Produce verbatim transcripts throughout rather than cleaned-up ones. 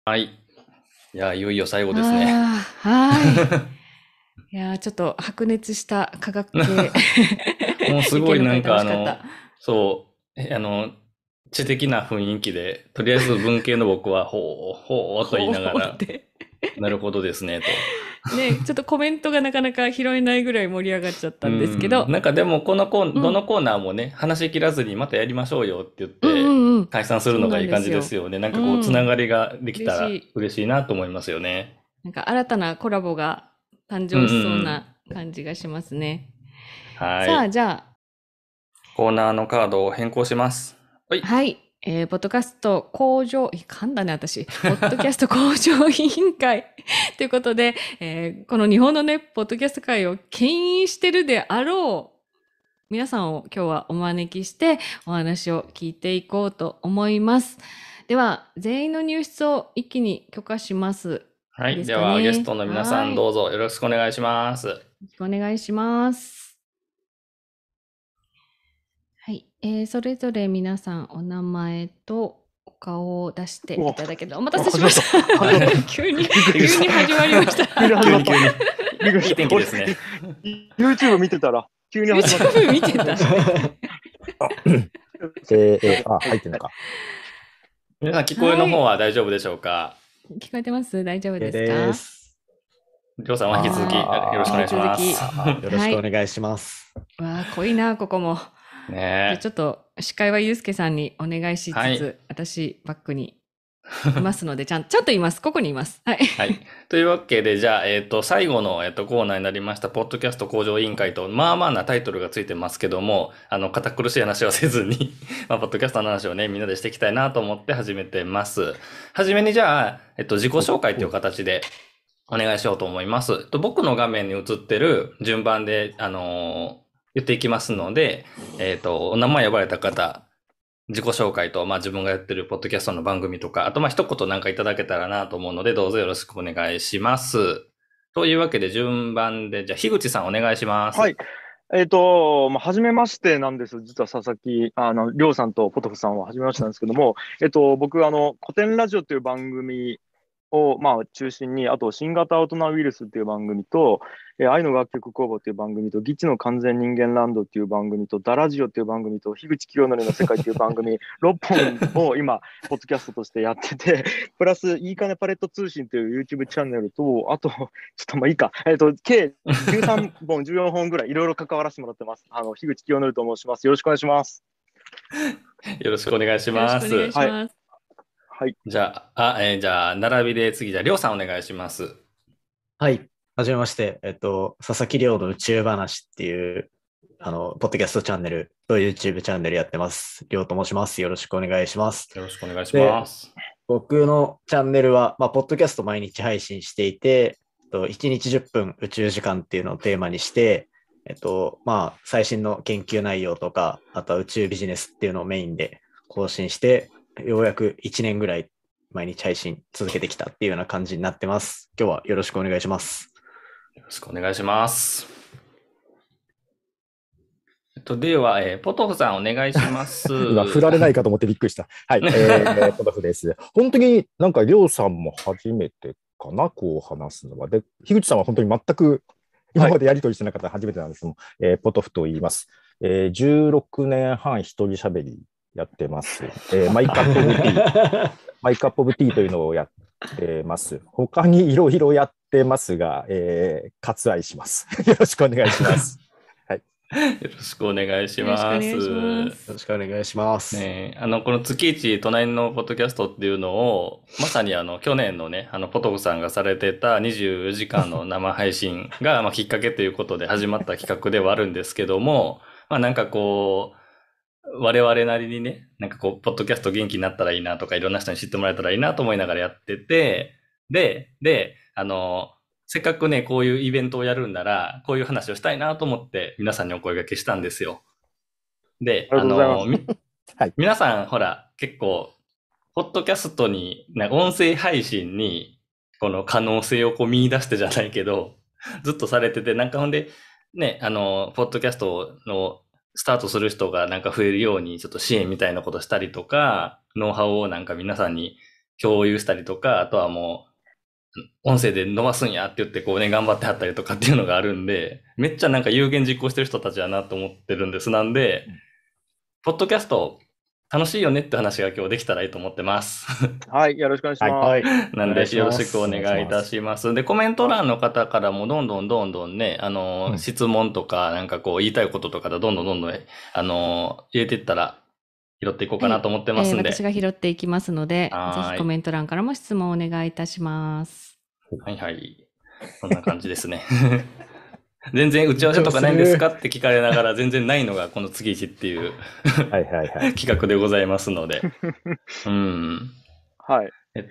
はい。いや、いよいよ最後ですね。 ああ、はい。いやー、ちょっと白熱した科学系もうすごいなん意見の会楽かあの、 しかった。 そう、えあの、知的な雰囲気で、とりあえず文系の僕は、ほう、ほうと言いほながら、 うって。 なるほどですね、と。 ね、ちょっとコメントがなかなか拾えないぐらい盛り上がっちゃっうたんですけん、 ど、 なんかでもこのコー、 うん。 どのコーナーもね、話し切らずにまたやりましょうよって言っうんうて、 んうん。 解散するそうなのがいい感じですんですよ。 よね。なんかこう、つなうん。 がりができたら嬉しい。 嬉しいなと思いますよね。 なんか新たなコラボが誕うんうんう生しそうん。 な感じがしますね。さあ、 はい。 じゃコーナーのカードを変更します。はい。 あ、はい。えー、ポッドキャスト向上、え噛んだね、私。ポッドキャスト向上委員会ということで、えーこの日本のね、ポッドキャスト界を牽引してるであろう皆さんを今日はお招きしてお話を聞いていこうと思います。では、全員の入室を一気に許可します。 はい。 いいですかでは、ゲスね。 トの皆さはい。よんどうぞよろしくお願いします。 ろしくお願いします。はい。えー、それぞれ皆さんお名前とお顔を出してうわ、 いただけて、お待たあ、 せしまし始まった。始まった。 た。急に、 びっくりした。 急に始まりました。 急に始まった。 急に急に。 びっくりいいした。俺、 天気ですね。 YouTube 見てたら、急に始まった。 YouTube 見てた。 あ、えーえーあ、入ってんのか。 皆さん聞こえの方はい。 は大丈夫でしょうか？ 聞こえてます？大丈夫 OK ですでか？ す。 りょうさんは引き続きよろしくお願い引きしあ続き。 ます。 ーよろしはい。 くお願いします。 わあ、濃いな、ここも。じゃあねちょっと、司会はゆうすけさんにお願いえ。はい。 しつつ、私、バックにいますので、ちゃん、ちゃんといます。ここにいます。はい。 はい。というわけで、じゃあ、えっと、最後の、えっと、コーナーになりました、ポッドキャスト向上委員会と、まあまあなタイトルがついてますけども、あの、堅苦しい話はせずに、まあ、ポッドキャストの話をね、みんなでしていきたいなと思って始めてます。はじめに、じゃあ、えっと、自己紹介という形でお願いしようと思います。えっと僕の画面に映ってる順番で、あのー言っていきますので、えっと、お名前呼ばれた方、自己紹介と、まあ自分がやってるポッドキャストの番組とか、あとまあ一言なんかいただけたらなと思うので、どうぞよろしくお願いします。というわけで順番で、じゃあ、樋口さんお願いします。 はい。えっと、まあ、初めましてなんです。実は佐々木、あの、りょうさんとポトフさんは初めましてなんですけども、えっと、僕、あの、古典ラジオという番組を、まあ、中心に、あと、新型大人ウイルスっていう番組と、えー愛の楽曲工房っていう番組と、ギチの完全人間ランドっていう番組と、ダラジオっていう番組と、樋口清則の世界っていう番組、ろっぽんを今、ポッドキャストとしてやってて、プラス、いいかねパレット通信という YouTube チャンネルと、あと、ちょっとまあいいか、えっと、計じゅうさんぼん、じゅうよんほんぐらい、いろいろ関わらせてもらってます。あの、樋口清則と申します。よろしくお願いします。 よろしくお願いしよろします。 くお願いしはい。 ます。 はい。 じゃあ、あ、えーじゃあ、並びで次、じゃあ、りょうさんお願いします。 はい。はじめまして。えっと、佐々木亮の宇宙話っていう、あの、ポッドキャストチャンネルと YouTube チャンネルやってます。亮と申します。よろしくお願いします。 よろしくお願いしで、 ます。 僕のチャンネルは、まあ、ポッドキャスト毎日配信していて、えっといちにちじゅっぷん宇宙時間っていうのをテーマにして、えっと、まあ、最新の研究内容とか、あとは宇宙ビジネスっていうのをメインで更新して、ようやくいちねんぐらい毎日配信続けてきたっていうような感じになってます。今日はよろしくお願いします。 よろしくお願いします。えっと、では、えーポトフさんお願いします。 今、振られないかと思ってびっくりした。はい、えー、ポトフです。本当になんか、りょうさんも初めてかな、こう話すのは。で、樋口さんは本当に全く今までやりとりしてなかった初めてなんですけども、えーポトフと言います。えー、じゅうろくねんはん一人喋りやってます。えーマイカップオブティー、マイカップオブティーというのをやってます。他にいろいろやってますが、えー割愛します。よろしくお願いします。 よろしくお願いしよろしくおます。 願いしまよす。 ろしくお願いします。 ねえ、あの、この月一隣のポッドキャストっていうのを、まさにあの、去年のね、あの、ポトフさんがされてたにじゅうよじかんの生配信が、まあ、きっかけということで始まった企画ではあるんですけども、まあ、なんかこう、我々なりにね、なんかこう、ポッドキャスト元気になったらいいなとか、いろんな人に知ってもらえたらいいなと思いながらやってて、で、で、あの、せっかくね、こういうイベントをやるんなら、こういう話をしたいなと思って皆さんにお声掛けしたんですよ。で、 ありがあの、 とうございます。 みはい。 皆さん、ほら、結構、ポッドキャストに、な音声配信に、この可能性をこう見出してじゃないけど、ずっとされてて、なんかほんで、ね、あの、ポッドキャストのスタートする人がなんか増えるように、ちょっと支援みたいなことしたりとか、ノウハウをなんか皆さんに共有したりとか、あとはもう、音声で伸ばすんやって言ってこうね、頑張ってはったりとかっていうのがあるんで、めっちゃなんか有言実行してる人たちだなと思ってるんです。なんで、ポッドキャスト楽しいよねって話が今日できたらいいと思ってます。 はい、よろしくお願いします。 はい。 なんで、 お願いしますよろしくお願いいたします。で、コメント欄の方からもどんどんどんどんね、あの、 うん質問とか、なんかこう言いたいこととかでどんどんどんどん、あの、入れていったら拾っていこうかなと思ってますんで。 えー私が拾っていきますので、 はーいぜひコメント欄からも質問をお願いいたします。 はいはい。そんな感じですね。全然打ち合わせとかないんですかって聞かれながら全然ないのがこの次一っていうはいはいはい。 企画でございますので。うん。 はい。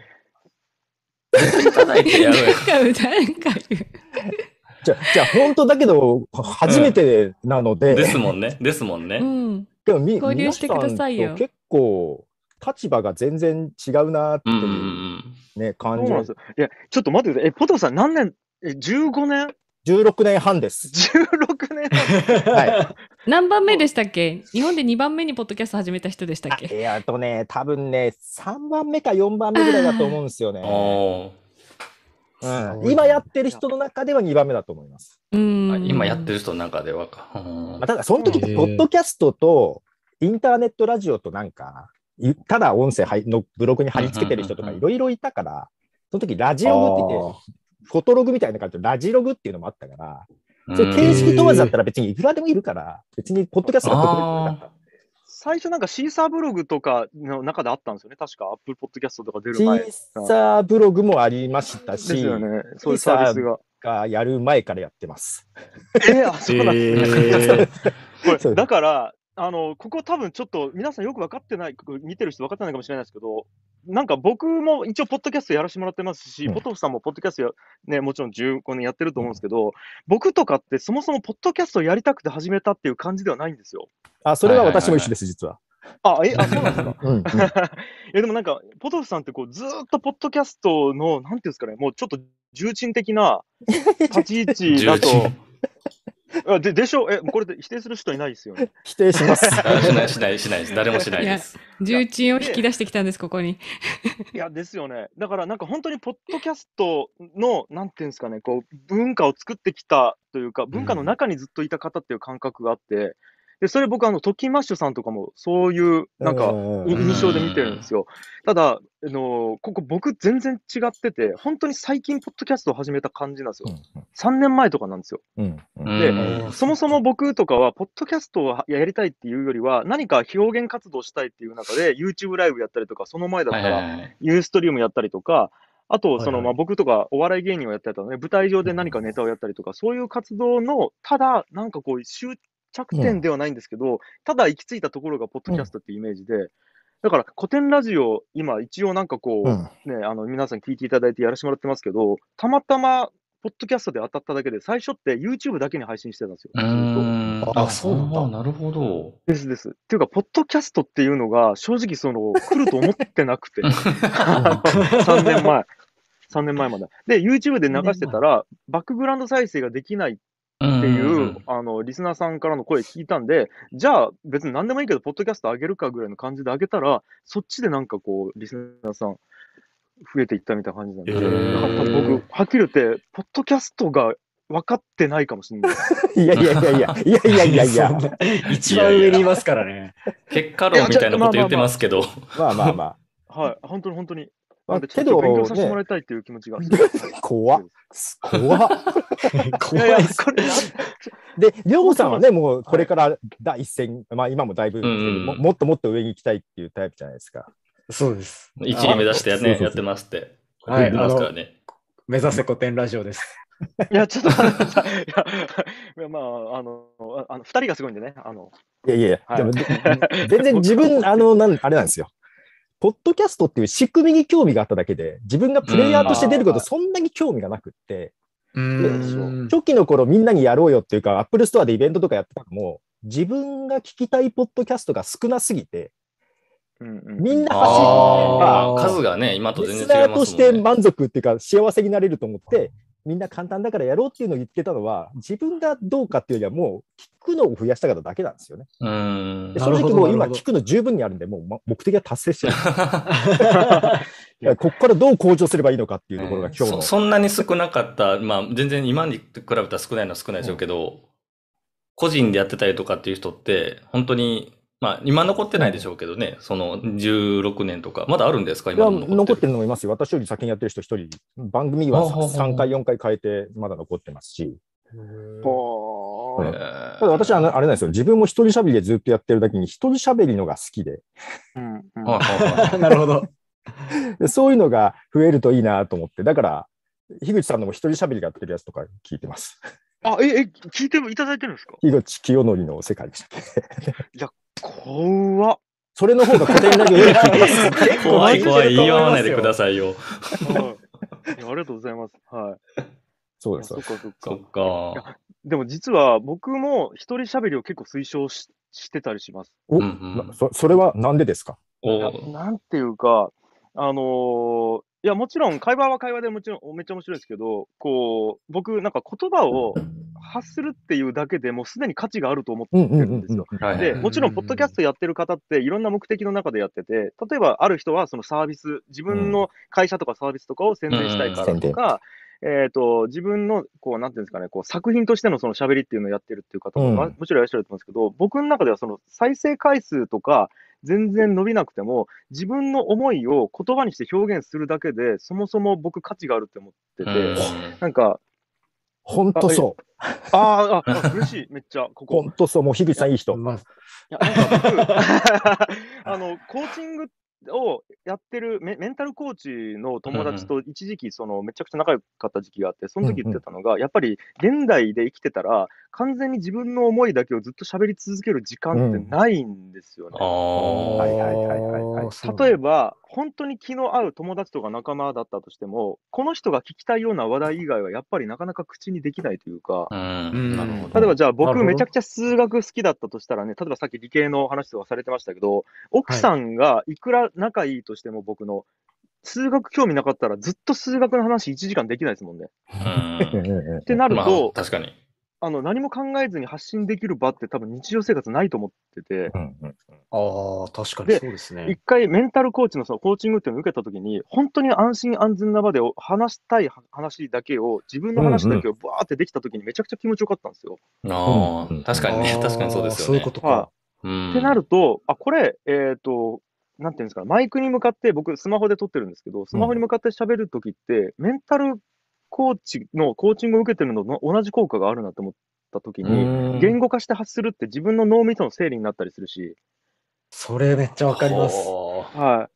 いただいてやろうよ。 なんか歌なんか言う。 じゃあ、じゃあ本当だけど、初めてなので、 ですもんね。ですもんね。 うん。 でもみ交流してくださいよ皆さんと結構、立場が全然違うなってうんうんう。 いうんね、 そう感じなんですよ。いや、ちょっと待ってください。え、ポトフさん何年、え、じゅうごねんじゅうろくねんはんです。 じゅうろくねんは何番目でしたっけ？日本でにばんめにポッドキャスト始めた人でしたっい。 け？ いや、あとね、多分ね、さんばんめかよんばんめぐらいだと思うんですよね。 おうん、今やってる人の中ではにばんめだと思います。 うーーん。 今やってる人の中ではか。うんまあ、ただ、その時って、 へーポッドキャストとインターネットラジオとなんか、いただ音声のブログに貼り付けてる人とかいろいろいたから、その時ラジログって言って、フォトログみたいな感じでラジログっていうのもあったから、それ形式問わずだったら別にいくらでもいるから、別にポッドキャストが特別なかった。 最初なんかシーサーブログとかの中であったんですよね。確かアップルポッドキャストとか出るシ前。 ーサーブログもありましたですし、 よね。そういうサービスが。 がやる前からやってます。 えー、あ、そうなんですね。これ、 そうだから、あの、ここ多分ちょっと皆さんよく分かってない、見てる人分かってないかもしれないですけど、なんか僕も一応ポッドキャストやらせてもらってますし、 うんポトフさんもポッドキャストや、ね、もちろんじゅうごねんやってると思うんですけど、僕とかってそもそもポッドキャストをやりたくて始めたっていう感じではないんですよ。 あ、それは私も一緒です、実は。 あ、え、あ、そうなんですか。 うんうんえ、でもなんか、ポトフさんってこう、ずーっとポッドキャストの、なんていうんですかね、もうちょっと重鎮的な立ち位置だと。 重鎮あででしょえ、これで否定する人いないですよね。 否定します。 あしないしないしないです。誰もしないです。 重鎮を引き出してきたんです、ここに。 いや、ですよね。だからなんか本当にポッドキャストの、なんていうんですかね、こう、文化を作ってきたというか、文化の中にずっといた方っていう感覚があって、で、それ僕あの、トキマッシュさんとかもそういう、なんか、 うんい印象で見てるんですよ。ただ、あの、ここ僕全然違ってて、本当に最近ポッドキャストを始めた感じなんですよ。さんねんまえとかなんですよ。 うんうんうんでうんそもそも僕とかは、ポッドキャストをやりたいっていうよりは、何か表現活動したいっていう中で、YouTube ライブやったりとか、その前だっはいたら、 はいはい。 ユーストリームやったりとか、あと、その、 はいはいまあ、僕とかお笑い芸人をやったりとかね、舞台上で何かネタをやったりとか、そういう活動の、ただ、なんかこう、終着点ではないんですけど、ただ行き着いたところがポッドキャストっていうイメージで、だから古典ラジオ、今一応なんかこう、 うんね、あの、皆さん聞いていただいてやらせてもらってますけど、たまたま、ポッドキャストで当たっただけで、最初って YouTube だけに配信してたんですよ。 うずっとーん。 あそうなんだあーなるほど。 ですです。っていうか、ポッドキャストっていうのが、正直その、来ると思ってなくて、あのさんねんまえ。さんねんまえまで。で、YouTube で流してたら、バックグラウンド再生ができないってっていう、 うんあの、リスナーさんからの声聞いたんで、じゃあ別に何でもいいけど、ポッドキャスト上げるかぐらいの感じで上げたら、そっちでなんかこう、リスナーさん増えていったみたいな感じなんで、 へーだから多分僕、はっきり言って、ポッドキャストが分かってないかもしれない。 いやいやいやいや、いやいやいやいや、 そんな一番上にいますからね。 結果論みたいなこと言ってますけど。 まあまあまはい、本当に本当に。 まあなんで、ちょっと勉強けどさせてもらいたいっていう気持ちが。 あ、怖っ、怖っ。 いやいや、 怖いっす。 これなん、 で、りょうさんはね、もうこれから第一線、まあ今もだいぶ、 うんももっともっと上に行きたいっていうタイプじゃないですか。 そうです。 一位目指してや,、ね、 そうそうそうやってますって。 はい言ってますからね。 目指せ古典ラジオです。 いや、ちょっと待ってください。いや、いやまあ、あの、ああの、二人がすごいんでね、あの、 いやいやいや、 はいでも、で全然自分、あの、なんあれなんですよ。ポッドキャストっていう仕組みに興味があっただけで、自分がプレイヤーとして出ることうんそんなに興味がなくって、 うーん。 初期の頃みんなにやろうよっていうか、アップルストアでイベントとかやってたのも、自分が聞きたいポッドキャストが少なすぎて、 うんうん、 みんなあ走あ、数がね、今とリ全然違いますもんね。 スナーとして満足っていうか、幸せになれると思って、 みんな簡単だからやろうっていうのを言ってたのは、自分がどうかっていうよりは、もう聞くのを増やしたかっただけなんですよね。 うーん。 で正直もう今なるほど聞くの十分にあるんで、もうま目的は達成してる。いやここからどう向上すればいいのかっていうところが今日の。 そそんなに少なかった、まあ全然今に比べたら少ないのは少ないでしょうけど、うん、個人でやってたりとかっていう人って、本当に、まあ今残ってないでしょうけどね、うん、そのじゅうろくねんとか、まだあるんですか今も残ってる。残ってるのもいますよ。私より先にやってる人一人、番組はさんかい、よんかい変えて、まだ残ってますし。 ほー。 ただ私はあのあれなんですよ。自分も一人喋りでずっとやってるだけに、一人喋りのが好きで。 うんうん、 なるほど。 そういうのが増えるといいなと思って、だから、樋口さんのも一人喋りがやってるやつとか聞いてます。 あ、え、え、聞いていただいてるんですか？ 樋口清則の世界でしたっけ？ いや、怖っ。 それの方が古典ラジオより聞いてます。 怖い怖い、言わないでくださいよ。 はい、ありがとうございます。はい。 そうです。 そっかそっか。 そっか。 でも実は僕も一人喋りを結構推奨 し, してたりします。 お、うんうん、そ, それはなんでですか？ な, なんていうか、あのー、いや、もちろん会話は会話でもちろんめっちゃ面白いですけど、こう、僕なんか言葉を発するっていうだけでもうすでに価値があると思ってるんですよ。で、もちろんポッドキャストやってる方っていろんな目的の中でやってて、例えばある人はそのサービス、自分の会社とかサービスとかを宣伝したいからとか、うんうん、えっ、ー、と、自分の、こう、なんていうんですかね、こう、作品としてのその喋りっていうのをやってるっていう方も、うん、もちろんいらっしゃると思うんですけど、僕の中ではその再生回数とか、全然伸びなくても、自分の思いを言葉にして表現するだけで、そもそも僕価値があるって思ってて、なんか、 本当そう。 ああ、あ、嬉しい、めっちゃ、ここ。 本当そう、もう樋口さんいい人。 いや、なんか僕、あの、コーチングをやってるメ、メンタルコーチの友達と一時期、その、めちゃくちゃ仲良かった時期があって、その時言ってたのが、うんうん、やっぱり現代で生きてたら、完全に自分の思いだけをずっと喋り続ける時間ってないんですよね。 はいはいはいはいはい。 例えば、本当に気の合う友達とか仲間だったとしても、この人が聞きたいような話題以外はやっぱりなかなか口にできないというか、 うん、なるほど。例えばじゃあ僕めちゃくちゃ数学好きだったとしたらね、例えばさっき理系の話とかされてましたけど、奥さんがいくら仲いいとしても僕の、数学興味なかったらずっと数学の話いちじかんできないですもんね。 うんってなると、 まあ、確かに。 あの、何も考えずに発信できる場って多分日常生活ないと思ってて。 うんうん、ああ、確かにそうですね。 一回メンタルコーチのそのコーチングっていうのを受けたときに、本当に安心安全な場で話したい話だけを、自分の話だけをバーってできたときにめちゃくちゃ気持ちよかったんですよ。 ああ、うん、確かにね、確かにそうですよね。 そういうことか。 はうん、ってなると、あ、これ、えっと、なんていうんですか、マイクに向かって僕スマホで撮ってるんですけど、スマホに向かって喋るときって、うん、メンタルコーチのコーチングを受けてるのと同じ効果があるなと思ったときに、言語化して発するって自分の脳みその整理になったりするし。 それめっちゃわかります。 はい。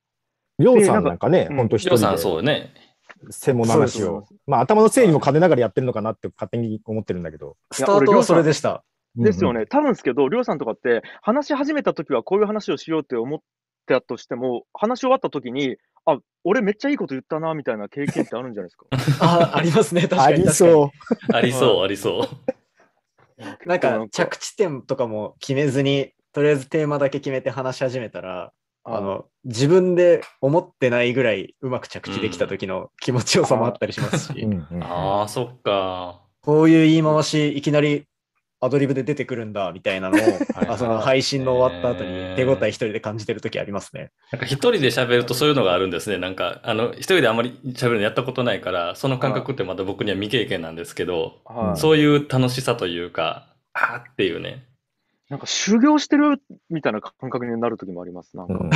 りょうさんなんかね、本当一人で。 りょうさんそうね。 専門の話を。まあ頭の整理も兼ねながらやってるのかなって勝手に思ってるんだけど。 スタートはそれでした。 ですよね。多分ですけど、りょうさんとかって話し始めたときはこういう話をしようって思ったとしても、話し終わったときに、あ、俺めっちゃいいこと言ったなみたいな経験ってあるんじゃないですか。 あ、ありますね。確かに。 ありそう。 ありそう、ありそう。 なんか着地点とかも決めずに、とりあえずテーマだけ決めて話し始めたら、ああの自分で思ってないぐらいうまく着地できた時の気持ちよさもあったりしますし、 うん、ああ、そっか。 こういう言い回しいきなりアドリブで出てくるんだみたいなのをあその配信の終わった後に手応え一人で感じてる時ありますね。 なんか一人で喋るとそういうのがあるんですね。なんかあの一人であんまり喋るのやったことないから、その感覚ってまた僕には未経験なんですけど、はい、そういう楽しさというか、あーっていうね。 なんか修行してるみたいな感覚になる時もあります。なんか、うん、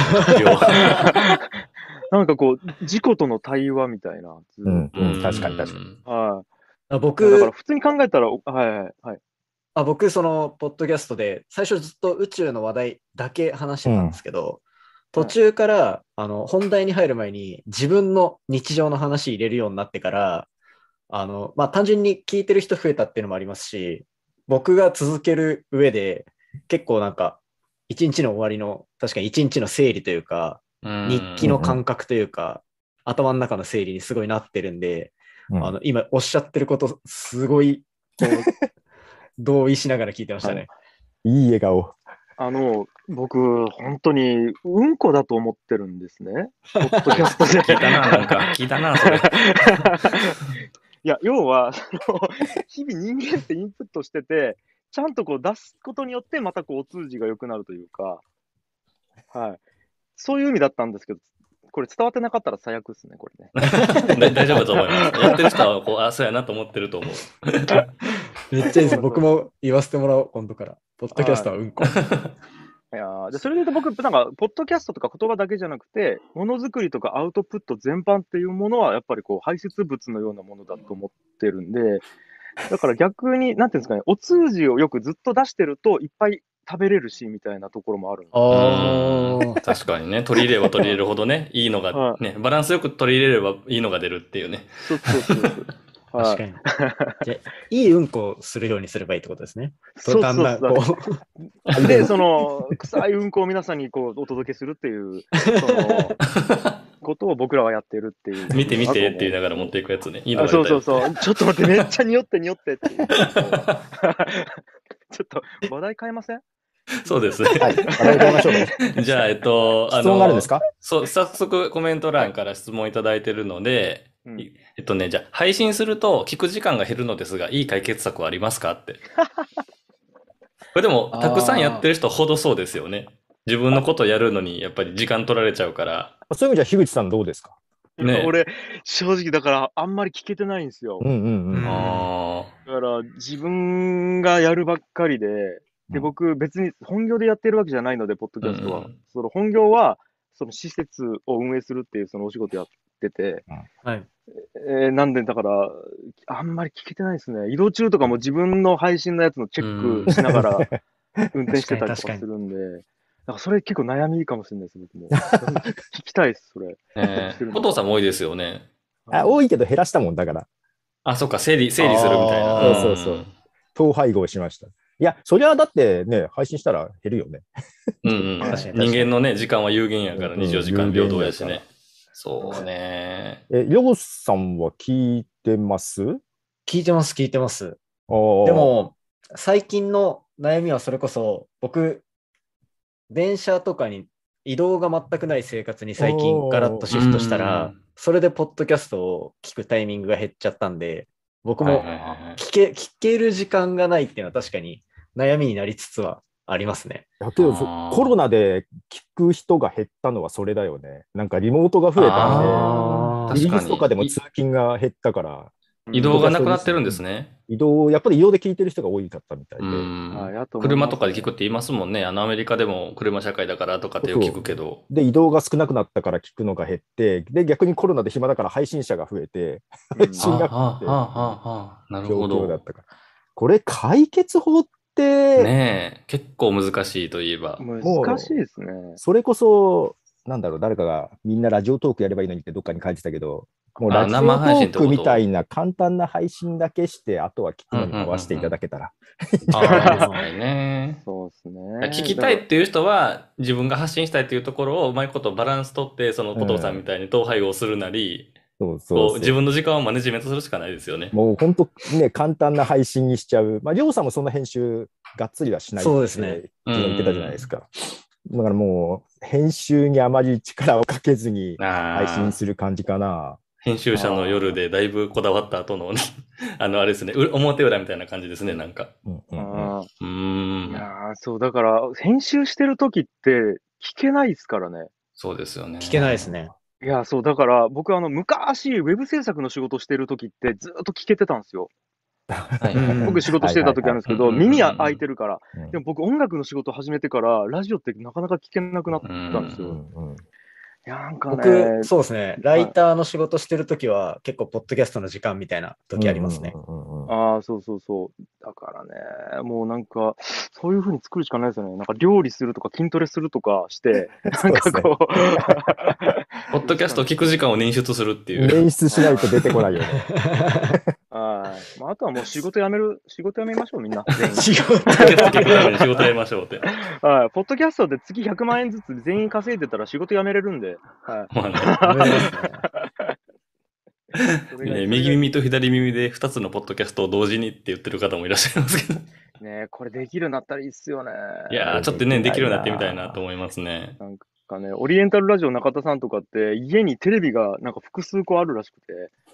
なんかこう自己との対話みたいな。 うんうん、確かに確かに。 はい。 僕だから普通に考えたら、はいはいはい。 あ僕そのポッドキャストで最初ずっと宇宙の話題だけ話してたんですけど、うん、途中からあの本題に入る前に自分の日常の話入れるようになってからあの、まあ、単純に聞いてる人増えたっていうのもありますし、僕が続ける上で結構なんか一日の終わりの確かに一日の整理というか日記の感覚というか頭の中の整理にすごいなってるんで、うん、あの今おっしゃってることすごいこう同意しながら聞いてましたね。 いい笑顔。 あの、僕、本当に、うんこだと思ってるんですね。ポッドキャストで。 聞いたな、なんか、聞いたな、それ。いいや、要は、その日々人間ってインプットしてて、ちゃんとこう出すことによって、またこう、お通じが良くなるというか、はい。そういう意味だったんですけど、これ伝わってなかったら最悪ですね、これね。 だ大丈夫だと思います。やってる人は、こう、あ、そうやなと思ってると思う。 めっちゃいいです。僕も言わせてもらおう、今度から。ポッドキャストはうんこ。 いやーでそれで言うと僕、なんか、ポッドキャストとか言葉だけじゃなくて、ものづくりとかアウトプット全般っていうものは、やっぱりこう排泄物のようなものだと思ってるんで、だから逆に、なんていうんですかね、お通じをよくずっと出してると、いっぱい食べれるしみたいなところもあるんで。 うんあ確かにね、取り入れれば取り入れるほどね、いいのがはね、バランスよく取り入れればいいのが出るっていうね。 そうそうそうそう。 あ、確かに。じゃあいいうんこをするようにすればいいってことですね。 そうだんだんそうこう。 で、その、臭いうんこを皆さんにこうお届けするっていう、その、ことを僕らはやってるっていう。 見て見てって言いながら持っていくやつね。いいのあが出たよそうそうそう。ちょっと待って、めっちゃ匂って匂ってっていう。ちょっと話題変えませんそうですね。 はい。話題変えましょう。 じゃあ、えっと、 質問があるんですか？ そう、早速コメント欄から質問いただいてるので、 うんいえっとね、じゃあ、配信すると聞く時間が減るのですが、いい解決策はありますかって。これでも、たくさんやってる人ほどそうですよね。自分のことやるのに、やっぱり時間取られちゃうから。 そういう意味じゃ、樋口さんどうですか？ ね俺、正直だからあんまり聞けてないんですよ。 うんうんうん。 うんあだから自分がやるばっかりで、で、僕別に本業でやってるわけじゃないので、ポッドキャストは。 うんうんその本業は、その施設を運営するっていうそのお仕事やってて、 はい。 えーなんでだから、あんまり聞けてないですね。移動中とかも自分の配信のやつのチェックしながら運転してたりとかするんで、だからそれ結構悩みかもしれないです、僕も。聞きたいです、それ。 あ。えー、お父さんも多いですよね。 あ、多いけど減らしたもんだから。 あ、そっか、整理、整理するみたいな。 あーそうそうそう統廃合しました。いや、そりゃだってね、配信したら減るよね。 うんうん。 確かに確かに人間のね、時間は有限やから、 うんにじゅうよじかん平等やし有限やね。そうね。 え、りょうさんは聞いてます？ 聞いてます、聞いてます。 あーで、も、最近の悩みはそれこそ、僕、電車とかに移動が全くない生活に最近ガラッとシフトしたうらん、 それでポッドキャストを聞くタイミングが減っちゃったんで、僕もはいはいはいはい聞け、聞ける時間がないっていうのは確かに悩みになりつつはありますね。 だけどそあーコロナで聞く人が減ったのはそれだよね。なんかリモートが増えたあーんで、イギ確かにリスとかでも通勤が減ったから、 移動がなくなってるんですね。 移動、やっぱり移動で聞いてる人が多かったみたいで。 うんはいあと思いますね車とかで聞くって言いますもんね。あのアメリカでも車社会だからとかってよく聞くけど。 で、移動が少なくなったから聞くのが減って、で、逆にコロナで暇だから配信者が増えて、 うん配信がはあはあはあはあなる状ほど。 況だったから。これ、解決法って、 ねえ、結構難しいといえば。 難しいですね。 それこそ、なんだろう、誰かがみんなラジオトークやればいいのにってどっかに書いてたけど、もうあラジオト生配信ってことークみたいな簡単な配信だけして、あとは聞くのに回していただけたら。 ああ、確かにね。 そうですね。 聞きたいっていう人は、自分が発信したいっていうところをうまいことバランス取って、そのポトフさんみたいに統廃合するなり、 そうそうそうこう自分の時間をマネジメントするしかないですよね。 もう本当ね、簡単な配信にしちゃう。まあ、りょうさんもそんな編集がっつりはしないってそうですね昨日言ってたじゃないですか。だからもう、編集にあまり力をかけずに配ああ、 信する感じかな。 編集者の夜でだいぶこだわった後の、あの、あれですね、う表裏みたいな感じですね、なんか。 うんうんうんあうーーいやん。 ーそう、だから、編集してる時って聞けないですからね。 そうですよね。 聞けないですね。 いや、そう、だから、僕、あの、昔、ウェブ制作の仕事してる時ってずっと聞けてたんですよ。 はいうん僕、仕事してた時あるんですけど、 はいはいはい耳は開いてるから。 うんでも僕、音楽の仕事始めてから、ラジオってなかなか聞けなくなったんですうよ。いんうんや、なんかね、 僕、そうですね。ライターの仕事してるときは、結構、ポッドキャストの時間みたいな時ありますね。 うんうんうんうんああ、そうそうそう。だからね、もうなんか、そういう風に作るしかないですよね。なんか料理するとか筋トレするとかして、なんかこう、 ポッドキャスト聞く時間を捻出するっていう。 演出しないと出てこないよね。 はい。まあ、あとはもう仕事辞める、仕事辞めましょう、みんな。全員仕事ポッドキャスト聞くために仕事やりましょうって。 はい。ポッドキャストで月ひゃくまんえんずつ全員稼いでたら仕事辞めれるんで。はまあねダメですね。 い。それがね右耳と左耳でふたつのポッドキャストを同時にって言ってる方もいらっしゃいますけど。 ねこれできるようになったらいいっすよね。 いやー、ちょっとね、できるようになってみたいなと思いますね。 なんかね、オリエンタルラジオ中田さんとかって、家にテレビがなんか複数個あるらしくて、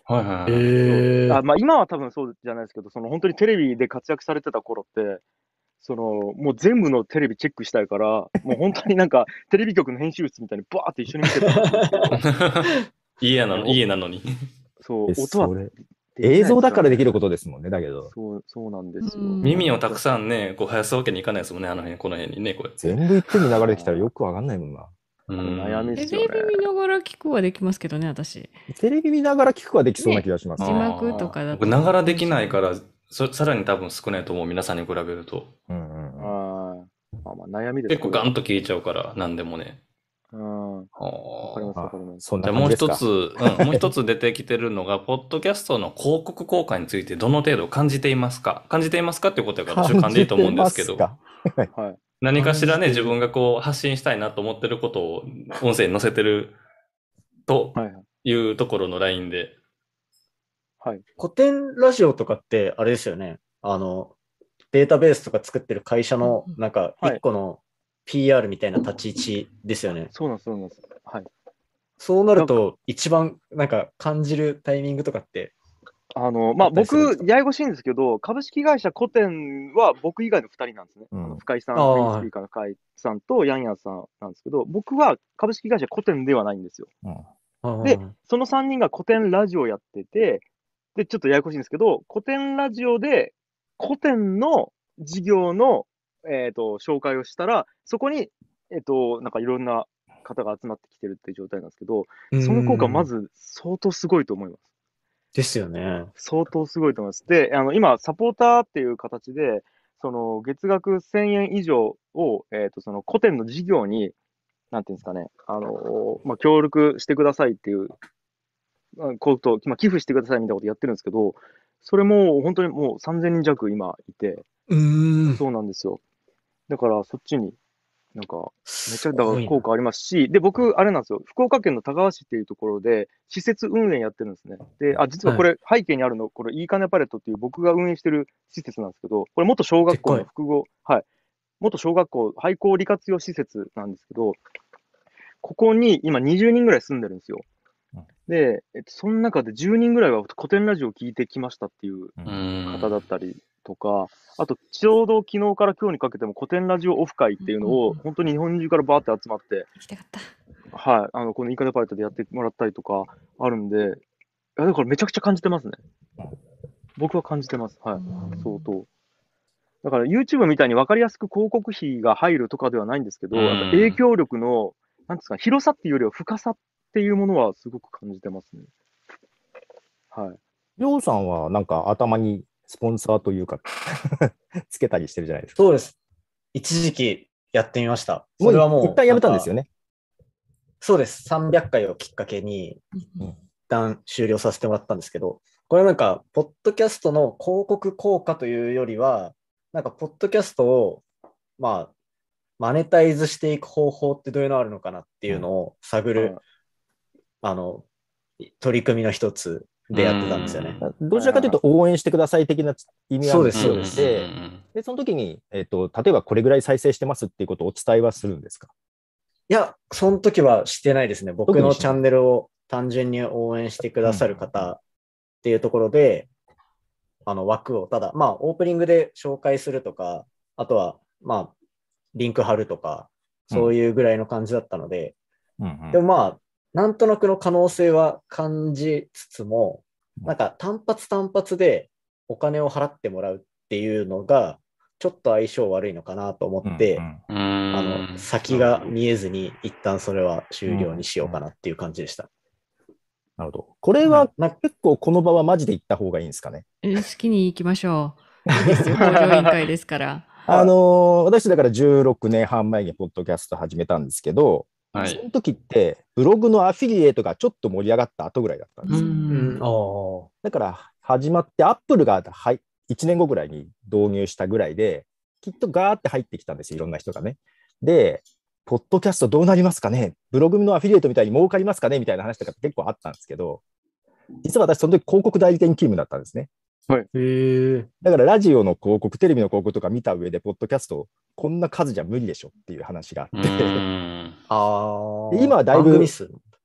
はいはいはい。 えあまあ、今は多分そうじゃないですけど、その本当にテレビで活躍されてた頃って、そのもう全部のテレビチェックしたいから、もう本当になんかテレビ局の編集室みたいにバーって一緒に見てたらしいんですけど、 家なの、 お家なのに。 そう、 え音はそれ、 できないです映像だかね。 かららできることですもんね、だけど。 そう、そうなんですよ。 うん耳をたくさんね、こう生やすわけにいかないですもんね、あの辺、この辺にね、こうやって。 全部いっぺんに流れてきたらよくわかんないもんな。 うこれ悩みん。 テっすよね。 レビ見ながら聞くはできますけどね、私。 テレビ見ながら聞くはできそうな気がします字ね。 幕とかだと僕、ながらできないから、そさらに多分少ないと思う、皆さんに比べると。 うんうんうん。 はいまあまあ悩みです結構ガンと聞いちゃうから、何でもね。 うん。わかります、 はわかります。 そんじゃあもうな感じですか。 一つ、うん、もう一つ出てきてるのが、ポッドキャストの広告効果についてどの程度感じていますか感じていますかっていうことやから、主観でいいと思うんですけど、 感じてますかはい。 何かしらね、 感じてる自分がこう発信したいなと思ってることを音声に載せてるとはいはい。 いうところのラインで、 はい。 古典ラジオとかってあれですよね。あの、データベースとか作ってる会社のなんかはい一個の ピーアール みたいな立ち位置ですよね。 そうなんです、そうなんです。はい。 そうなると一番なんか感じるタイミングとかってあの、まあ、 あったりするんですか、 僕ややこしいんですけど、株式会社古典は僕以外のふたりなんですね。 うんあの深井さん、 あーメインスピーカーの深井さんとヤンヤンさんなんですけど、僕は株式会社古典ではないんですよ。 うんであーそのさんにんが古典ラジオやってて、で、ちょっとややこしいんですけど、古典ラジオで古典の事業の、えっと、紹介をしたら、そこに、えっと、なんかいろんな方が集まってきてるっていう状態なんですけど、その効果まず相当すごいと思います。 ですよね。 相当すごいと思います。で、あの、今、サポーターっていう形で、その、月額せんえん以上を、えっと、その古典の事業に、なんていうんですかね、あの、まあ、協力してくださいっていうあことを、まあ、寄付してくださいみたいなことやってるんですけど、それも本当にもうさんぜんにん弱今いて、 うーん。 そうなんですよ。だからそっちに、なんか、めっちゃすだからごいな効果ありますし、で、僕、あれなんですよ、福岡県の田川市っていうところで、施設運営やってるんですね。で、あ、実はこれ、背景にあるの、これ、いいかねパレットっていう僕が運営してる施設なんですけど、これ、元小学校でっかの複合、はい、元小学校廃校利活用施設なんですけど、ここに今にじゅうにんぐらい住んでるんですよ。で、えっと、その中でじゅうにんぐらいは古典ラジオを聞いてきましたっていうううんん。 方だったりとか、あと、ちょうど昨日から今日にかけても古典ラジオオフ会っていうのを、本当に日本中からバーって集まって、 行きたかった。 はい、あの、このインカネパレットでやってもらったりとかあるんで、いや、だからめちゃくちゃ感じてますね。僕は感じてます。はい、相当。だから YouTube みたいに分かりやすく広告費が入るとかではないんですけど、 うんやっぱ影響力の、なんですか、広さっていうよりは深さっていうものはすごく感じてますね。はい。 りょうさんはなんか頭にスポンサーというかつけたりしてるじゃないですか。 そうです。一時期やってみました。 もそうれはもう。 一旦やめたんですよね。 ね。 そうです。さんびゃっかいをきっかけに、 うん一旦終了させてもらったんですけど、これはなんか、ポッドキャストの広告効果というよりは、なんか、ポッドキャストを、まあ、マネタイズしていく方法ってどういうのあるのかなっていうのを探る、 うんあの、取り組みの一つでやってたんですよね。 どちらかというと応援してください的な意味合いそうですそうですで、で、その時に、えっと、例えばこれぐらい再生してますっていうことをお伝えはするんですか？ いや、その時はしてないですね。僕特にしないのチャンネルを単純に応援してくださる方っていうところで、あの枠をただ、まあ、オープニングで紹介するとか、あとは、まあ、リンク貼るとか、そういうぐらいの感じだったので、 うんうんでもまあ、なんとなくの可能性は感じつつも、なんか単発単発でお金を払ってもらうっていうのが、ちょっと相性悪いのかなと思って、 うんうんあの、先が見えずに、一旦それは終了にしようかなっていう感じでした。 なるほど。これはな結構この場はマジで行った方がいいんですかね。 え好きに行きましょう。いいですよ。工場委員会ですから。 あのー私だからじゅうろくねんはん前にポッドキャスト始めたんですけど、 はいその時ってブログのアフィリエイトがちょっと盛り上がった後ぐらいだったんですよ。 うんああ。 だから始まってアップルがはいいちねんごぐらいに導入したぐらいで、きっとガーって入ってきたんですよ、いろんな人がね。で、ポッドキャストどうなりますかね、ブログのアフィリエイトみたいに儲かりますかねみたいな話とか結構あったんですけど、実は私その時広告代理店勤務だったんですね。 へえ。 だからラジオの広告、テレビの広告とか見た上で、ポッドキャスト、こんな数じゃ無理でしょっていう話があって、 うんああ。 で今はだいぶ番組数。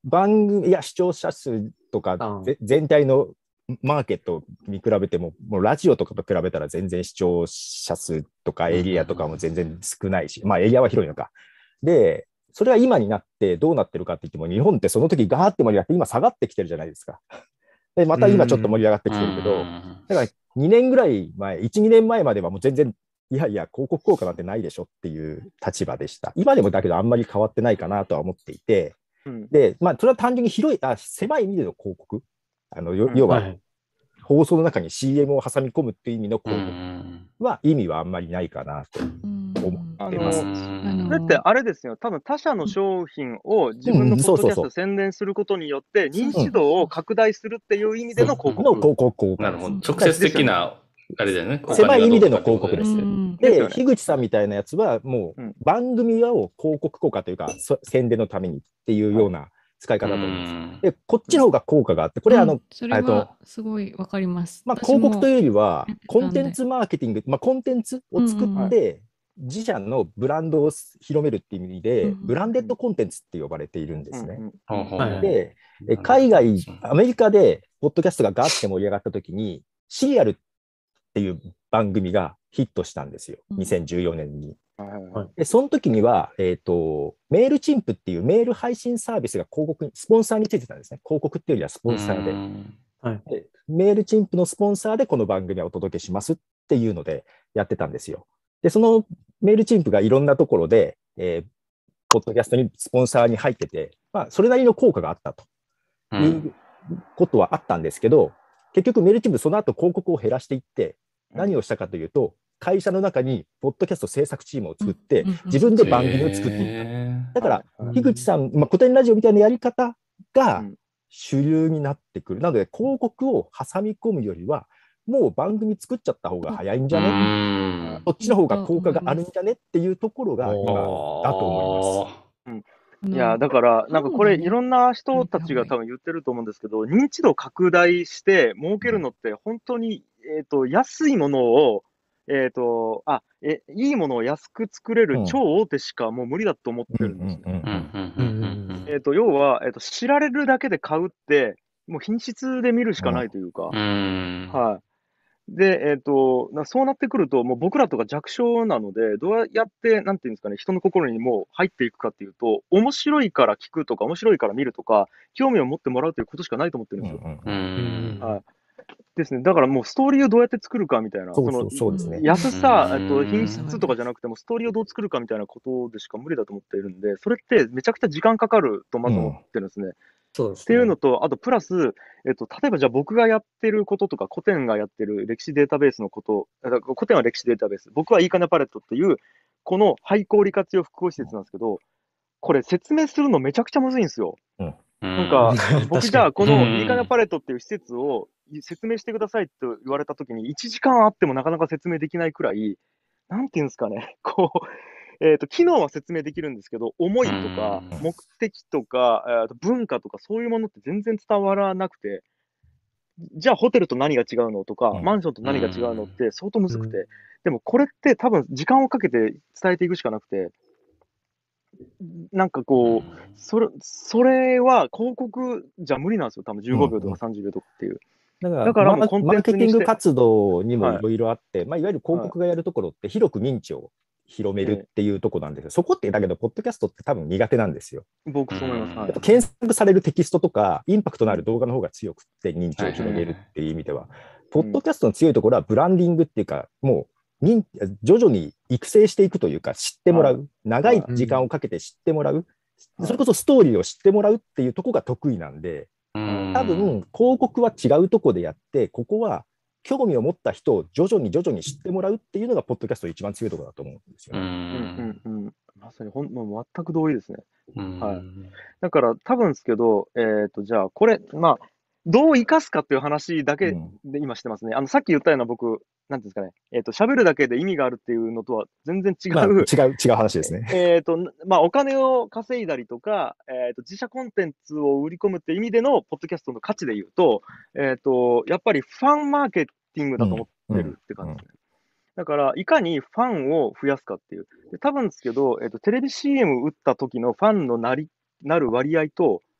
番組、いや、視聴者数とかああぜ全体のマーケットに比べても、もうラジオとかと比べたら全然視聴者数とかエリアとかも全然少ないし、まあエリアは広いのか。で、それは今になってどうなってるかって言っても、日本ってその時ガーって盛り上がって、今下がってきてるじゃないですか。で、また今ちょっと盛り上がってきてるけど、だからにねんぐらい前、いち、にねんまえまではもう全然、いやいや、広告効果なんてないでしょっていう立場でした。今でもだけどあんまり変わってないかなとは思っていて、 うん。 で、まあ、それは単純に広い、あ、狭い意味での広告。あの、ようん要は、 はい。 放送の中に シーエム を挟み込むっていう意味のう広告ん。 は意味はあんまりないかなとうん思あってます。 の、 あのそれってあれですよ。多分他社の商品を自分のうんポッドキャストそうそうそうで宣伝することによってそう認知度を拡大するっていう意味での広告。 の広告効果です。 なるほど。直接的な、あれだよね。お狭い金がどう意味でのとかってこと広告ですうんで、 ですよね樋口さんみたいなやつは、もううん番組を広告効果というか、そ宣伝のためにっていうような使い方だと思います。 うんで、こっちの方が効果があって、これはあのうん、それえっとはすごいわかります。 まあ、 私も広告というよりはやって、たコんでンテンツマーケティング、まあ、コンテンツを作うんうんって、自社のブランドを広めるっていう意味で、 うんブランデッドコンテンツって呼ばれているんですね。 うんうんほうほうはいで、え海外、アメリカで、ポッドキャストがガーって盛り上がったときに、シリアルっていう番組がヒットしたんですよ。 うんにせんじゅうよねんに。 はいはいはいはいで、その時には、えっと、メールチンプっていうメール配信サービスが広告に、スポンサーについてたんですね。広告っていうよりはスポンサーで。 うんでメールチンプのスポンサーでこの番組はお届けしますっていうのでやってたんですよ。で、そのメールチンプがいろんなところで、えーポッドキャストにスポンサーに入ってて、まあ、それなりの効果があったとういうんことはあったんですけど、結局メールチンプその後広告を減らしていって、何をしたかというと、会社の中にポッドキャスト制作チームを作ってうんうんうん、 自分で番組を作っていった。 へだから、 はいはい樋口さん、まあ、古典ラジオみたいなやり方がうん主流になってくる。なので、広告を挟み込むよりは、もう番組作っちゃった方が早いんじゃね、 ーそっちの方が効果があるんじゃねっていうところが今だと思います。 あのいや、だから、なんかこれ、 そうだねいろんな人たちが多分言ってると思うんですけど、認知度拡大して儲けるのって、本当に、えっと、安いものを、えっと、あ、え、いいものを安く作れるうん超大手しかもう無理だと思ってるんですね。 うんうんうんえっと、要は、えっと、知られるだけで買うって、もう品質で見るしかないというか、 うんうんはい。で、えっと、なそうなってくると、もう僕らとか弱小なので、どうやって、なんていうんですかね、人の心にもう入っていくかっていうと、面白いから聞くとか、面白いから見るとか、興味を持ってもらうということしかないと思ってるんですよ。 ううんんはい。ですね。だからもうストーリーをどうやって作るかみたいな、 そうそうのそうですね。 安さ、 うんえっと、品質とかじゃなくても、ストーリーをどう作るかみたいなことでしか無理だと思っているんで、それってめちゃくちゃ時間かかるとまず思ってるんですね。 そうですね。 っていうのと、あとプラス、えっと、例えばじゃあ僕がやってることとか、古典がやってる歴史データベースのこと、だから古典は歴史データベース、僕はいいかねパレットっていう、この廃校利活用複合施設なんですけど、これ説明するのめちゃくちゃむずいんですよ。なんか、僕じゃあこのいいかねパレットっていう施設を説明してくださいと言われたときに、いちじかんあってもなかなか説明できないくらい、なんていうんですかね、こう、えっと、機能は説明できるんですけど、思いとかうん、 目的とか、えーと文化とか、そういうものって全然伝わらなくて、じゃあホテルと何が違うのとか、 うんマンションと何が違うのって相当むずくて、 うんでもこれって多分時間をかけて伝えていくしかなくて、なんかこう、それ、それは広告じゃ無理なんですよ。多分じゅうごびょうとかさんじゅうびょうとかっていう。 だから、 だからもうマコンマーケティンテンツにしてグ活動にもいろいろあって、いまあ、いわゆる広告がやるところって広く認知を広めるっていうところなんですよ。そこってだけど、ポッドキャストって多分苦手なんですよ。 僕そう思います。はいやっぱ検索されるテキストとか、インパクトのある動画の方が強くて認知を広げるっていう意味では、ポッドキャストの強いところはブランディングっていうか、もう認徐々に育成していくというか、知ってもらう。長い時間をかけて知ってもらう。それこそストーリーを知ってもらうっていうところが得意なんで、多分広告は違うところでやって、ここは興味を持った人を徐々に徐々に知ってもらうっていうのが、ポッドキャストの一番強いところだと思うんですよね。 うんうんうん。まさにほん、もう全く同意ですね。 うんはいだから多分ですけど、えっと、じゃあこれ、まあ、どう生かすかっていう話だけうんで今してますね。あの、さっき言ったような僕、なんていうんですかね、えっと、喋るだけで意味があるっていうのとは全然違う、 まあ、違う、違う話ですね。 えっと、まあ、お金を稼いだりとか、えっと、自社コンテンツを売り込むって意味での、ポッドキャストの価値で言うと、えっと、やっぱりファンマーケティングだと思ってるって感じですね。だから、いかにファンを増やすかっていう。で多分ですけど、えっと、テレビ シーエム 打った時のファンのなり、なる割合と、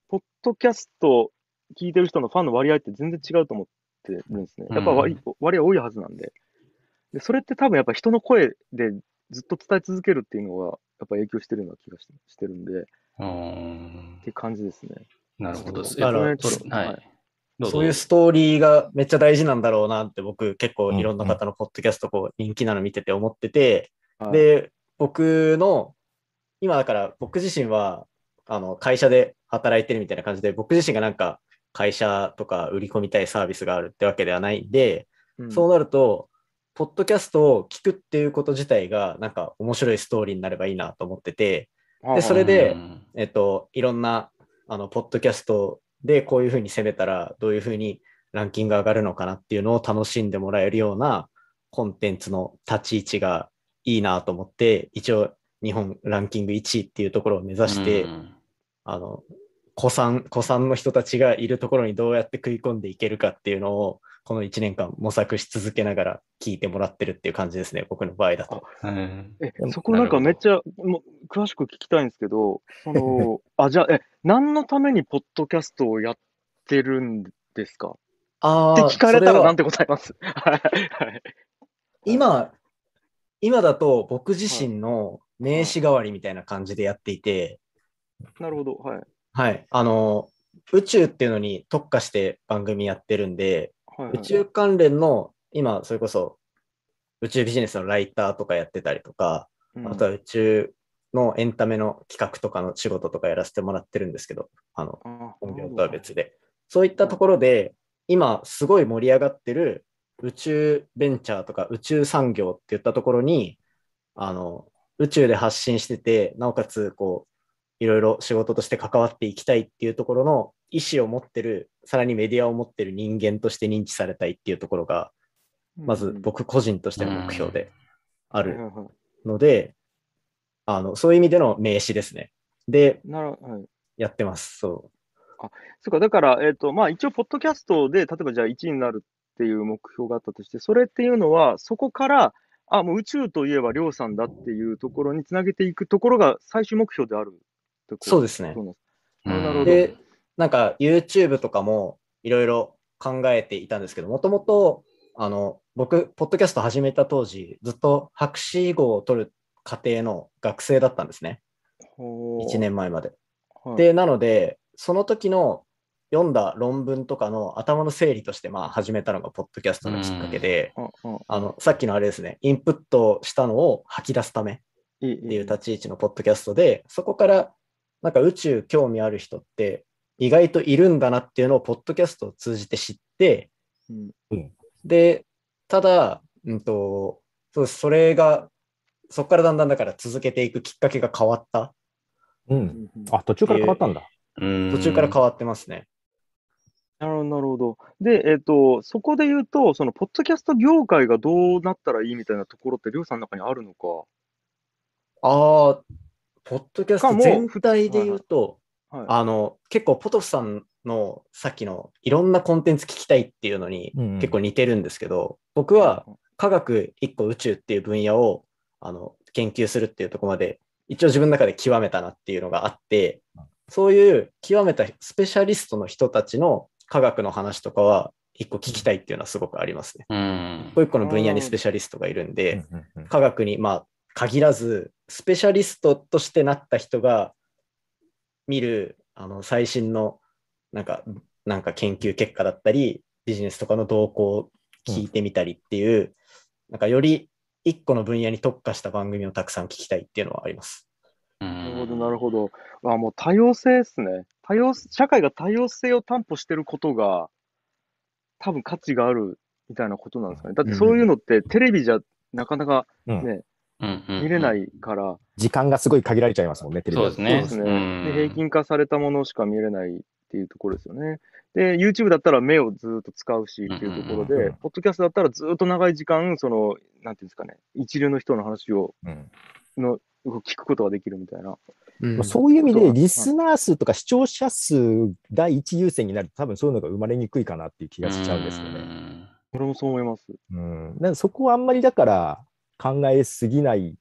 ポッドキャスト聞いてる人のファンの割合って全然違うと思ってるんですね。やっぱ割,、割合多いはずなんで。で、それって多分やっぱ人の声でずっと伝え続けるっていうのが、やっぱ影響してるような気がししてるんで、 うーんっていう感じですね。 なるほど。 だからえっとそはい。どうぞそういうストーリーがめっちゃ大事なんだろうなって僕結構うんいろんな方のポッドキャストこう人気なの見てて思ってて、 はいで、僕の、今だから僕自身はあの会社で働いてるみたいな感じで、僕自身がなんか会社とか売り込みたいサービスがあるってわけではないんで、 うんそうなると、ポッドキャストを聞くっていうこと自体がなんか面白いストーリーになればいいなと思ってて、で、それで、 うんえっと、いろんな、あの、ポッドキャストでこういうふうに攻めたら、どういうふうにランキング上がるのかなっていうのを楽しんでもらえるようなコンテンツの立ち位置がいいなと思って、一応、日本ランキングいちいっていうところを目指して、 うんあの、古参、古参の人たちがいるところにどうやって食い込んでいけるかっていうのを、このいちねんかん模索し続けながら聞いてもらってるっていう感じですね、僕の場合だと。 うんえでも、 そこなんかめっちゃもう詳しく聞きたいんですけど、その、あ、じゃあ、え、何のためにポッドキャストをやってるんですかってああ、 聞かそれはれたらなんて答えます。はいはい今、今だと僕自身の名刺代わりみたいな感じでやっていて、 なるほど。はい。 はい。あの、宇宙っていうのに特化して番組やってるんで、 はいはい宇宙関連の、今、それこそ宇宙ビジネスのライターとかやってたりとか、 うんあとは宇宙のエンタメの企画とかの仕事とかやらせてもらってるんですけど、あの、 あ本業とは別で。そういったところで、今すごい盛り上がってる宇宙ベンチャーとか宇宙産業っていったところに、あの、宇宙で発信してて、なおかつ、こう、いろいろ仕事として関わっていきたいっていうところの意思を持ってる、さらにメディアを持ってる人間として認知されたいっていうところが、まず僕個人としての目標であはいるはいはいので、あの、そういう意味での名刺ですね。で、 なるはい。 やってます。そそうか、だから、えっと、まあ一応、ポッドキャストで、例えばじゃあいちいになるっていう目標があったとして、それっていうのは、そこから、あ、もう宇宙といえばりょうさんだっていうところにつなげていくところが最終目標であるってことそうですねそうなんですうんなるほど。 で、なんか YouTube とかもいろいろ考えていたんですけど、もともと、あの、僕、ポッドキャスト始めた当時、ずっと博士号を取る過程の学生だったんですね。 ほーいちねんまえまで。 はいで、なので、その時の読んだ論文とかの頭の整理として、まあ、始めたのがポッドキャストのきっかけで、 あああの、さっきのあれですね、インプットしたのを吐き出すためいいいいっていう立ち位置のポッドキャストで、そこからなんか宇宙興味ある人って意外といるんだなっていうのをポッドキャストを通じて知って、 うんで、ただ、うんと、そうですそれが、そこからだんだんだから続けていくきっかけが変わった。 う。 うんんうんあ、途中から変わったんだ。 うん途中から変わってますね。 なるほど、なるほど。で、えっと、そこで言うと、その、ポッドキャスト業界がどうなったらいいみたいなところって、りょうさんの中にあるのか。 ああ、ポッドキャストかも全体で言うと、 はい。 あの、結構ポトフさんのさっきのいろんなコンテンツ聞きたいっていうのにうんうん結構似てるんですけど、僕は科学いっこ宇宙っていう分野をあの研究するっていうところまで一応自分の中で極めたなっていうのがあって、そういう極めたスペシャリストの人たちの科学の話とかは一個聞きたいっていうのはすごくありますね。 うん一個一個の分野にスペシャリストがいるんで、 うんうんうん科学にまあ限らずスペシャリストとしてなった人が見るあの最新のなんかなんか研究結果だったりビジネスとかの動向を聞いてみたりっていう、なんかより一個の分野に特化した番組をたくさん聞きたいっていうのはあります。 なるほど、なるほど。あ、もう多様性ですね。多様、社会が多様性を担保してることが、多分価値があるみたいなことなんですかね。だってそういうのってテレビじゃなかなかうんね、 うんうん見れないから、 時間がすごい限られちゃいますもんね、テレビだとそうですねそうですね。 うんで、平均化されたものしか見れないっていうところですよね。で、YouTube だったら目をずっと使うしっていうところでうんうんうん、 ポッドキャストだったらずっと長い時間、その、なんていうんですかね、一流の人の話を、 うんの、聞くことができるみたいな。 うんまあそういう意味そうで、リスナー数とか視聴者数第一優先になると、多分そういうのが生まれにくいかなっていう気がしちゃうんですよね。 ね。 俺もそう思います。 うん、だからそこはあんまりだから考えすぎない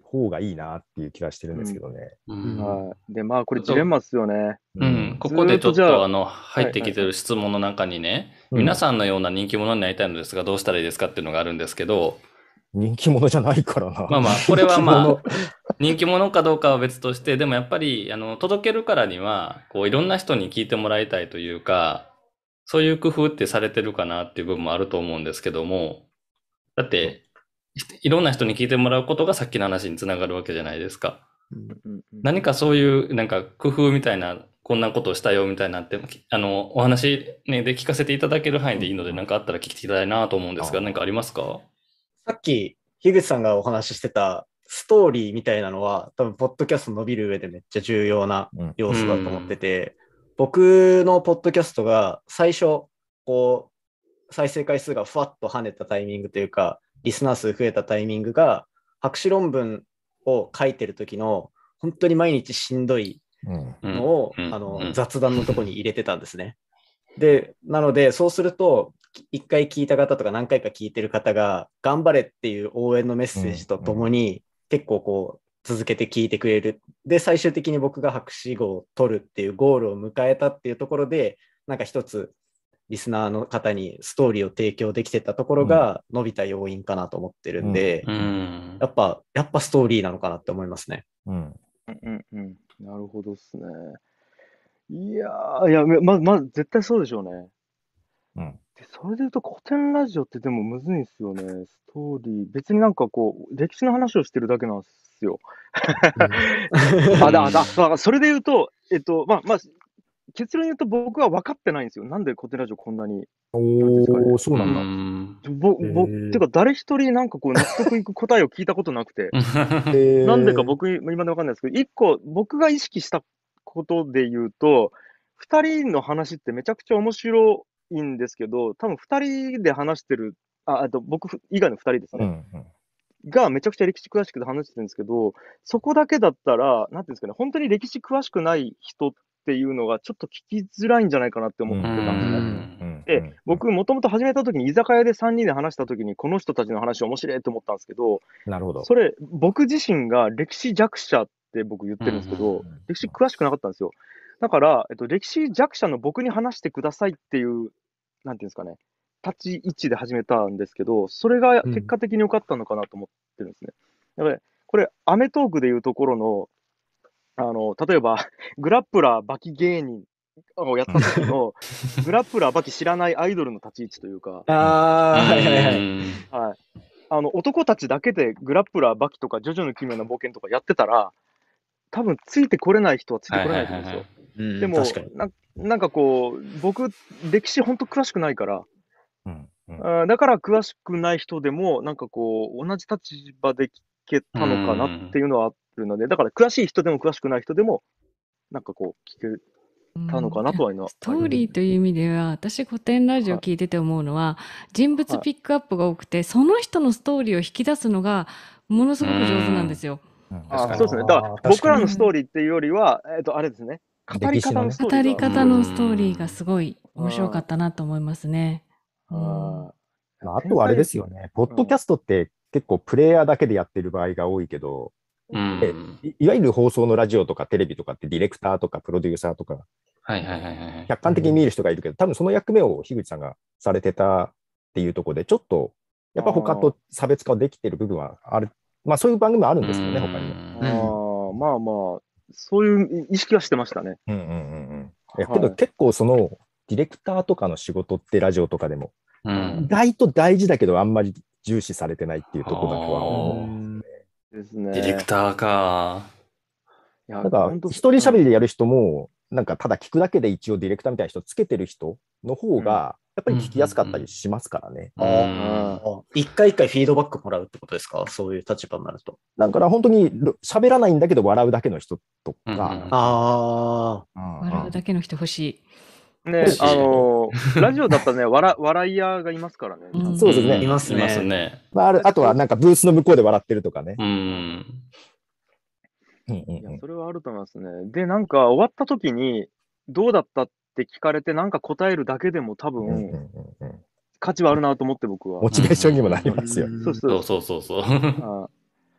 方がいいなっていう気がしてるんですけどね。 うんはい。で、まあ、これジレンマっすよね。 うん、ここでちょっずーっとじゃあとあの入ってきてる質問の中にね、 うん皆さんのような人気者になりたいのですがどうしたらいいですかっていうのがあるんですけど、 人気者じゃないからな。 まあまあこれはまあ人人気者かどうかは別として、でもやっぱりあの届けるからにはこういろんな人に聞いてもらいたいというか、そういう工夫ってされてるかなっていう部分もあると思うんですけども、だっていろんな人に聞いてもらうことがさっきの話につながるわけじゃないですか。 うんうん何かそういうなんか工夫みたいな、こんなことをしたよみたいなって、あの、お話、ね、で聞かせていただける範囲でいいので、なんかあったら聞きたいなと思うんですが、 あー何かありますか？ さっき、樋口さんがお話ししてたストーリーみたいなのは、多分、ポッドキャスト伸びる上でめっちゃ重要なうん要素だと思ってて、僕のポッドキャストが最初、こう、再生回数がふわっと跳ねたタイミングというか、リスナー数増えたタイミングが、博士論文を書いてる時の、本当に毎日しんどいうんのを、 うんあのうん雑談のとこに入れてたんですね。で、なので、そうすると、一回聞いた方とか何回か聞いてる方が、頑張れっていう応援のメッセージとともに、結構こう、続けて聞いてくれる。で、最終的に僕が博士号を取るっていうゴールを迎えたっていうところで、なんか一つ、リスナーの方にストーリーを提供できてたところが伸びた要因かなと思ってるんで、 うん。 やっぱ、やっぱストーリーなのかなって思いますね。 うんうんうん。なるほどっすね。いやー、いや、ま、ま、絶対そうでしょうね。 うんで、それで言うと古典ラジオってでもむずいんですよね。ストーリー。別になんかこう、歴史の話をしてるだけなんですよ。あ、だ、だ、だからそれで言うと、えっと、まあ、まあ、結論言うと僕は分かってないんですよ。なんで古典ラジオこんなに。なんですかねおー、そううなんだ。 ん。 ぼ、ぼ、 へーてか誰一人なんかこう納得いく答えを聞いたことなくて。なんでか僕、今でわかんないですけど、一個僕が意識したことで言うと、二人の話ってめちゃくちゃ面白いんですけど、多分二人で話してる、あ、あと僕以外の二人ですね、 うんうんがめちゃくちゃ歴史詳しくて話してるんですけど、そこだけだったら、なんていうんですかね、本当に歴史詳しくない人っていうのがちょっと聞きづらいんじゃないかなって思ってたんですね。 うんうんで、僕、もともと始めた時に居酒屋でさんにんで話した時に、この人たちの話面白いと思ったんですけど、 なるほど。 それ、僕自身が歴史弱者って僕言ってるんですけど、 うんうん歴史詳しくなかったんですよ。だから、えっと、歴史弱者の僕に話してくださいっていう、なんていうんですかね、立ち位置で始めたんですけど、それが結果的に良かったのかなと思ってるんですね。だから、これ、アメトークでいうところの、あの、例えば、グラップラーバキ芸人をやった時の、グラップラーバキ知らないアイドルの立ち位置というか、 ああ、はいはいはい。 うんはい。あの、男たちだけでグラップラーバキとか、ジョジョの奇妙な冒険とかやってたら、多分ついてこれない人はついてこれないと思うんですよ。 うんでも確かに。 な、なんかこう、僕、歴史本当詳しくないから、 うんうんあーだから詳しくない人でも、なんかこう、同じ立場で聞けたのかなっていうのはあるので、だから詳しい人でも詳しくない人でも、なんかこう、聞けたのかなとは今、 ストーリーという意味では、私古典ラジオ聞いてて思うのは、人物ピックアップが多くて、その人のストーリーを引き出すのがものすごく上手なんですよ。 うんあ確かにそうですね。だから確かに僕らのストーリーっていうよりは、えっと、あれですね。語り方のストーリーが。 語り方のストーリーがすごい面白かったなと思いますね。うんあまああとはあれですよね。ポッドキャストって結構プレイヤーだけでやってる場合が多いけど、 うんいいわゆる放送のラジオとかテレビとかってディレクターとかプロデューサーとかはいはいはいはい。 客観的に見る人がいるけど、多分その役目を樋口さんがされてたっていうところで、ちょっとやっぱ他と差別化できてる部分はある。まあそういう番組もあるんですよね、他にも。 あー、まあまあ、そういう意識はしてましたね。 うんうんうんうん。いやはいけど結構そのディレクターとかの仕事ってラジオとかでもうん意外と大事だけどあんまり重視されてないっていうところだとはあー思う。 ですね。 ディレクターか。 いやなんか本当一人喋りでやる人も、なんかただ聞くだけで一応ディレクターみたいな人つけてる人の方がやっぱり聞きやすかったりしますからね。 うんああ一回一回フィードバックもらうってことですか？そういう立場になると。 だから本当に喋らないんだけど笑うだけの人とうんうんか、 あうん笑うだけの人欲しい。 ね、あのーラジオだったらね、笑笑い屋がいますからね。 うんそうですねあ、いますいますね。 ね。 まあ、あるあとはなんかブースの向こうで笑ってるとかね。 うん。 うんうんいや、それはあると思いますね。で、なんか終わった時に、どうだったって聞かれて、なんか答えるだけでも多うんうんうん分、 うん価値はあるなと思って僕は。 モチベーションにもなりますよ。 うんそうそうそうそうそうそう。 あ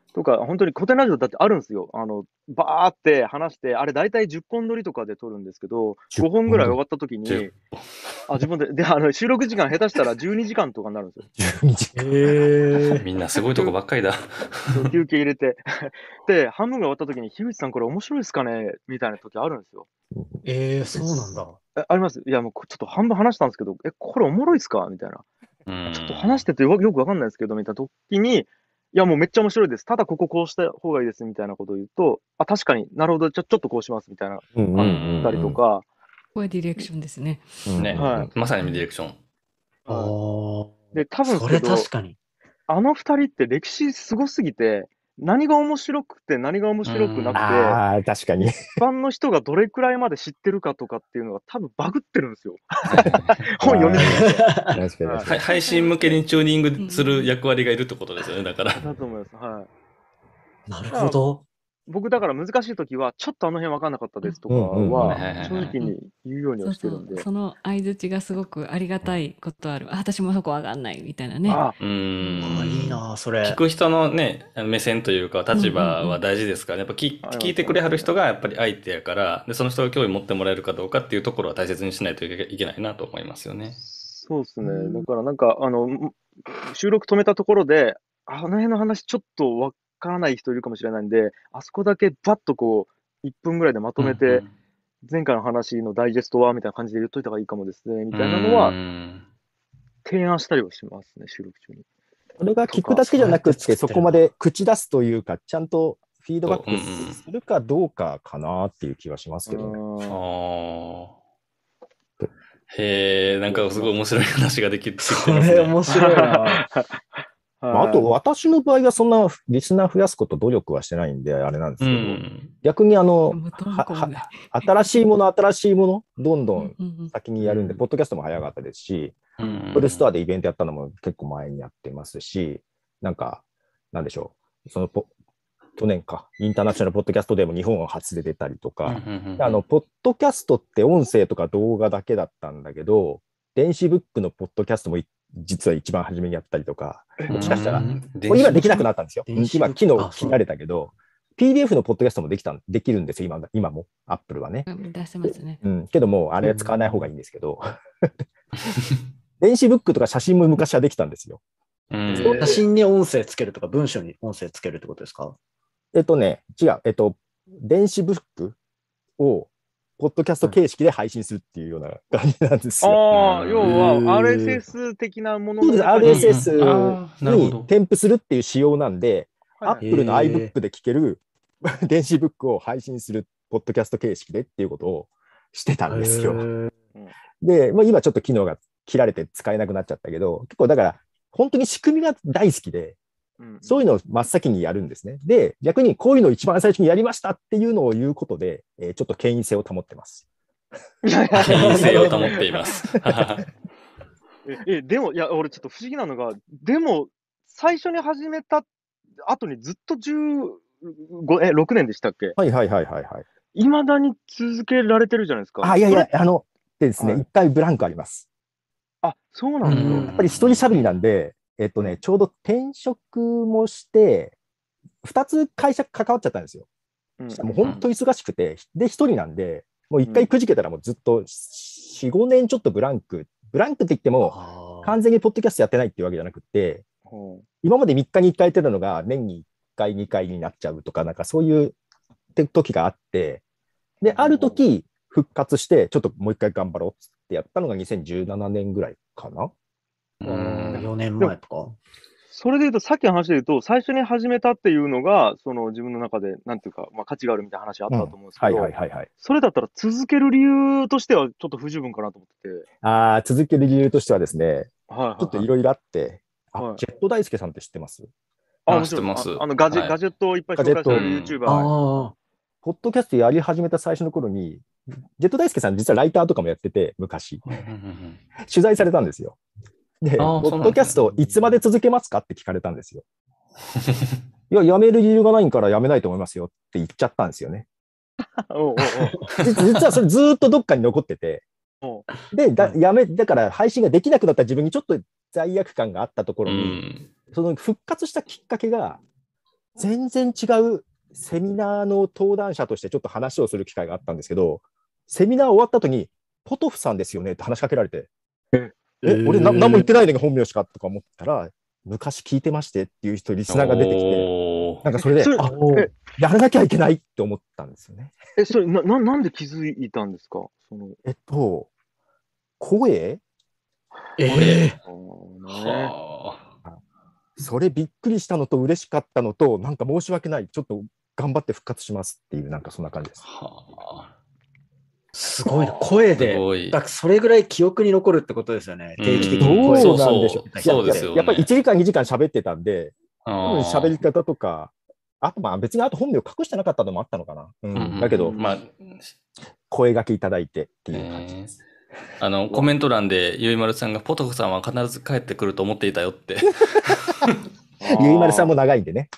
とか、本当に古典ラジオだってあるんですよ。あの、バーって話して、あれ大体じゅっぽん撮りとかで撮るんですけど、ごほんぐらい終わった時じゅに、あ、自分で、で、あの、収録時間下手したらじゅうにじかんとかになるんですよ。 じゅうにじかん。 へみんなすごいとこばっかりだ。 そう休憩入れて。で、半分が終わった時に、樋口さんこれ面白いですかねみたいな時あるんですよ。 えー、そうなんだ。 えあります。いや、もうこちょっと半分話したんですけど、え、これおもろいっすかみたいな。 うんちょっと話しててよよくわかんないですけど、みたいな時に、いや、もうめっちゃ面白いです。ただこここうした方がいいです、みたいなことを言うと、あ、確かになるほど、ちょ、ちょっとこうします、みたいな、 うんうんうんうんあったりとか、 これディレクションですね。 ね、 はいまさにディレクション。 あはあ。 いで、多分ですそれけど、 確かに。 あの二人って歴史すごすぎて、何が面白くて何が面白くなくて、 ああ、確かに。 一般の人がどれくらいまで知ってるかとかっていうのが多分バグってるんですよ。本読みすぎて。 確かに確かに。 はい配信向けにチューニングする役割がいるってことですよね、だから。 だと思います。はい。 なるほど。 僕だから難しい時は、ちょっとあの辺分かんなかったですとかうんうんうんははいはいはい、 正直に言うようにそうそうはしてるんで。 その相槌がすごくありがたいことある。あ、私もそこわかんないみたいなね。 あうーんあいいな、それ。 聞く人のね、目線というか立場は大事ですからね。やっぱ聞うんうん聞いてくれはる人がやっぱり相手やから、で、その人が興味持ってもらえるかどうかっていうところは大切にしないといけいけないなと思いますよね。 そうですね。 うんだからなんか、あの、ん収録止めたところで、あの辺の話ちょっと分からない人いるかもしれないんで、あそこだけバッとこう、いっぷんぐらいでまとめうんて、前回の話のダイジェストはみたいな感じで言っといた方がいいかもですね、みたいなのはうーん提案したりはしますね、収録中に。 それが聞くだけじゃなくって、そこまで口出すというか、ちゃんとフィードバッうんうんクするかどうかかなっていう気はしますけどね。 あーへえ、なんかすごい面白い話ができてきてそますね。 れ面白いな。 まあ、あと、私の場合はそんなリスナー増やすこと努力はしてないんで、あれなんですうけど、 ん。 逆にあの、 無頓は行ねは新しいもの、新しいもの、どんどんうんうん先にやるんで、 うんポッドキャストも早かったですし、 うんプルストアでイベントやったのも結構前にやってますし、なんか、なんでしょう、そのポ、去年か、インターナショナルポッドキャストでも日本初で出たりとか、 うんうんうんあの、ポッドキャストって音声とか動画だけだったんだけど、電子ブックのポッドキャストもい実は一番初めにやったりとか、もしかしたら、 うんもう今できなくなったんですよ。 電子今、 ブックあそう機能切られたけど、ピーディーエフ のポッドキャストもできたん、できるんですよ、今今も、アップルはね。 出せますね。 うん、けどもう、あれは使わない方がいいんですけど、電子ブックとか写真も昔はできたんですよ。 うん写真に音声つけるとか、文章に音声つけるってことですか？ えっとね、違う、えっと、電子ブックを、ポッドキャスト形式で配信するっていうような感じなんですよ。 ああ、 うん要へはーアールエスエス 的なものそうです、 の中にアールエスエスうんうんあーなるほどに添付するっていう仕様なんで、 はいアップルのへー iBook で聞ける電子ブックを配信するポッドキャスト形式でっていうことをしてたんですよ。 へーで、まあ、今ちょっと機能が切られて使えなくなっちゃったけど、結構だから本当に仕組みが大好きで、 うんそういうのを真っ先にやるんですね。で、逆にこういうのを一番最初にやりましたっていうのを言うことで、えーちょっと権威性を保ってます。 いやいや権威性を保っています。 え、えでも、いや、俺ちょっと不思議なのが、でも、最初に始めた後にずっとじゅうご、え、ろくねんでしたっけはいはいはいはいはい。 いまだに続けられてるじゃないですか。 あ、いやいそれ、 やあの、でですね、 はい一回ブランクあります。 あ、そうなんですうんよ。 やっぱり一人喋りなんで、えっとね、ちょうど転職もして、二つ会社関わっちゃったんですよ。 うんもう本当に忙しくて、で、一人なんで、もう一回くじけたらもうずっとよん、ごねんちょっとブランク、ブランクって言っても、 あー完全にポッドキャストやってないっていうわけじゃなくて、 うん今までみっかにいっかいやってたのが年にいっかい、にかいになっちゃうとか、なんかそういう時があって、で、ある時復活して、ちょっともう一回頑張ろうってやったのがにせんじゅうななねんぐらいかな。 うんよねんまえとか。 それで言うと、さっきの話で言うと、最初に始めたっていうのが、その自分の中で、なんていうか、まあ、価値があるみたいな話あったと思うんですけはいど、 はいはいはい。 それだったら続ける理由としてはちょっと不十分かなと思ってて、 ああ、続ける理由としてはですね、 はいはい、はい。 ちょっといろいろあって、あ、 はいジェット大輔さんって知ってます？ あ、 あもちろん、 知ってますああのガジェ、 はいガジェットをいっぱい紹介されるガジェッ YouTuber。 あポッドキャストやり始めた最初の頃に、ジェット大輔さん実はライターとかもやってて、昔。取材されたんですよ。で、 あーポッドキャストをいつまで続けますかって聞かれたんですよ。いや、やめる理由がないからやめないと思いますよって言っちゃったんですよね。 おうおう実実はそれずーっとどっかに残ってて、 おうで、だやめ、だから配信ができなくなった自分にちょっと罪悪感があったとこうろに、 んその復活したきっかけが、 全然違うセミナーの登壇者としてちょっと話をする機会があったんですけど、セミナー終わった後に、ポトフさんですよねって話しかけられて、え、え俺な、何も言ってないのに本名しかとか思ったら、昔聞いてましてっていう人、リスナーが出てきて、 おーなんかそれで、 それあ、 えやらなきゃいけないって思ったんですよね。 え、それ、な、な、なんで気づいたんですかその、 えっと、声ええあーねはそれびっくりしたのと嬉しかったのと、なんか申し訳ない、ちょっと頑張って復活しますっていう、なんかそんな感じです。 あ。はすごいな。声すで。 ごいだからそれぐらい記憶に残るってことですよね。 うん定期的に声そをうなんでしょそうそうですよねやっぱりいちじかん、にじかん喋ってたんで、 あ。 多分喋り方とか、あとまあ別にあと本名隠してなかったのもあったのかな。うんうんうんだけど、 まあ、 声掛けいただいてっていう感じです。 あの、コメント欄で、ゆいまるさんが、ポトフさんは必ず帰ってくると思っていたよって。 ゆいまるさんも長いんでね。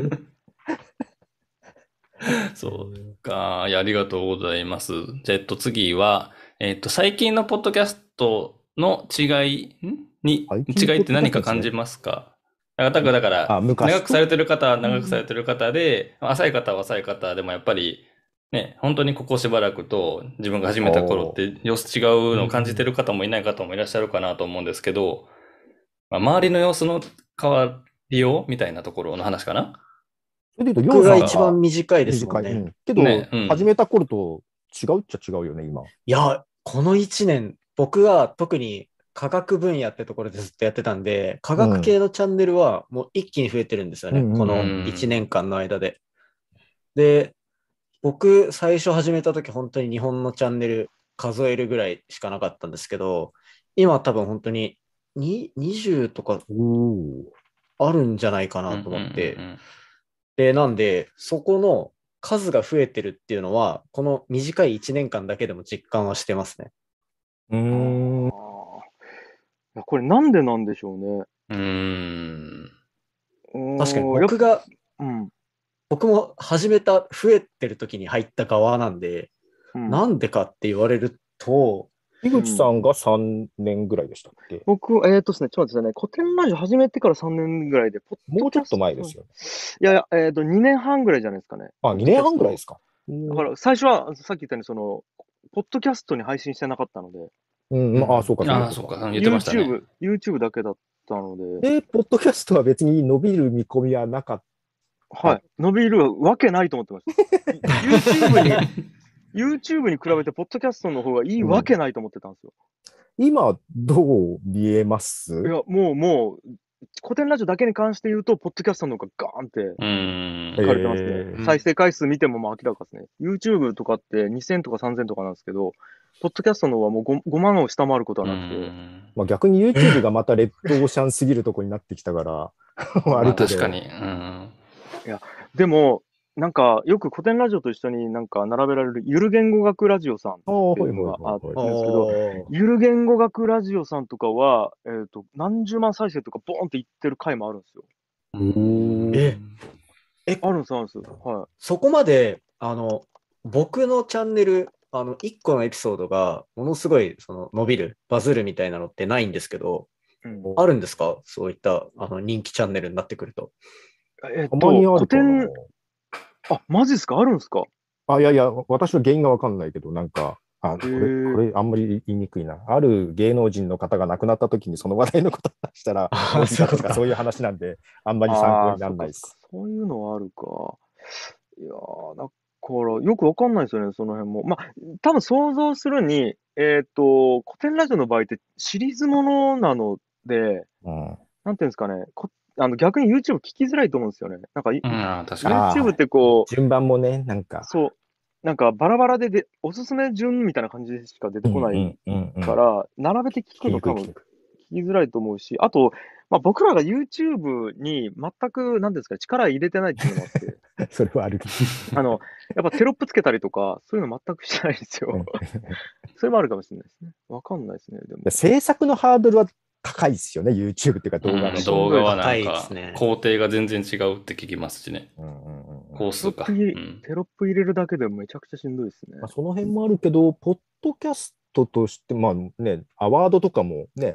そうか。いや、ありがとうございます。じゃあ、えっと、次は、えっと、最近のポッドキャストの違いんに、 最近の違いって何か感じますか？だから、だからあ昔と長くされてる方は長くされてる方で、浅い方は浅い方でもやっぱり、ね、本当にここしばらくと自分が始めた頃って様子違うのを感じてる方もいない方もいらっしゃるかなと思うんですけど、まあ、周りの様子の変わりようみたいなところの話かな？ それで言うと、 僕がりょうさん一番短いですも短い。 んね。 うんけど、 ねうん始めた頃と違うっちゃ違うよね、今。 いや、このいちねん、僕は特に科学分野ってところでずっとやってたんで、科学系のチャンネルはもう一気に増えてるんですよね、 うんこのいちねんかんの間で。で、僕、最初始めた時本当に日本のチャンネル数えるぐらいしかなかったんですけど、今多分本当にににじゅうとかおーあるんじゃないかなと思ってうんうんうんうんで、なんで、そこの数が増えてるっていうのは、この短いいちねんかんだけでも実感はしてますね。 うーん。 あーいやこれなんでなんでしょうね。 うーん。 うーん確かにやっ僕が、 うん。 僕も始めた、増えてる時に入った側なんで、 うんなんでかって言われると、 井口さんがさんねんぐらいでしたっけ？ 僕、えーっとですね、ちょっと待ってくださいね。古典ラジオ始めてからさんねんぐらいで、ポッドキャストもうちょっと前ですよね。 いやいや、えーっと、にねんはんぐらいじゃないですかね。 あ、にねんはんぐらいですか。 だから、最初は、さっき言ったように、その、ポッドキャストに配信してなかったので、 うん、まあ、あそうか、そうか。 ああ、そうか。言ってましたね。 YouTube、YouTube だけだったので、 で、ポッドキャストは別に伸びる見込みはなかっはい。伸びるわけないと思ってました。YouTube に、YouTube に比べて、ポッドキャストの方がいいわけないと思ってたんですよ。 た。今、どう見えますいや、もう、もう、古典ラジオだけに関して言うと、ポッドキャストの方がガーンってうーん。 書かれてますね。 えー再生回数見てもまあ明らかですね。YouTube とかってにせんとかさんぜんとかなんですけど、ポッドキャストの方はもう 5, ごまんを下回ることはなくて、 まあ、逆に YouTube がまたレッドオーシャンすぎるとこになってきたから、 まああるけど。 確かに。うん。 でも、なんか、よく古典ラジオと一緒になんか並べられるゆる言語学ラジオさんってああ、はいいうのがあはいはいはい。 るんですけど、ゆる言語学ラジオさんとかは、えっ、と、何十万再生とかボーンっていってる回もあるんですよ。 えあるんです、あるんです。はそこまで、あの、僕のチャンネル、あの、いっこのエピソードがものすごいその伸びる、バズるみたいなのってないんですけど、 い。うん、 あるんですか？そういったあの人気チャンネルになってくると。 えったと、 まにあ古るかな典、。あ、マジですか？あるんですか？ あ、いやいや、私は原因がわかんないけど、なんか、あ、これ、 へーこれ、あんまり言いにくいな。ある芸能人の方が亡くなった時にその話題のことを話したら、 あ伸びたとそういうことかかそういう話なんで、あんまり参考にならないです。 あーそうかそういうのはあるか。いやー、だから、よくわかんないですよね、その辺も。まあ、多分想像するに、えっ、と、古典ラジオの場合ってシリーズものなので、 うん。 なんていうんですかね、こあの逆に YouTube 聞きづらいと思うんですよね。なんか、いうん、ああ確かに。 あー YouTube ってこう、 順番もね、なんか。 そう、なんかバラバラでで、おすすめ順みたいな感じでしか出てこないうんうんうんから、並べて聞くの多分聞きにくい聞きにくい聞きづらいと思うし、あと、まあ、僕らが YouTube に全く、なんていうんですか、力入れてないっていうのもあって、 それはある。 あの、やっぱテロップつけたりとか、そういうの全くしてないんですよ。それもあるかもしれないですね。わかんないですね、でも。 制作のハードルは高いですよね、YouTube っていうか動画の。 うん動画はなん高いかですね、 工程が全然違うって聞きますしね。 うんうんうんうん工数か。 テロップ入れうんテロップ入れるだけでもめちゃくちゃしんどいですねまあ、。その辺もあるけど、ポッドキャストとして、まあね、アワードとかもね、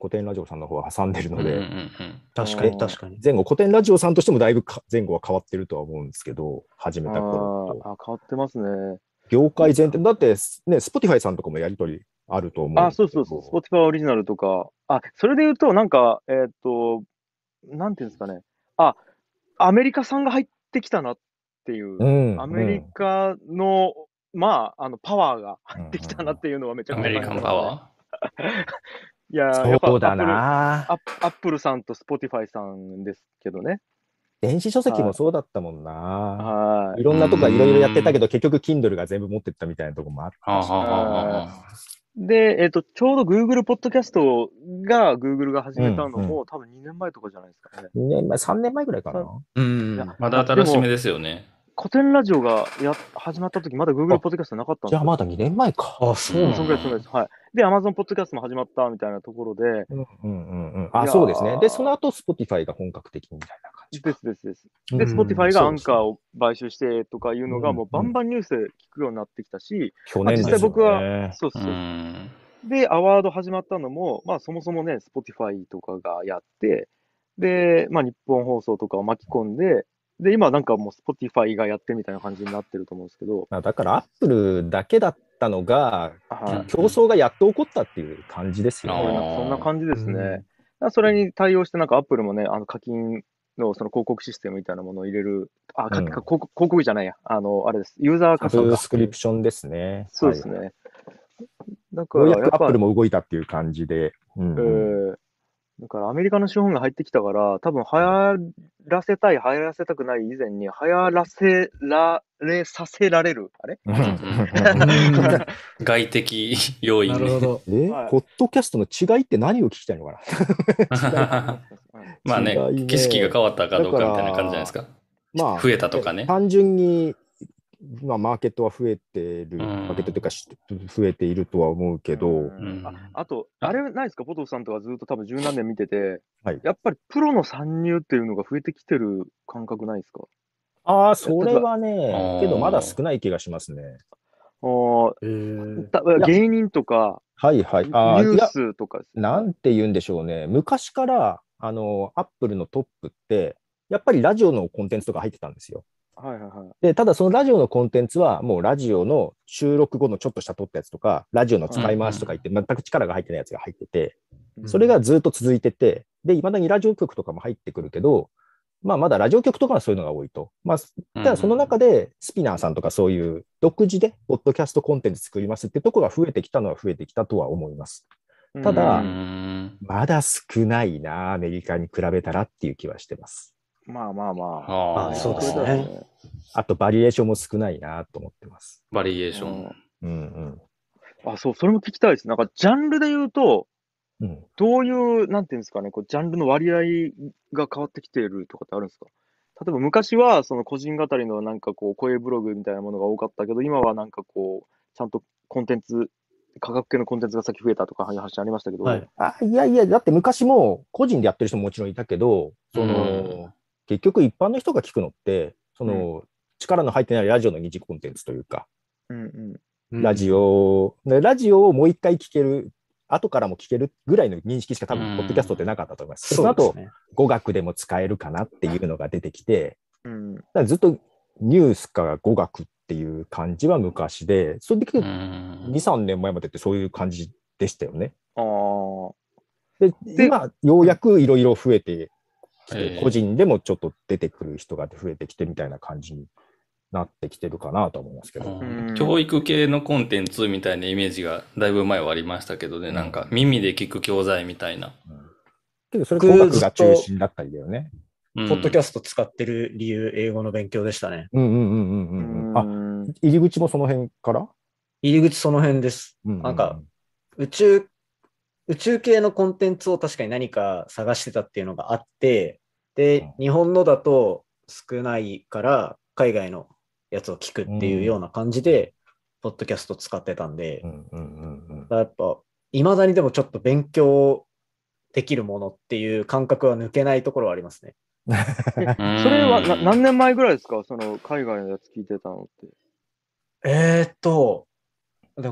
古典ラジオさんの方は挟んでるので、 うんうんうん確かに、 うん確かに。 前後、古典ラジオさんとしてもだいぶか前後は変わってるとは思うんですけど、始めあた頃と。 ーあ、変わってますね。 業界全体、だってね、Spotify さんとかもやりとりあると思うんあ、 ですけど。 そうそうそう、Spotify オリジナルとか。あ、それで言うと、なんか、えーっと、なんていうんですかね。あ、アメリカさんが入ってきたなっていうう、ん、 アメリカの、まあ、あの、パワーがうん入ってきたなっていうのはめちゃくちゃアメリカン感じてますね。 パワいやー、やっぱそうだアップル、 な。 アッアップルさんと Spotify さんですけどね。 電子書籍もそうだったもんな。 はいろんなとこがいろいろやってたけど、結局 Kindle が全部持ってったみたいなとこもあっー。はあたし。 はあはあはあ。 で、えっと、ちょうど Google ポッドキャストが Google が始めたのうんも、多分にねんまえとかじゃないですかね。 にねんまえ、さんねんまえぐらいかな。 うんいやまだ新しめですよね。 古典ラジオがや始まった時、まだ Google ポッドキャストなかったんですよ。 じゃあまだにねんまえか。 あ、そううんなんだ。 そんぐらい、そんぐらいです。はい。で、Amazon ポッドキャストも始まったみたいなところで、 うんうんうんうん。あ、 いやーそうですね。で、その後 Spotify が本格的みたいな感じか。 ですですです。 うんで、Spotify がアンカーそうを買収してとかいうのが、 うんもうバンバンニュースで聞くようになってきたし、 去まあ、実年ですよ際僕は、 ね。 うそうそう。 ん。 で、アワード始まったのも、まあそもそもね、Spotify とかがやって、で、まあ日本放送とかを巻き込んで、で、今なんかもう Spotify がやってみたいな感じになってると思うんですけど、 まあだから Apple だけだったのが、 はい。 競争がやっと起こったっていう感じですよあーそうなんね。 かそんな感じですね。 うんだからそれに対応して、なんか Apple もね、あの課金のその広告システムみたいなものを入れる、あ、かうんか広告広告じゃないや、あの、あれです。ユーザーサブ課金か。 スクリプションですね。 そうですはい。 ね。だかようやくらやっぱ、 Apple も動いたっていう感じで。うんえうんーだからアメリカの資本が入ってきたから、多分流行らせたい、流行らせたくない以前に、流行らせられさせられる。あれうんうん外的要因ね。 なるほど。 え、 はいポッドキャストの違いって何を聞きたいのかなまあね違いね景色が変わったかどうかみたいな感じじゃないですか。 まあ、 増えたとかね。 単純に、まあ、マーケットは増えてる、 うんマーケットというか、し増えているとは思うけど、 うんああと、あれないですか、ポトフさんとかずっと多分十何年見てて、 はいやっぱりプロの参入っていうのが増えてきてる感覚ないですか？ ああ、それはあねー、 けどまだ少ない気がしますね。 あーえーたや芸人とか、 はいはい。 ニああ、 ューいや、 スとかですね。 なんて言うんでしょうね。昔から、あの、アップルのトップって、やっぱりラジオのコンテンツとか入ってたんですよ。 はいはいはい。 で、ただそのラジオのコンテンツは、もうラジオの収録後のちょっとした撮ったやつとか、ラジオの使い回しとか言って、全く力が入ってないやつが入ってて、それがずっと続いてて、で、いまだにラジオ局とかも入ってくるけど、まあ、まだラジオ局とかはそういうのが多いと。まあ、ただその中で、スピナーさんとかそういう独自で、ポッドキャストコンテンツ作りますってところが増えてきたのは増えてきたとは思います。ただうんまだ少ないな、アメリカに比べたらっていう気はしてます。 まあまあまあ。 ああ、 そうですそれだよね。 あと、バリエーションも少ないなと思ってます。 バリエーション。 うんうんあ、そう、それも聞きたいです。なんか、ジャンルで言うと、 うん。うんどういう、なんていうんですかね、こうジャンルの割合が変わってきているとかってあるんですか？例えば昔は、その個人語りのなんかこう、声ブログみたいなものが多かったけど、今はなんかこう、ちゃんとコンテンツ、価格系のコンテンツが先増えたとかいう話ありましたけど、 はい。 あ、いやいや、だって昔も個人でやってる人ももちろんいたけど、その、 うん結局一般の人が聞くのって、その、力の入ってないラジオの二次コンテンツというか、 うんうん。 ラジオ、でラジオをもう一回聞ける、後からも聞けるぐらいの認識しか多分、 うんポッドキャストってなかったと思います。その後、 そうですね。 語学でも使えるかなっていうのが出てきて、 うんだからずっとニュースか語学っていう感じは昔で、それでうんに、さんねんまえまでってそういう感じでしたよね。 ああ。 で、 で今、ようやくいろいろ増えてきて、 ええ個人でもちょっと出てくる人が増えてきてみたいな感じになってきてるかなと思いますけど。 ん教育系のコンテンツみたいなイメージがだいぶ前はありましたけどね、なんか耳で聞く教材みたいな。 うんけど、それ語学が中心だったりだよね。 うんポッドキャスト使ってる理由、英語の勉強でしたね。 うんうんうんうんうんうん。あ、 うん入り口もその辺から入り口その辺です。 うんうんうんなんか、宇宙、宇宙系のコンテンツを確かに何か探してたっていうのがあって、で、日本のだと少ないから海外のやつを聞くっていうような感じで、ポッドキャスト使ってたんで、 うんうんうんうんだからやっぱ、いまだにでもちょっと勉強できるものっていう感覚は抜けないところはありますね。 えそれはな何年前ぐらいですか？その海外のやつ聞いてたのって。 えーっと、でも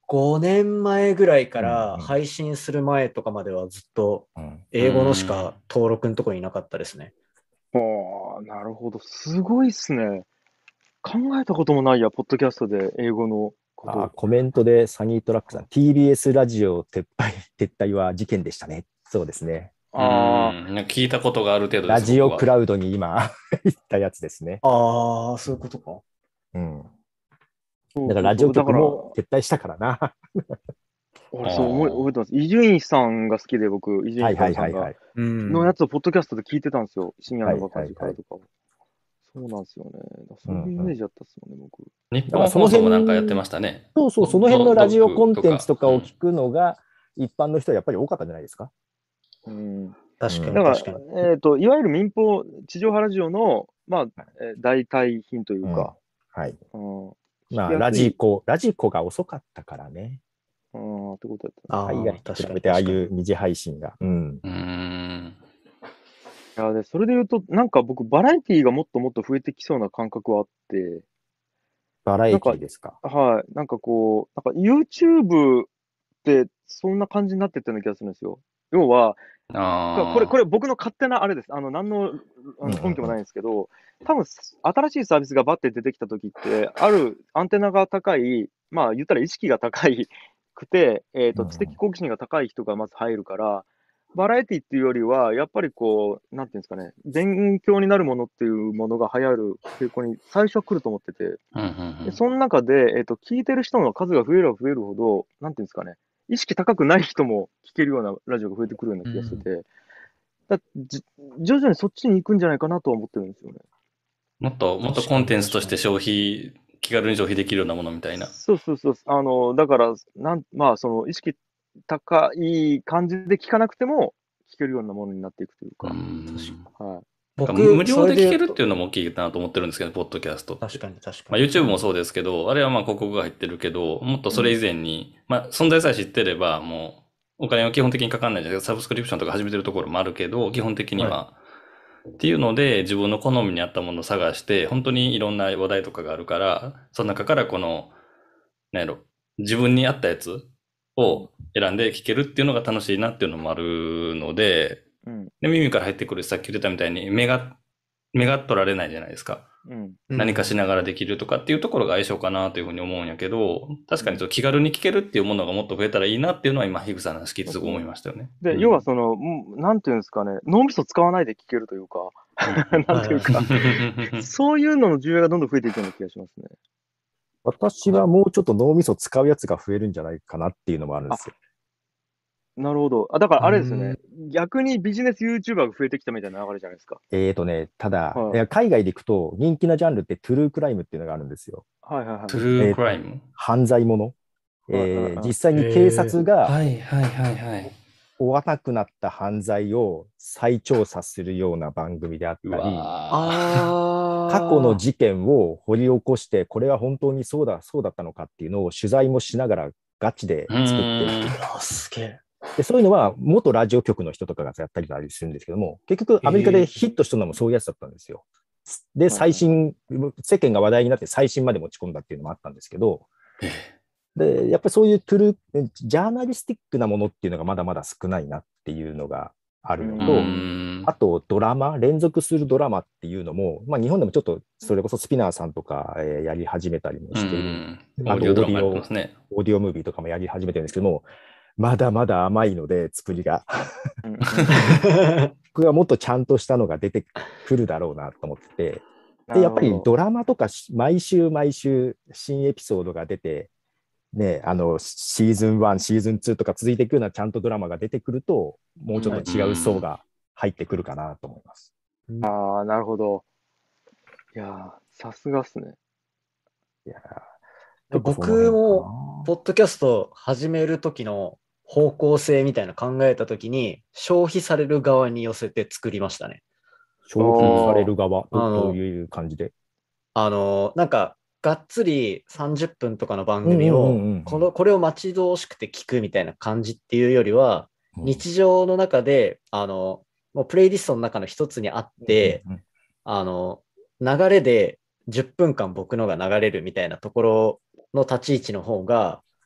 ごねんまえぐらいかうんらうん配信する前とかまではずっとうん英語のしか登録のところにいなかったですね。 ああ、なるほど。すごいっすね。考えたこともないや、ポッドキャストで英語のこあ、 と。 コメントでサニートラックさん、ティービーエス ラジオ撤廃、撤退は事件でしたね。そうですね。 ああ、 うんなんか聞いたことがある程度です。 ラジオ僕はクラウドに今行ったやつですね。 ああ、そういうことか。 うん。 そうだからラジオ局そうだから、 も撤退したからな。 俺そう思いあー覚えてます。伊集院さんが好きで、僕、伊集院はいは光さんがいはいはい。 うん。 のやつをポッドキャストで聞いてたんですよ。深夜のバカはいはいはい力とかを。そうなんですよね。そういうイメージだったっすもんね、僕。 日本だからその辺放送もなんかやってましたね。 そうそう、 ドその辺のラジオコンドッグテンツとかをうん聞くのが、一般の人はやっぱり多かったんじゃないですか。 うん。 確かうんだから、 に確かに。 えっと、いわゆる民放、地上波ラジオの、まあ、えー代替品というか、 はい。 うん。 まあ、 聞きやすいラジコ、ラジコが遅かったからね。 うん、ってことだった。 ああ、 海外に確かに比べてああい確かに。 う二次配信が。うん。 うーん。 いや、で、それで言うと、なんか僕、バラエティがもっともっと増えてきそうな感覚はあって、 バラエティですか。 はい。なんかこう、なんか YouTube ってそんな感じになってったような気がするんですよ。要は、 ああ。 これ、これ僕の勝手なあれです。あの、何のあの根拠もないんですけど、多分、新しいサービスがバッて出てきた時って、あるアンテナが高い、まあ言ったら意識が高いくて、えっと、 うんうん知的好奇心が高い人がまず入るから、バラエティっていうよりは、やっぱりこう、なんていうんですかね、勉強になるものっていうものが流行る傾向に最初は来ると思ってて、 うんうんうんでその中で、えっと、聞いてる人の数が増えれば増えるほど、なんていうんですかね、意識高くない人も聞けるようなラジオが増えてくるような気がしてて、だじ徐々にそっちに行くんじゃないかなとは思ってるんですよね。 もっと、もっとコンテンツとして消費、気軽に消費できるようなものみたいな。 そうそうそう。あの、だから、なん、まあ、その、意識高い感じで聞かなくても、聞けるようなものになっていくといううか、 んはい。 なんか僕、 無料で聞けるってう。 いうのも大きいなと思ってるんですけど、ポッドキャストって。 確かに確かまあ、 に。 YouTube もそうですけど、あれはまあ広告が入ってるけど、もっとそれ以前に、まあ存在さえ知ってれば、もうお金は基本的にかかんないじゃないですか。サブスクリプションとか始めてるところもあるけど、基本的には。っていうので、自分の好みに合ったものを探して、本当にいろんな話題とかがあるから、その中からこの、なんやろ、自分に合ったやつを選んで聞けるっていうのが楽しいなっていうのもあるので、 うん。 で耳から入ってくる、さっき言ってたみたいに目が、目が取られないじゃないですか。 うん。 何かしながらできるとかっていうところが相性かなというふうに思うんやけど、確かにちょっと気軽に聞けるっていうものがもっと増えたらいいなっていうのは今、ヒグさんの話聞いてすごい思いましたよね。 で、 うん要はその、もうなんていうんですかね、脳みそ使わないで聞けるというか、なんていうか、そういうのの需要がどんどん増えていくような気がしますね。 私はもうちょっと脳みそ使うやつが増えるんじゃないかなっていうのもあるんですよ。 なるほど。あ、だからあれですよね。逆にビジネス YouTuber が増えてきたみたいな流れじゃないですか。 えーとね、ただ、 はいいや海外で行くと人気なジャンルってトゥルークライムっていうのがあるんですよ。 はいはいはい。 トゥルークライム、 犯罪者。えはいはいはいー実際に警察がはいはいはいはい。 追わなくなった犯罪を再調査するような番組であっうたり、 わああ。 過去の事件を掘り起こして、これは本当にそうだ、そうだったのかっていうのを取材もしながらガチで作っていく。 あ、すげえ。 でそういうのは元ラジオ局の人とかがやったりたりするんですけども、結局アメリカでヒットしたのもそういうやつだったんですよ。で、最新、世間が話題になって最新まで持ち込んだっていうのもあったんですけど、で、やっぱりそういうトゥルー、ジャーナリスティックなものっていうのがまだまだ少ないなっていうのがあるのと、 うんあとドラマ、連続するドラマっていうのも、まあ日本でもちょっとそれこそスピナーさんとか、えーやり始めたりもしている。 うんあとオーディオドラマやってますね。 オーディオムービーとかもやり始めてるんですけども、まだまだ甘いので、作りが。 うん僕はもっとちゃんとしたのが出てくるだろうなと思ってて、で、やっぱりドラマとかし毎週毎週新エピソードが出て、ね、あの、シーズンワン、シーズンツーとか続いていくようなちゃんとドラマが出てくると、もうちょっと違う層が入ってくるかなと思います。 ああ、なるほど。いやー、さすがっすね。 いやー僕も、ポッドキャスト始める時の方向性みたいな考えた時に、消費される側に寄せて作りましたね。 消費される側、 あのどういう感じで。 あの、なんか、がっつりさんじゅっぷんとかの番組をうんうんうんうん、 この、これを待ち遠しくて聞くみたいな感じっていうよりは、日常の中で、あの、もうプレイリストの中の一つにあって、 うんうんあの、流れでじゅっぷんかん僕のが流れるみたいなところの立ち位置の方が、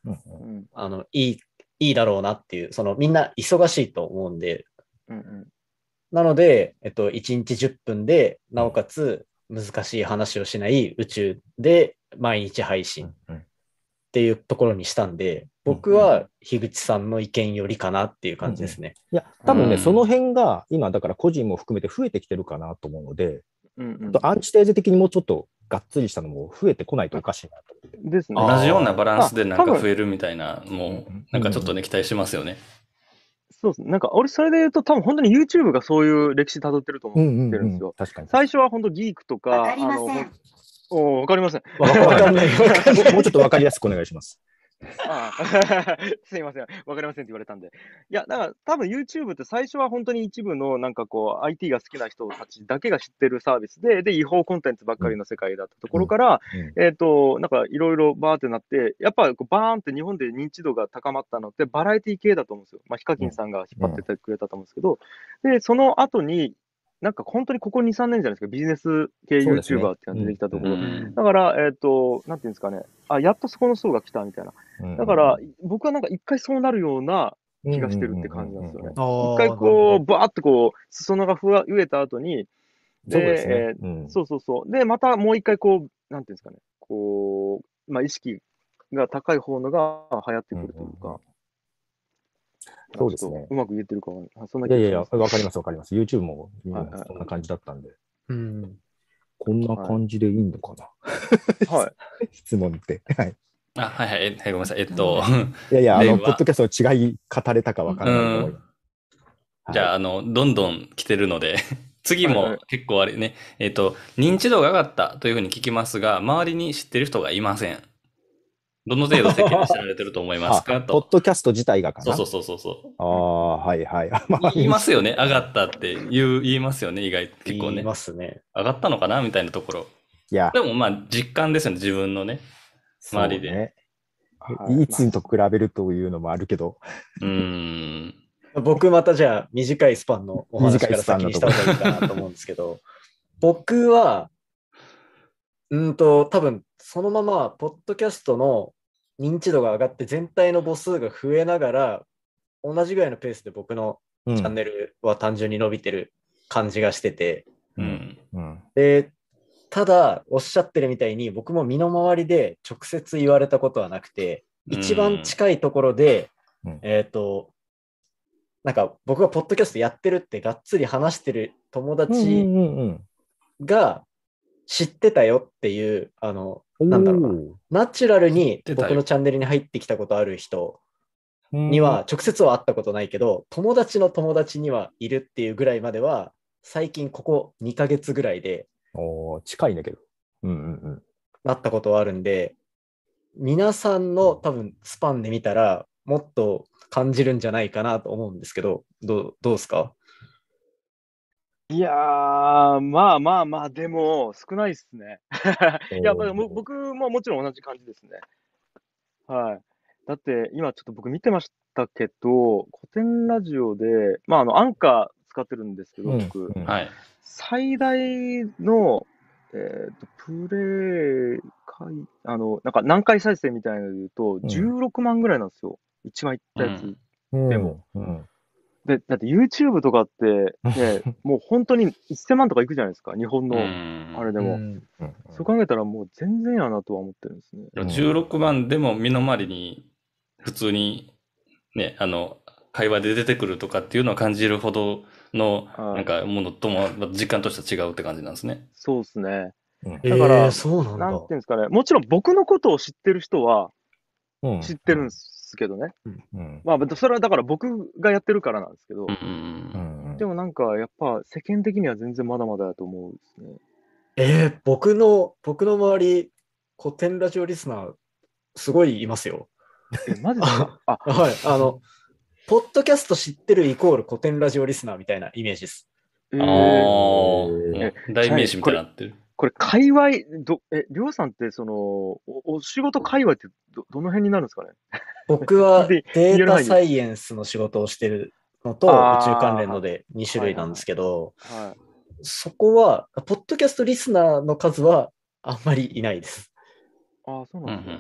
うんうんあの、いい、いいだろうなっていう、そのみんな忙しいと思うんで、 うんうんなので、えっと、いちにちじゅっぷんで、なおかつ難しい話をしない宇宙で毎日配信っうんていうところにしたんで、僕は樋口さんの意見よりかなっていう感じですね。 いや、多分ね、 うんその辺が今、だから個人も含めて増えてきてるかなと思うので、 うんうんちょっとアンチテーゼ的にもうちょっとがっつりしたのも増えてこないとおかしいなと思って。 ですね。 あ同じようなバランスでなんあ多分か増えるみたいな、もう、なんかちょっとね、期待しますよね。 そうですね。なんか、俺、それで言うと、多分本当に YouTube がそういう歴史辿ってると思ってるんですよ。 確かに。 最初は本当ギークとか、 わかりませんあの、おわかりません。 わかんない。わかんない。 もうちょっとわかりやすくお願いします。 ああすいません。わかりませんって言われたんで。いや、だから多分 YouTube って最初は本当に一部のなんかこう アイティー が好きな人たちだけが知ってるサービスで、で、違法コンテンツばっかりの世界だったところから、 うんえっと、なんかいろいろバーってなって、やっぱこうバーンって日本で認知度が高まったのってバラエティ系だと思うんですよ。まあ、ヒカキンさんが引っ張っててくれたと思うんですけど、で、その後に、なんか本当にここに、さんねんじゃないですか、ビジネス系そうですね YouTuber っていうのが出てきたところ。 うんだから、えっ、と、なんていうんですかね、あ、やっとそこの層が来たみたいな。 うんだから、僕はなんか一回そうなるような気がしてるって感じなんですよね。 あー一回こう、バーってこう、裾野がふわ植えた後に、 そうですねえーうんそうそうそう。で、またもう一回こう、なんていうんですかね、こう、まあ意識が高い方のが流行ってくるというか、 うんそうですねちょっとうまく言えてるかわかんない。そんない気やいやいや、 がします。 わかりますわかります。YouTube も今はいはいそんな感じだったんで、 うん。 こんな感じでいいのかな。 はい。 質問って。はい。 あ、はいはい、えはい、ごめんなさい。えっと、 いやいや、あの、 ではポッドキャストの違い語れたかわからないと思います。 じゃあ、あの、どんどん来てるので、次も結構あれね、えっと、認知度が上がったというふうに聞きますが、周りに知ってる人がいません。どの程度世間で知られてると思いますかあポッと。 ドキャスト自体がかな。 そうそうそうそうそう。 ああ、はいはい。まあ言いますよね。上がったって言う、言いますよね。意外、結構ね言い。ますね。 上がったのかなみたいなところ。 いや、 でもまあ、実感ですよね。自分のね。周りでそうねはいいつと比べるというのもあるけど、 うーん。 僕またじゃあ短いスパンのお話から先にした方がいいかなと思うんですけど、僕は、うんと、多分そのまま、ポッドキャストの認知度が上がって全体の母数が増えながら、同じぐらいのペースで僕のうんチャンネルは単純に伸びてる感じがしてて、 うん。 うんで、ただ、おっしゃってるみたいに、僕も身の回りで直接言われたことはなくて、一番近いところで、 うんえっ、と、なんか僕がポッドキャストやってるってがっつり話してる友うん達うんが知ってたよっていう、あの、 うんなんだろうな、ナチュラルに知ってたよ僕のチャンネルに入ってきたことある人おーには直接は会ったことないけど、友達の友達にはいるっていうぐらいまでは、最近ここにかげつぐらいでおー近いんだけど。うんうんうん。 なったことはあるんで、皆さんの多分スパンで見たら、もっと感じるんじゃないかなと思うんですけど、どうどうですか？ いやー、まあまあまあ、でも、少ないっすね。いや、まあも僕ももちろん同じ感じですね。はい。だって、今ちょっと僕見てましたけど、古典ラジオで、まあ、あの、アンカー使ってるんですけど、僕、 うんはい。 最大の、えっと、プレイ回、あの、なんか何回再生みたいなので言うと、 んじゅうろくまんぐらいなんですよ。一番いったやつ。 うんうんでも、 うんで、だって YouTube とかって、ね、もう本当にせんまんとかいくじゃないですか、日本うの、 んあれでも。 うんうんそう考えたらもう全然やなとは思ってるんですね。 うんじゅうろくまんでも身の回りに普通にね、あの、会話で出てくるとかっていうのを感じるほどの、 はいなんかものとも実感としては違うって感じなんですね。 そうですね。 うんだからえーそうなんだ。 なんていうんですかね、もちろん僕のことを知ってる人はうん知ってるんですけどね。 うんまあ、それはだから僕がやってるからなんですけど、 うんうんでもなんかやっぱ世間的には全然まだまだだと思うんですね。 えー僕の、僕の周り、古典ラジオリスナー、すごいいますよ。 え、マジですか？あ、 はい。あの、ポッドキャスト知ってるイコール古典ラジオリスナーみたいなイメージです。 ああ、 えーもえう代名詞みたいになってる。 これ、界隈、ど、え、りょうさんって、その、お、お仕事界隈ってど、どの辺になるんですかね？ 僕はでデータ言える範囲でサイエンスの仕事をしてるのと宇あー宙関連のでに種類なんですけど、 はい。 そこは、ポッドキャストリスナーの数はあんまりいないです。 ああ、そううんなんですね。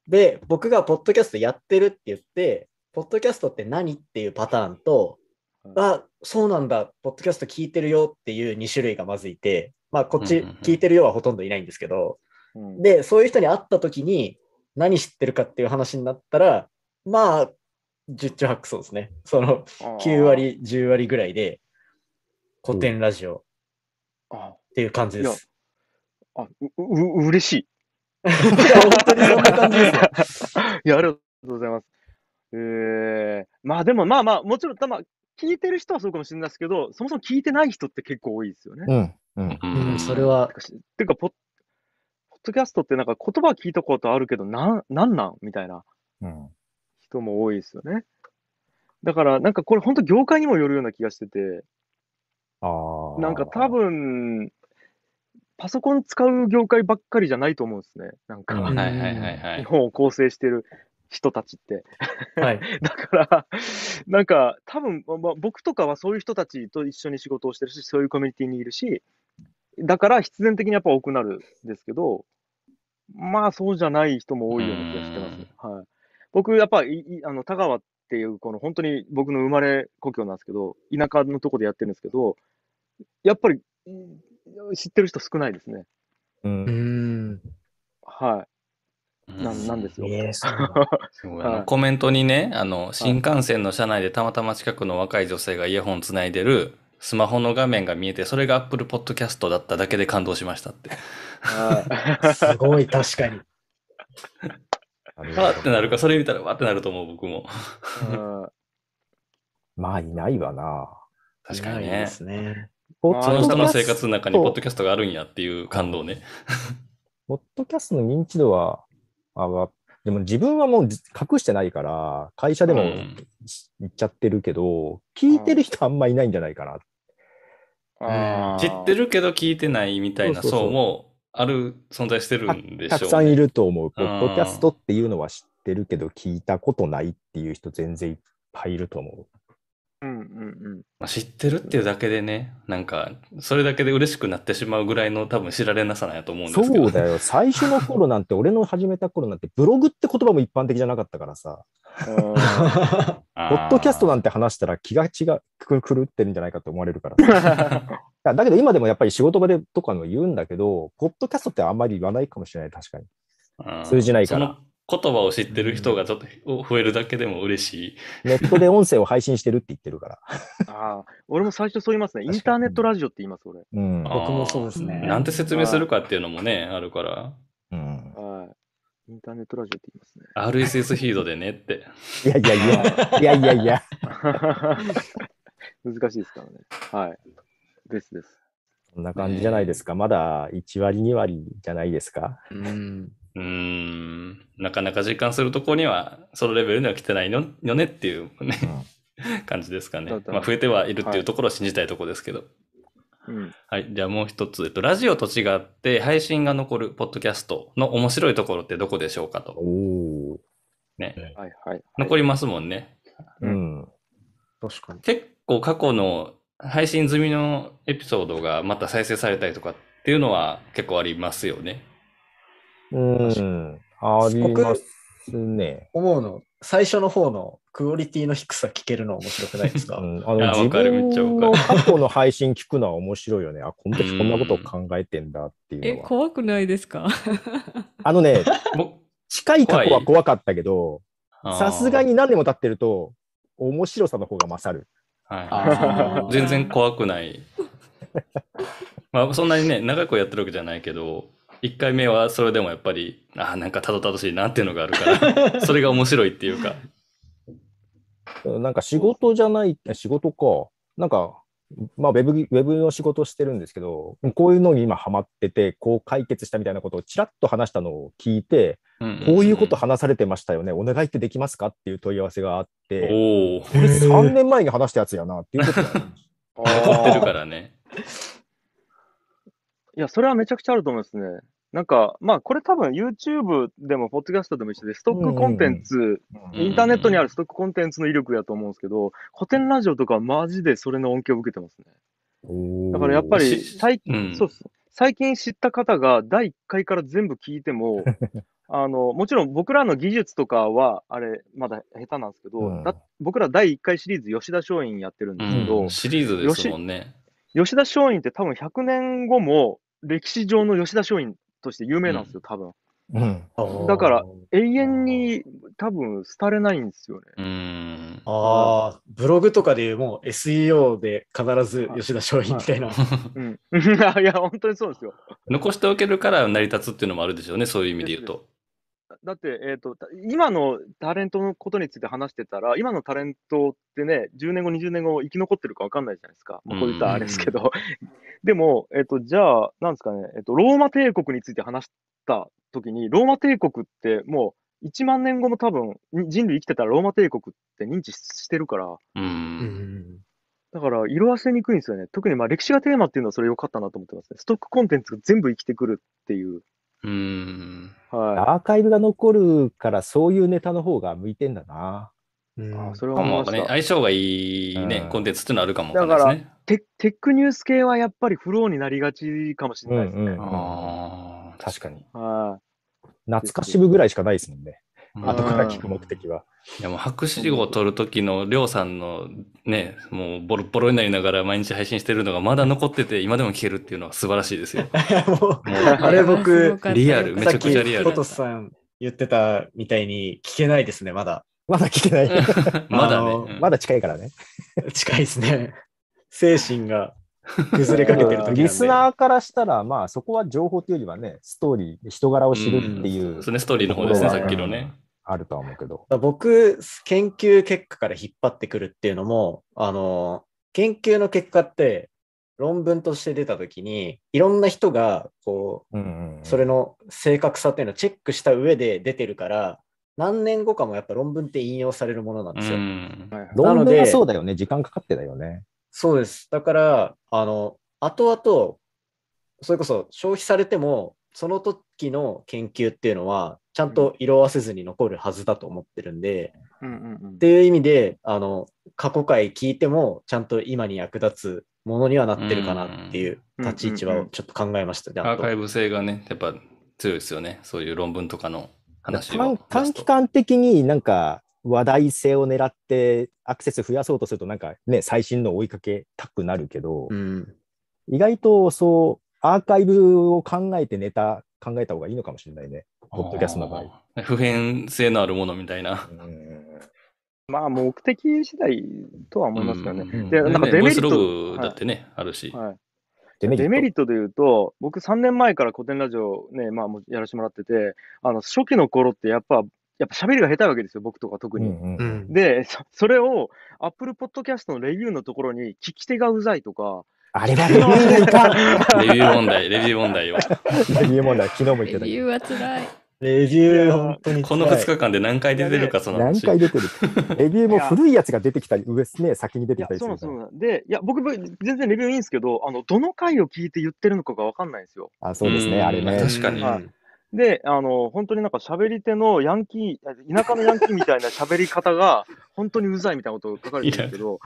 で、僕がポッドキャストやってるって言って、ポッドキャストって何っていうパターンと、あ、そうなんだ、ポッドキャスト聞いてるよっていうに種類がまずいて、まあ、こっち聞いてるよはほとんどいないんですけど、 うん、 で、そういう人に会った時に何知ってるかっていう話になったら、まあ、十中八九そうですね。そのきゅう割、じゅう割ぐらいで、古典ラジオっていう感じです。 あ、う、う、嬉しい。 いや、本当にそんな感じですよ。 いや、ありがとうございます。えー、まあでも、まあまあ、もちろん、まあ、聞いてる人はそうかもしれないですけど、そもそも聞いてない人って結構多いですよね。 うん。うん。 うん、それは。 てか、ポッドキャストってなんか言葉聞いたことあるけど、なん、なんなんみたいな人も多いですよね。だから、なんかこれ本当業界にもよるような気がしてて、 あなんか多分、パソコン使う業界ばっかりじゃないと思うんですね。なんか、 はいはいはいはい。 日本を構成してる人たちって。 はい。 だから、なんか、多分、まあ、僕とかはそういう人たちと一緒に仕事をしてるし、そういうコミュニティにいるし、だから必然的にやっぱ多くなるんですけど、まあそうじゃない人も多いような気がしてますね。はい。僕、やっぱり、あの、田川っていう、この本当に僕の生まれ故郷なんですけど、田舎のとこでやってるんですけど、やっぱり、知ってる人少ないですね。 うん。 はい。ななんですよ。 えー、そうそうあのコメントにね、あの、新幹線の車内でたまたま近くの若い女性がイヤホンつないでる、スマホの画面が見えて、それが Apple Podcast だっただけで感動しましたって。 すごい、確かに。 わってなるか、それ見たらわってなると思う、僕も。 まあ、いないわな。 確かにね。 ですね。 その人の生活の中にポッドキャストがあるんやっていう感動ね。 ポッドキャストの認知度は、あでも自分はもう隠してないから、会社でも言っちゃってるけど、うん、聞いてる人あんまいないんじゃないかな。 うん、知ってるけど聞いてないみたいな層もある、存在してるんでしょうね。 たくさんいると思う。ポッドキャストっていうのは知ってるけど、聞いたことないっていう人全然いっぱいいると思う。 うんうんうんまあ、知ってるっていうだけでね、なんか、それだけで嬉しくなってしまうぐらいの多分知られなさなんやと思うんですけど。 そうだよ。最初の頃なんて、俺の始めた頃なんて、ブログって言葉も一般的じゃなかったからさ。ポッドキャストなんて話したら気が違う、狂ってるんじゃないかと思われるからさ。だけど今でもやっぱり仕事場でとかの言うんだけど、ポッドキャストってあんまり言わないかもしれない、確かに。通じないから。 言葉を知ってる人がちょっと増えるだけでも嬉しい。 ネットで音声を配信してるって言ってるから。 ああ、俺も最初そう言いますね。インターネットラジオって言います、俺。 うん。僕もそうですね。 なんて説明するかっていうのもね、あるから。 うん。 はい。インターネットラジオって言いますね。 アールエスエス フィードでねって。 いやいやいや、いやいやいや。 難しいですからね。はい。ですです。 そんな感じじゃないですか。まだいち割、に割じゃないですか。 うん。 うーん。なかなか実感するところには、そのレベルには来てないのよねっていうね、うん、感じですかね。まあ、増えてはいるっていうところを信じたいところですけど。 はい。うん、 はい。じゃあもう一つ、えっと、ラジオと違って配信が残るポッドキャストの面白いところってどこでしょうかと。 おー。 ね。 はいはい。 残りますもんね。 うん。 確かに。 結構過去の配信済みのエピソードがまた再生されたりとかっていうのは結構ありますよね。 うん。ありますね。 思うの、最初の方のクオリティの低さ聞けるの面白くないですか？ うん、あの自分の過去の配信聞くのは面白いよね。あ、この時こんなことを考えてんだっていうのは。 え、怖くないですか？ あのね、近い過去は怖かったけど、さすがに何年も経ってると、面白さの方が勝る。 はい、全然怖くない。まあ、そんなにね、長くやってるわけじゃないけど、一回目はそれでもやっぱり、ああ、なんかたどたどしいなっていうのがあるから、それが面白いっていうか。 なんか仕事じゃない、仕事か。なんか、まあウェブ、ウェブの仕事してるんですけど、こういうのに今ハマってて、こう解決したみたいなことをちらっと話したのを聞いて、うんうんうん、こういうこと話されてましたよね。お願いってできますかっていう問い合わせがあって、 おこれさんねんまえに話したやつやなっていうことが残ってるからね。 いや、それはめちゃくちゃあると思いますね。なんか、まあ、これ多分 YouTube でも、ポッドキャストでも一緒で、ストックコンテンツ、うんうんうん、インターネットにあるストックコンテンツの威力やと思うんですけど、古典ラジオとかはマジでそれの恩恵を受けてますね。だからやっぱり最近、うん、そうっす。最近知った方がだいいっかいから全部聞いても、 あの、もちろん僕らの技術とかは、あれ、まだ下手なんですけど、 うんだ僕らだいいっかいシリーズ吉田松陰やってるんうですけど、 ん、シリーズですもんね。 吉田松陰って多分ひゃくねんごも歴史上の吉田松陰として有名なんですよ、多分。 うん。 だから永遠に多分廃れないんですよね。 うーん。 ああ、ブログとかでいうもう エスイーオー で必ず吉田松陰みたいな。 うん。いや、本当にそうですよ。 残しておけるから成り立つっていうのもあるでしょうね、そういう意味で言うと。 だって、えっ、と、今のタレントのことについて話してたら、今のタレントってね、じゅうねんご、にじゅうねんご生き残ってるか分かんないじゃないですか。まあ、こういったらあれですけど。でも、えっ、と、じゃあ、なんですかね、えっ、と、ローマ帝国について話したときに、ローマ帝国ってもういちまんねんごも多分、人類生きてたらローマ帝国って認知してるから、 う。 うんん。 だから色あせにくいんですよね。特にまあ歴史がテーマっていうのはそれ良かったなと思ってますね。ストックコンテンツが全部生きてくるっていう。 うーん。 はアーカイブが残るから、そういうネタの方が向いてんだな。 い。 うんあ、それはかもね、 思いました。 相性がいいね、 うんコンテンツっていうのはあるかもわかんないですね。 テテックニュース系はやっぱりフローになりがちかもしれないですね。 うんうんああ、 確かに。 は懐かしぶぐらいしかないですもんね。 うん後から聞く目的は。 いやもう博士号を取る時のりょうさんのね、もうボロボロになりながら毎日配信してるのがまだ残ってて今でも聞けるっていうのは素晴らしいですよ。 もうもあれ僕、 リアルめちゃくちゃリアルさっきポトスさん言ってたみたいに聞けないですね、まだ。 まだ聞けない。 まだあのね。うんまだ近いからね。 近いですね。精神が崩れかけてる時なんで。 リスナーからしたら、まあそこは情報というよりはね、ストーリー、人柄を知るっていう、 それね、ストーリーの方ですね、 ところはさっきのね。 あるとは思うけど。 僕、研究結果から引っ張ってくるっていうのも、あの、研究の結果って論文として出たときに、いろんな人が、こう、 うんうんうんそれの正確さっていうのをチェックした上で出てるから、何年後かもやっぱ論文って引用されるものなんうですよ。 ん。 い。はい論文なのではそうだよね。時間かかってだよね。 そうです。だから、あの、後々、それこそ消費されても、その時の研究っていうのは、ちゃんと色あせずに残るはずだと思ってるんで、 うんうんうんっていう意味で、あの、過去回聞いても、ちゃんと今に役立つものにはなってるかなっていう立ち位置はちょっと考えました、ちゃんとアーカイブ性がね、やっぱ強いですよね。そういう論文とかの話を短出すと。 短期間的になんか話題性を狙ってアクセス増やそうとするとなんかね、最新の追いかけたくなるけど、 うん。 意外とそう、アーカイブを考えてネタ考えた方がいいのかもしれないね。ポッドキャストの場合。 あー普遍性のあるものみたいな。 うんまあ、目的次第とは思いますよね。 うんで、なんかデメリッボイスロト、 グだってね、あるし。 はいはいデメリット。 デメリットで言うと、僕さんねんまえから古典ラジオね、まあもうやらせてもらってて、あの、初期の頃ってやっぱ、やっぱ喋りが下手いわけですよ、僕とか特に。 うんうんうん。 で、そそれを Apple Podcast のレビューのところに聞き手がうざいとか、 あれはレビューがいかん。 レビュー問題、レビュー問題を。 レビュー問題、昨日も言ってたけど。 レビューは辛い。 レビュー、本当に辛い。 このふつかかんで何回出てるか、その何話。 回出てる。レビューも古いやつが出てきたり、上ね、先に出いやてきた、りそうするから。 なんですそうなんです。で、いや、僕、全然レビューいいんですけど、あの、どの回を聞いて言ってるのかがわかんないんですよ。 あ、そうですね、 うんあれね。 確かにはいで、あの、本当になんか喋り手のヤンキー、田舎のヤンキーみたいな喋り方が、本当にうざいみたいなことが書かれてるんですけど、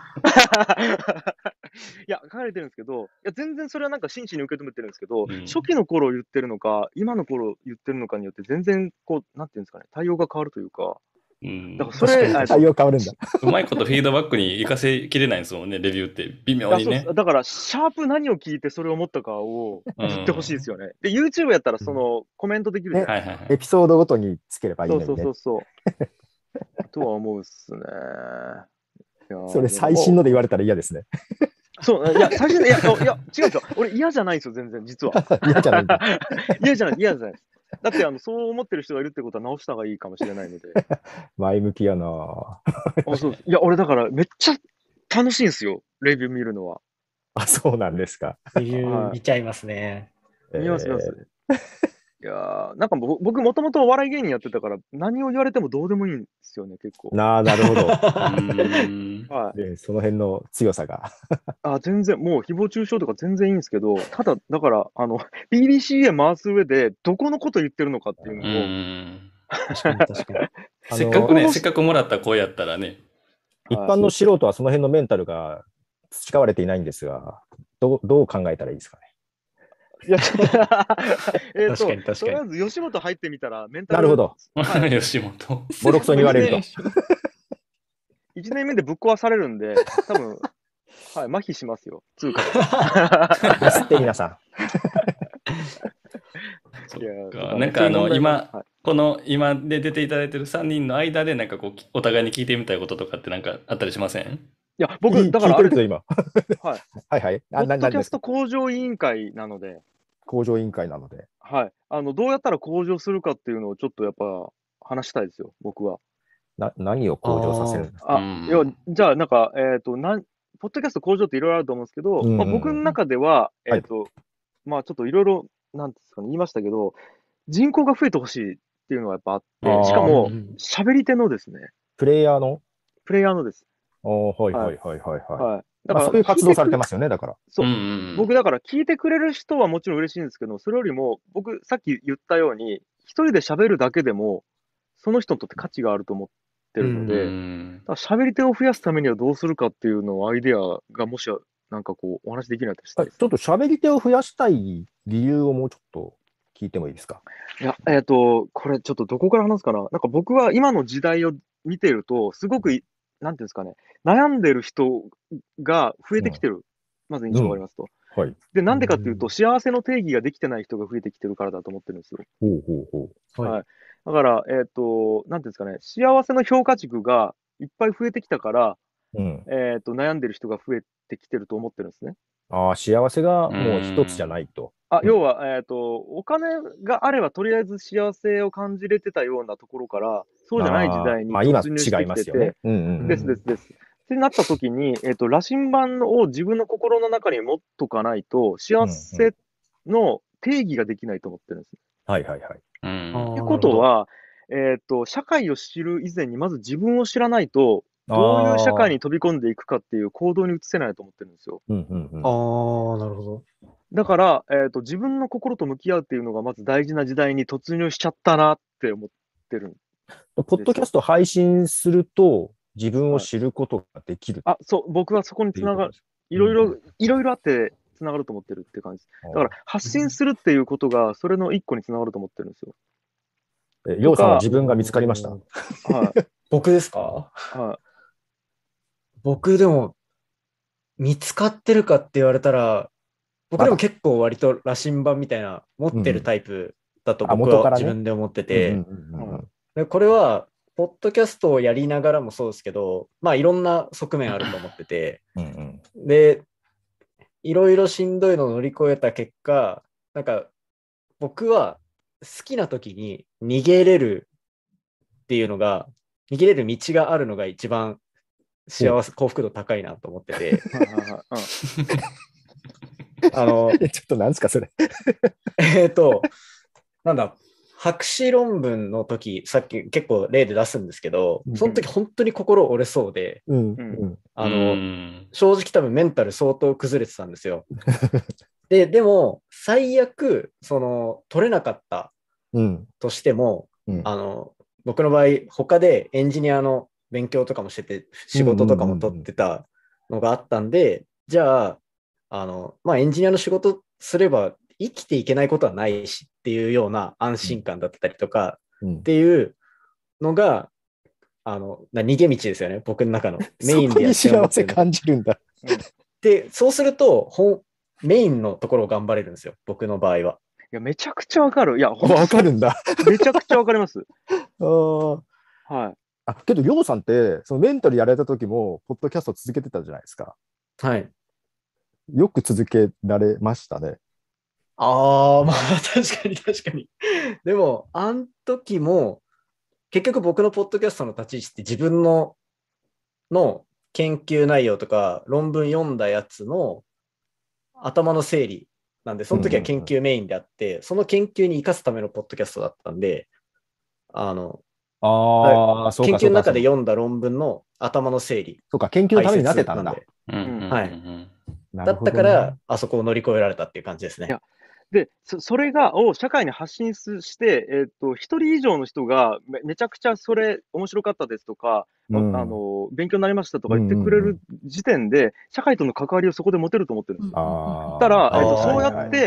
いや、書かれてるんですけど、いや、全然それはなんか真摯に受け止めてるんですけど、 うん初期の頃言ってるのか、今の頃言ってるのかによって、全然、こう、なんていうんですかね、対応が変わるというか、 うんだからそれ、あ対応変わるんだ。 うまいことフィードバックに活かせきれないんですもんね、レビューって。微妙にねあそうです。だから、シャープ何を聞いてそれを思ったかを言ってほしいですよね。で、YouTube やったら、その、コメントできるじゃないはいはいはい。 エピソードごとにつければいいそうそうのにね。 そうそう。とは思うっすね。いやーそれ最新ので言われたら嫌ですね。 そう、いや、最新の、いや、いや、違うんですよ。俺嫌じゃないんですよ、全然、実は。 嫌じゃないんだ。 嫌じゃない、嫌じゃないです。だって、あの、そう思ってる人がいるってことは直した方がいいかもしれないので。 前向きやなあそうですいや、俺だから、めっちゃ楽しいんですよ、レビュー見るのは。 あ、そうなんですか。 レビュー見ちゃいますね。 見ます、見ます。いやー、なんかぼ僕、もともとお笑い芸人やってたから、何を言われてもどうでもいいんですよね、結構。 なあ、なるほど。 うーんはい。 でその辺の強さが。 あ、全然、もう誹謗中傷とか全然いいんですけど、ただ、だから、あの、ピーディーシー へ回す上で、どこのこと言ってるのかっていううのを、 ん。 確かに確かに。 あのせっかくね、せっかくもらった声やったらね。 一般の素人はその辺のメンタルが培われていないんですが、どうどう考えたらいいですかね。 いや、ちょっとえっと、 確かに確かにとりあえず吉本入ってみたら、メンタル。 なるほど。 はい。 吉本。 ボロクソに言われると。 いちねんめでぶっ壊されるんで、多分、はい、麻痺しますよ、通貨が。 ですって、皆さん。 そいやっかとかねなんかあのそういう問題も今はいこの今で出ていただいてるさんにんの間でなんかこうお互いに聞いてみたいこととかってなんかあったりしません？ いや、 い僕、 い聞だからあれです。 いてるけど今。 はい。 はいはい。 ポあ、な、 ッドキャストなんですか。 向上委員会なので、 工場委員会なので。 はい。あの、どうやったら向上するかっていうのをちょっとやっぱ話したいですよ、僕は。 な、何を向上させるんですか。 あ、 うん要は、じゃあ、なんか、えっと、なん、ポッドキャスト向上っていろいろあると思うんですけど、 うんまあ、僕の中では、 はいえっと、まあ、ちょっといろいろ、なんていうんですかね、言いましたけど、人口が増えてほしいっていうのがやっぱあっあーて、しかもうんうん、 喋り手のですね、 プレイヤーの。 プレイヤーのです。 おーはいはいはいはいはい。 はい。だまあ、 から、 そういう活動されてまますよね、だから。 そうう。 んうん僕、だから聞いてくれる人はもちろん嬉しいんですけど、それよりも、僕、さっき言ったように、一人で喋るだけでも、その人にとって価値があると思ってるのうで、 んだから喋り手を増やすためにはどうするかっていうのをアイデアがもしや、なんかこう、お話できないとしたいですね。 はいちょっと喋り手を増やしたい理由をもうちょっと聞いてもいいですか。 いや、えっと、これちょっとどこから話すかな。なんか僕は今の時代を見てると、すごくい、なんていうんですかね、悩んでる人が増えてきてる。まず印象がありますと。 はい。 で、なんでかっていうと、 うん幸せの定義ができてない人が増えてきてるからだと思ってるんですよ。 ほうほうほう。 はいはい。だから、えっと、なんていうんですかね、幸せの評価軸がいっぱい増えてきたから、 うん。 えっと、悩んでる人が増えてきてると思ってるんですね。 ああ、幸せがもう一つじゃないと。 あ、 うん要は、えっと、お金があればとりあえず幸せを感じれてたようなところから、そうじゃない時代にあーまあ今突入して違いきてて、 ますよね。うんうんうん。 ですですです。ってなった時に、えっと、羅針盤を自分の心の中に持っとかないと、幸せの定義ができないと思ってるんです。 はいはいはい。 うんってことは、えっと、社会を知る以前にまず自分を知らないと、どういう社会に飛び込んでいくかっていう行動に移せないと思ってるんですよ。 うんうんうん。 ああ、なるほど。 だから、えっと、自分の心と向き合うっていうのがまず大事な時代に突入しちゃったなって思ってる。 ポッドキャスト配信すると自分を知ることができるっあ、そう、僕はそこにてつながる、 いうことです。 いろいろうん、 いろいろあってつながると思ってるっていう感じです。 だだから、発信するっていうことが、それの一個につながると思ってるんですよ。 え、りょうさんは自分が見つかりました。 はい。 僕ですか？ は僕でも、見つかってるかって言われたら、僕でも結構割と羅針盤みたいな持ってるタイプだとあ僕は元からね自分で思ってて、 うんうんうんうんでこれは、ポッドキャストをやりながらもそうですけど、まあいろんな側面あると思ってて、 うんうんで、いろいろしんどいのを乗り越えた結果、なんか僕は好きな時に逃げれるっていうのが、逃げれる道があるのが一番幸せ、幸福度高いなと思ってて、 い。はいはいはいうんあの、 えちょっとなんですか、それ。 えっと、なんだ、博士論文の時、さっき結構例で出すんですけど、その時本当に心折れそうで、 うんうんあうの、 ん正直多分メンタル相当崩れてたんですよ。で、でも、最悪、その、取れなかったうんとしても、 うんあの、僕の場合、他でエンジニアの勉強とかもしてて、仕事とかも取ってたのがあったんで、じゃあ、あの、まあ、エンジニアの仕事すれば生きていけないことはないしっていうような安心感だったりとかうんっていうのが、あの、な逃げ道ですよね、僕の中の。メインそこにでやってる幸せ感じるんだ。 で、そうすると、本メインのところを頑張れるんですよ、僕の場合は。 いや、めちゃくちゃわかる。いや、ほんとわかるんだ。 めちゃくちゃわかります。 あーはい。 あけど、りょうさんって、そのメンタルやられた時も、ポッドキャスト続けてたじゃないですか。 はい。 よく続けられましたね。 ああ、まあ確かに確かに。でも、あん時も、結局僕のポッドキャストの立ち位置って自分の、の研究内容とか論文読んだやつの頭の整理なんで、その時は研究メインであって、その研究に生かすためのポッドキャストだったんで、あの、 ああ、そう研かそうか。 究の中で読んだ論文の頭の整理。 そうか、研究のためになってたんだ。 解説うんうんはいうんなだるほどねったから、あそこを乗り越えられたっていう感じですね。 いやで、そそれが、を社会に発信すして、えっと、一人以上の人がめ、めちゃくちゃそれ面白かったですとか、 うんあの、勉強になりましたとか言ってくれる時点で、社会との関わりをそこで持てると思ってるんですよ。 あーたら、えっと、 あーそうやはいはいって、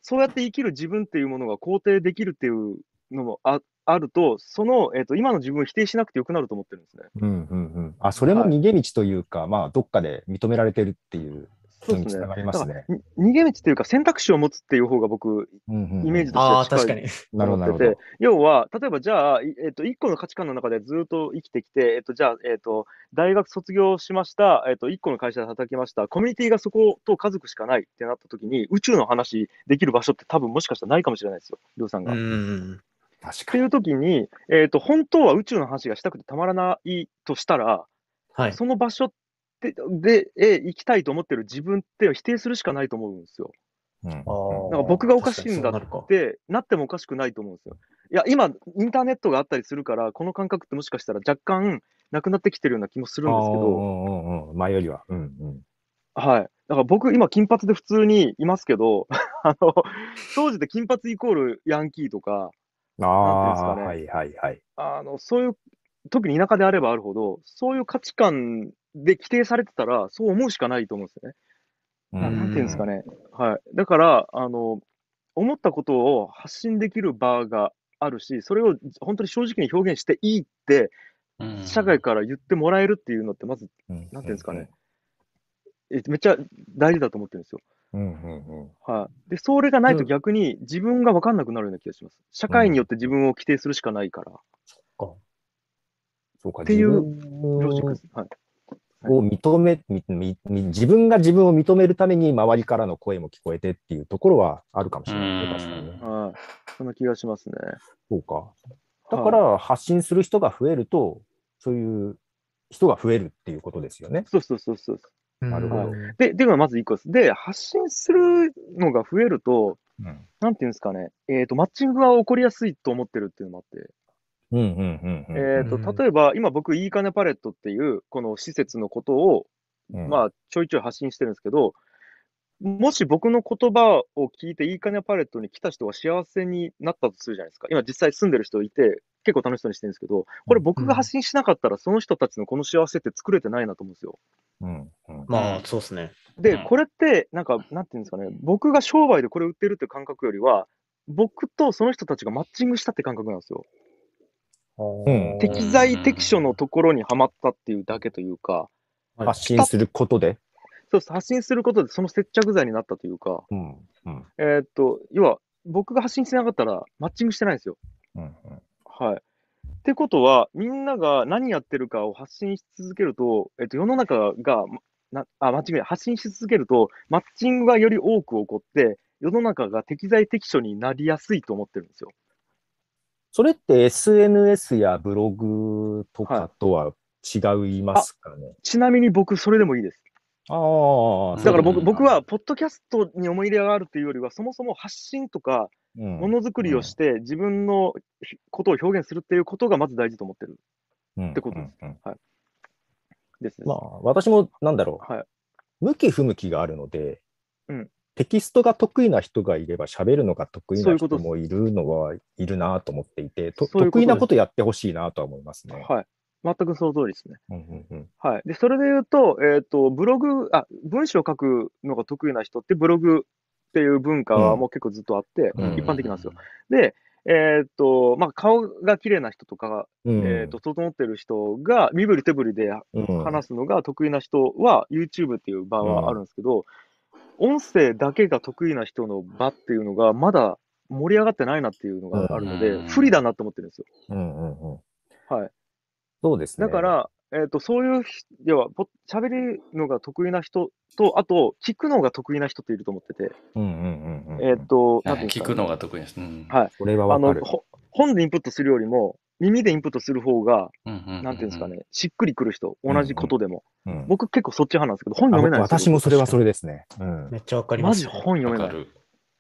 そうやって生きる自分っていうものが肯定できるっていうのもああると、その、えっと、今の自分を否定しなくてよくなると思ってるんですね。 うんうんうん。あ、それもはい。 逃げ道というか、まあ、どっかで認められてるっていうそうですね。 のにつながりまだから、 すね。 に逃げ道っていうか選択肢を持つっていう方が僕、 うんうんイメージとうん。 ああ、 しては近い確かに。 なるほど、なる思ってて、 ほど。 要は、例えばじゃあ、いえっと、一個の価値観の中でずっと生きてきて、えっと、じゃあ、えっと、大学卒業しました、えっと、一個の会社で働きました、コミュニティがそこと家族しかないってなった時に、宇宙の話できる場所って多分もしかしたらないかもしれないですよ、りょうさんうが。っん。 確かに。 ていう時に、えっと、本当は宇宙の話がしたくてたまらないとしたら、 はい。 その場所ってで、え、行きたいと思ってる自分って否定するしかないと思うんですよ。 うんうんあだから僕がおかしいんだっ確かにそうなるか。 てなってもおかしくないと思うんですよ。いや、今、インターネットがあったりするから、この感覚ってもしかしたら若干なくなってきてるような気もするああ、 んですけど、 うんうんうん。前よりは。うんうん。 はい。だから僕、今、金髪で普通にいますけど、あの、当時で金髪イコールヤンキーとか、 あなんていうんですかあ、 ね、 はいはいはい。 あの、そういう、特に田舎であればあるほど、そういう価値観で規定されてたら、そう思うしかないと思うんですよね。 うななんていうんですかんね。はい。だから、あの、思ったことを発信できる場があるし、それを本当に正直に表現していいって、 うん社外から言ってもらえるっていうのって、まず、 うんなんていうんですかね。えめっちゃ大事だと思ってるんですよ。 うんうんはい。で、それがないとうん逆に自分が分かんなくなるような気がします。社会によって自分を規定するしかないから。っか。 そうか、自ていう分ロジックです。はい。 を認め、みみみ自分が自分を認めるために周りからの声も聞こえてっていうところはあるかもしれないね、 うん確かにね。 はい。そんな気がしますね。 そうか。だかはい。 ら発信する人が増えると、そういう人が増えるっていうことですよね。 そうそうそうそう。 なるほど。 はい。で、ではまず一個です。で、発信するのが増えると、 うんなんていうんですかね。えっと、マッチングが起こりやすいと思ってるっていうのもあって。 うんうんうんうんえっと、例えば、今僕、いいかねパレットっていう、この施設のことを、 うんまあ、ちょいちょい発信してるんですけど、もし僕の言葉を聞いて、いいかねパレットに来た人が幸せになったとするじゃないですか。今、実際住んでる人いて、結構楽しそうにしてるんですけど、これ僕が発信しなかったら、その人たちのこの幸せって作れてないなと思うんですよ。 うんうんまあ、そうですね。 で、 うんこれって、なんか、なんていうんですかね、僕が商売でこれ売ってるって感覚よりは、僕とその人たちがマッチングしたって感覚なんですよ。 うん適材適所のところにはまったっていうだけというか、 はい発信することで。 そうです発信することでその接着剤になったというか、 うんうんえーっと、要は、僕が発信してなかったらマッチングしてないんですよ。 うんうんはい。ってことは、みんなが何やってるかを発信し続けると、えっと、世の中が、なあ、間違いない、発信し続けると、マッチングがより多く起こって、世の中が適材適所になりやすいと思ってるんですよ。 それって エスエヌエス やブログとはいかとは違いますかね。 ちなみに僕、それでもいいです。 ああ、 だから僕,、 うん僕は、ポッドキャストに思い入れがあるというよりは、そもそも発信とか、 もものづくりをして、自分のことを表現するっていうことがまず大事と思ってるってことです。 うんうんはい。ですです。 まあ、私もなんだろう、 はい。 向き不向きがあるので、 うんテキストが得意な人がいれば、喋るのが得意なそういうことです人もいるのはいるなと思っていて、とそういうことです得意なことやってほしいなとは思いますね。 はい。全くその通りですね。 うんうんうんはい。で、それで言うと、えっ、と、ブログ、あ、文章を書くのが得意な人って、ブログっていう文化はもう結構ずっとあって、 うん一般的なんですよ。で、えっ、と、まあ、顔が綺麗な人とか、 うんえっ、と、整ってる人が、身振り手振りでうん話すのが得意な人は、YouTube っていう場はあるんですけど、音声だけが得意な人の場っていうのが、まだ盛り上がってないなっていうのがあるので、 うん不利だなと思ってるんですよ。 うんうんうんはい。 そうですね。 だから、えっ、と、そういうひ、要は、ぽ喋るのが得意な人と、あと、聞くのが得意な人っていると思ってて、 うんうんうんうんえっ、と、なんはいていうんですかね。 聞くのが得意です。うんはい。 それはあの、 わかる。 ほ本でインプットするよりも、耳でインプットする方が、 ななんていうんですか。ね、しっくりくる人、同じことでも。 うん僕結構そっち派なんですけど、本読めないんですよ。 あ私もそれはそれですね。うんめっちゃわかりまマジすよ。 本読めない。 わかる。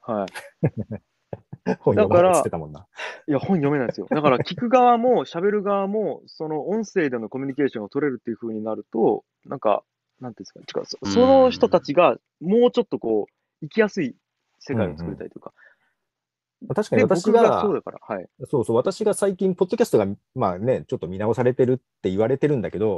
はい。 本読まないって言ってたもんな。 いや、本読めないですよ。だから聞く側も喋る側も、その音声でのコミュニケーションを取れるっていう風になると、なんか、なんていうんですか、違うそその人たちがもうちょっとこう、生きやすい世界を作りたいというか。 確かにで、 私僕ががそうだから、はい。 そうそう、私が最近、ポッドキャストが、まあね、ちょっと見直されてるって言われてるんだけど、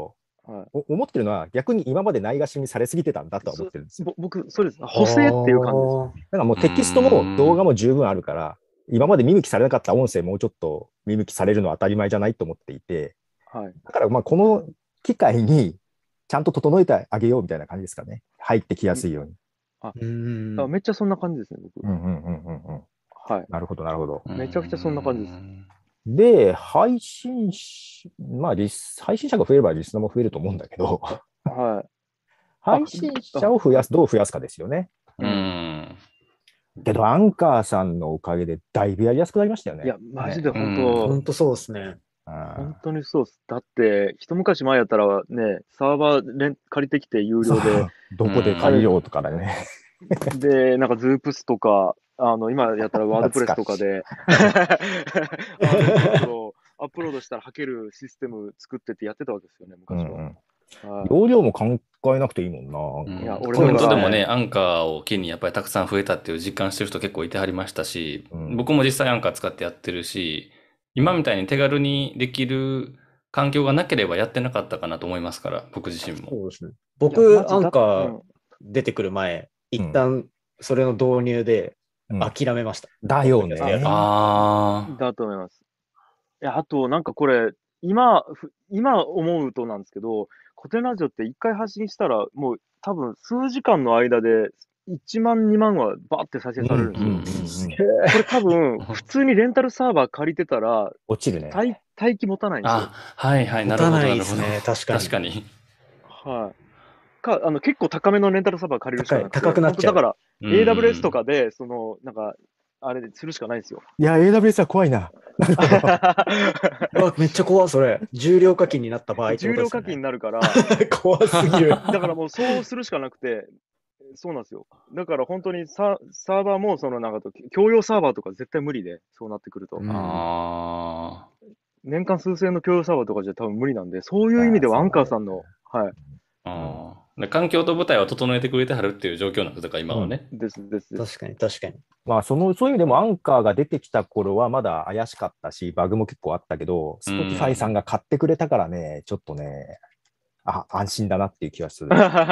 はい、 お思ってるのは逆に今までないがしろにされすぎてたんだとは思ってるんですよ。 ぼ僕、そうです。補正っていう感じです。 あーだからもうテキストも動画も十分あるから、今まで見向きされなかった音声もうちょっと見向きされるのは当たり前じゃないと思っていて、 はい。 だからまあこの機会にちゃんと整えてあげようみたいな感じですかね。入ってきやすいように。 うんあめっちゃそんな感じですね、僕。 うんうんうんうんうん。 はい。 なるほど、なるほど。 めちゃくちゃそんな感じですで、配信し、まあリス、配信者が増えればリスナーも増えると思うんだけど、 はい。 配信者を増やす、どう増やすかですよね。 うん。 けど、アンカーさんのおかげでだいぶやりやすくなりましたよね。 いや、マジでね本当、 本当そうですね。 本当にそうです。だって、一昔前やったらね、サーバーレン借りてきて有料で、 どこで借りようとかだよね。 で、なんかズープスとか、あの、今やったらワードプレスとかで、あのアップロードしたら履けるシステム作っててやってたわけですよね、昔は。 うんうんはい、 容量も考えなくていいもんな。 うんいや俺コメントでもはね、アンカーを機にやっぱりたくさん増えたっていう実感してる人結構いてはりましたし、 うん僕も実際アンカー使ってやってるし、今みたいに手軽にできる環境がなければやってなかったかなと思いますから、僕自身も。 そうですね。 いや僕、 マジだアンカーうん出てくる前、一旦それの導入でうん諦めました。 だよね。 ああ。 だと思います。いや、あと、なんかこれ、今、ふ今思うとなんですけど、古典ラジオって一回発信したら、もう多分数時間の間でいちまん、にまんはバーって再生されるんですよ。 うんうんうんこれ多分、普通にレンタルサーバー借りてたら、 落ちるね。 待待機持たないんですよあ。、はいはい、 持なるほど、 たなないるほど。 ですね、確かに。 確かに。 はい。か、あの、結構高めのレンタルサーバー借りるしかなくて、 高い高くなっちゃう本当だから、 うんエーダブリューエス とかで、その、なんか、あれでするしかないんですよ。 いや、エーダブリューエス は怖いな。なるほど。 うわめっちゃ怖い、それ。重量課金になった場合って重量課ことですよね。 金になるから、 怖すぎる。 だからもうそうするしかなくて、そうなんですよ。だから本当にササーバーも、そのなんかと、共用サーバーとか絶対無理で、そうなってくると。 うんあ年間数千の共用サーバーとかじゃ多分無理なんで、そういう意味ではアンカーさんの、はい、 あ。ああ。で環境と舞台を整えてくれてはるっていう状況なんですか、今はね。 ですですです。 確かに、確かに。 まあ、その、そういう意味でもアンカーが出てきた頃はまだ怪しかったし、バグも結構あったけど、 うん Spotify さんが買ってくれたからね、ちょっとね、あ、安心だなっていう気がする。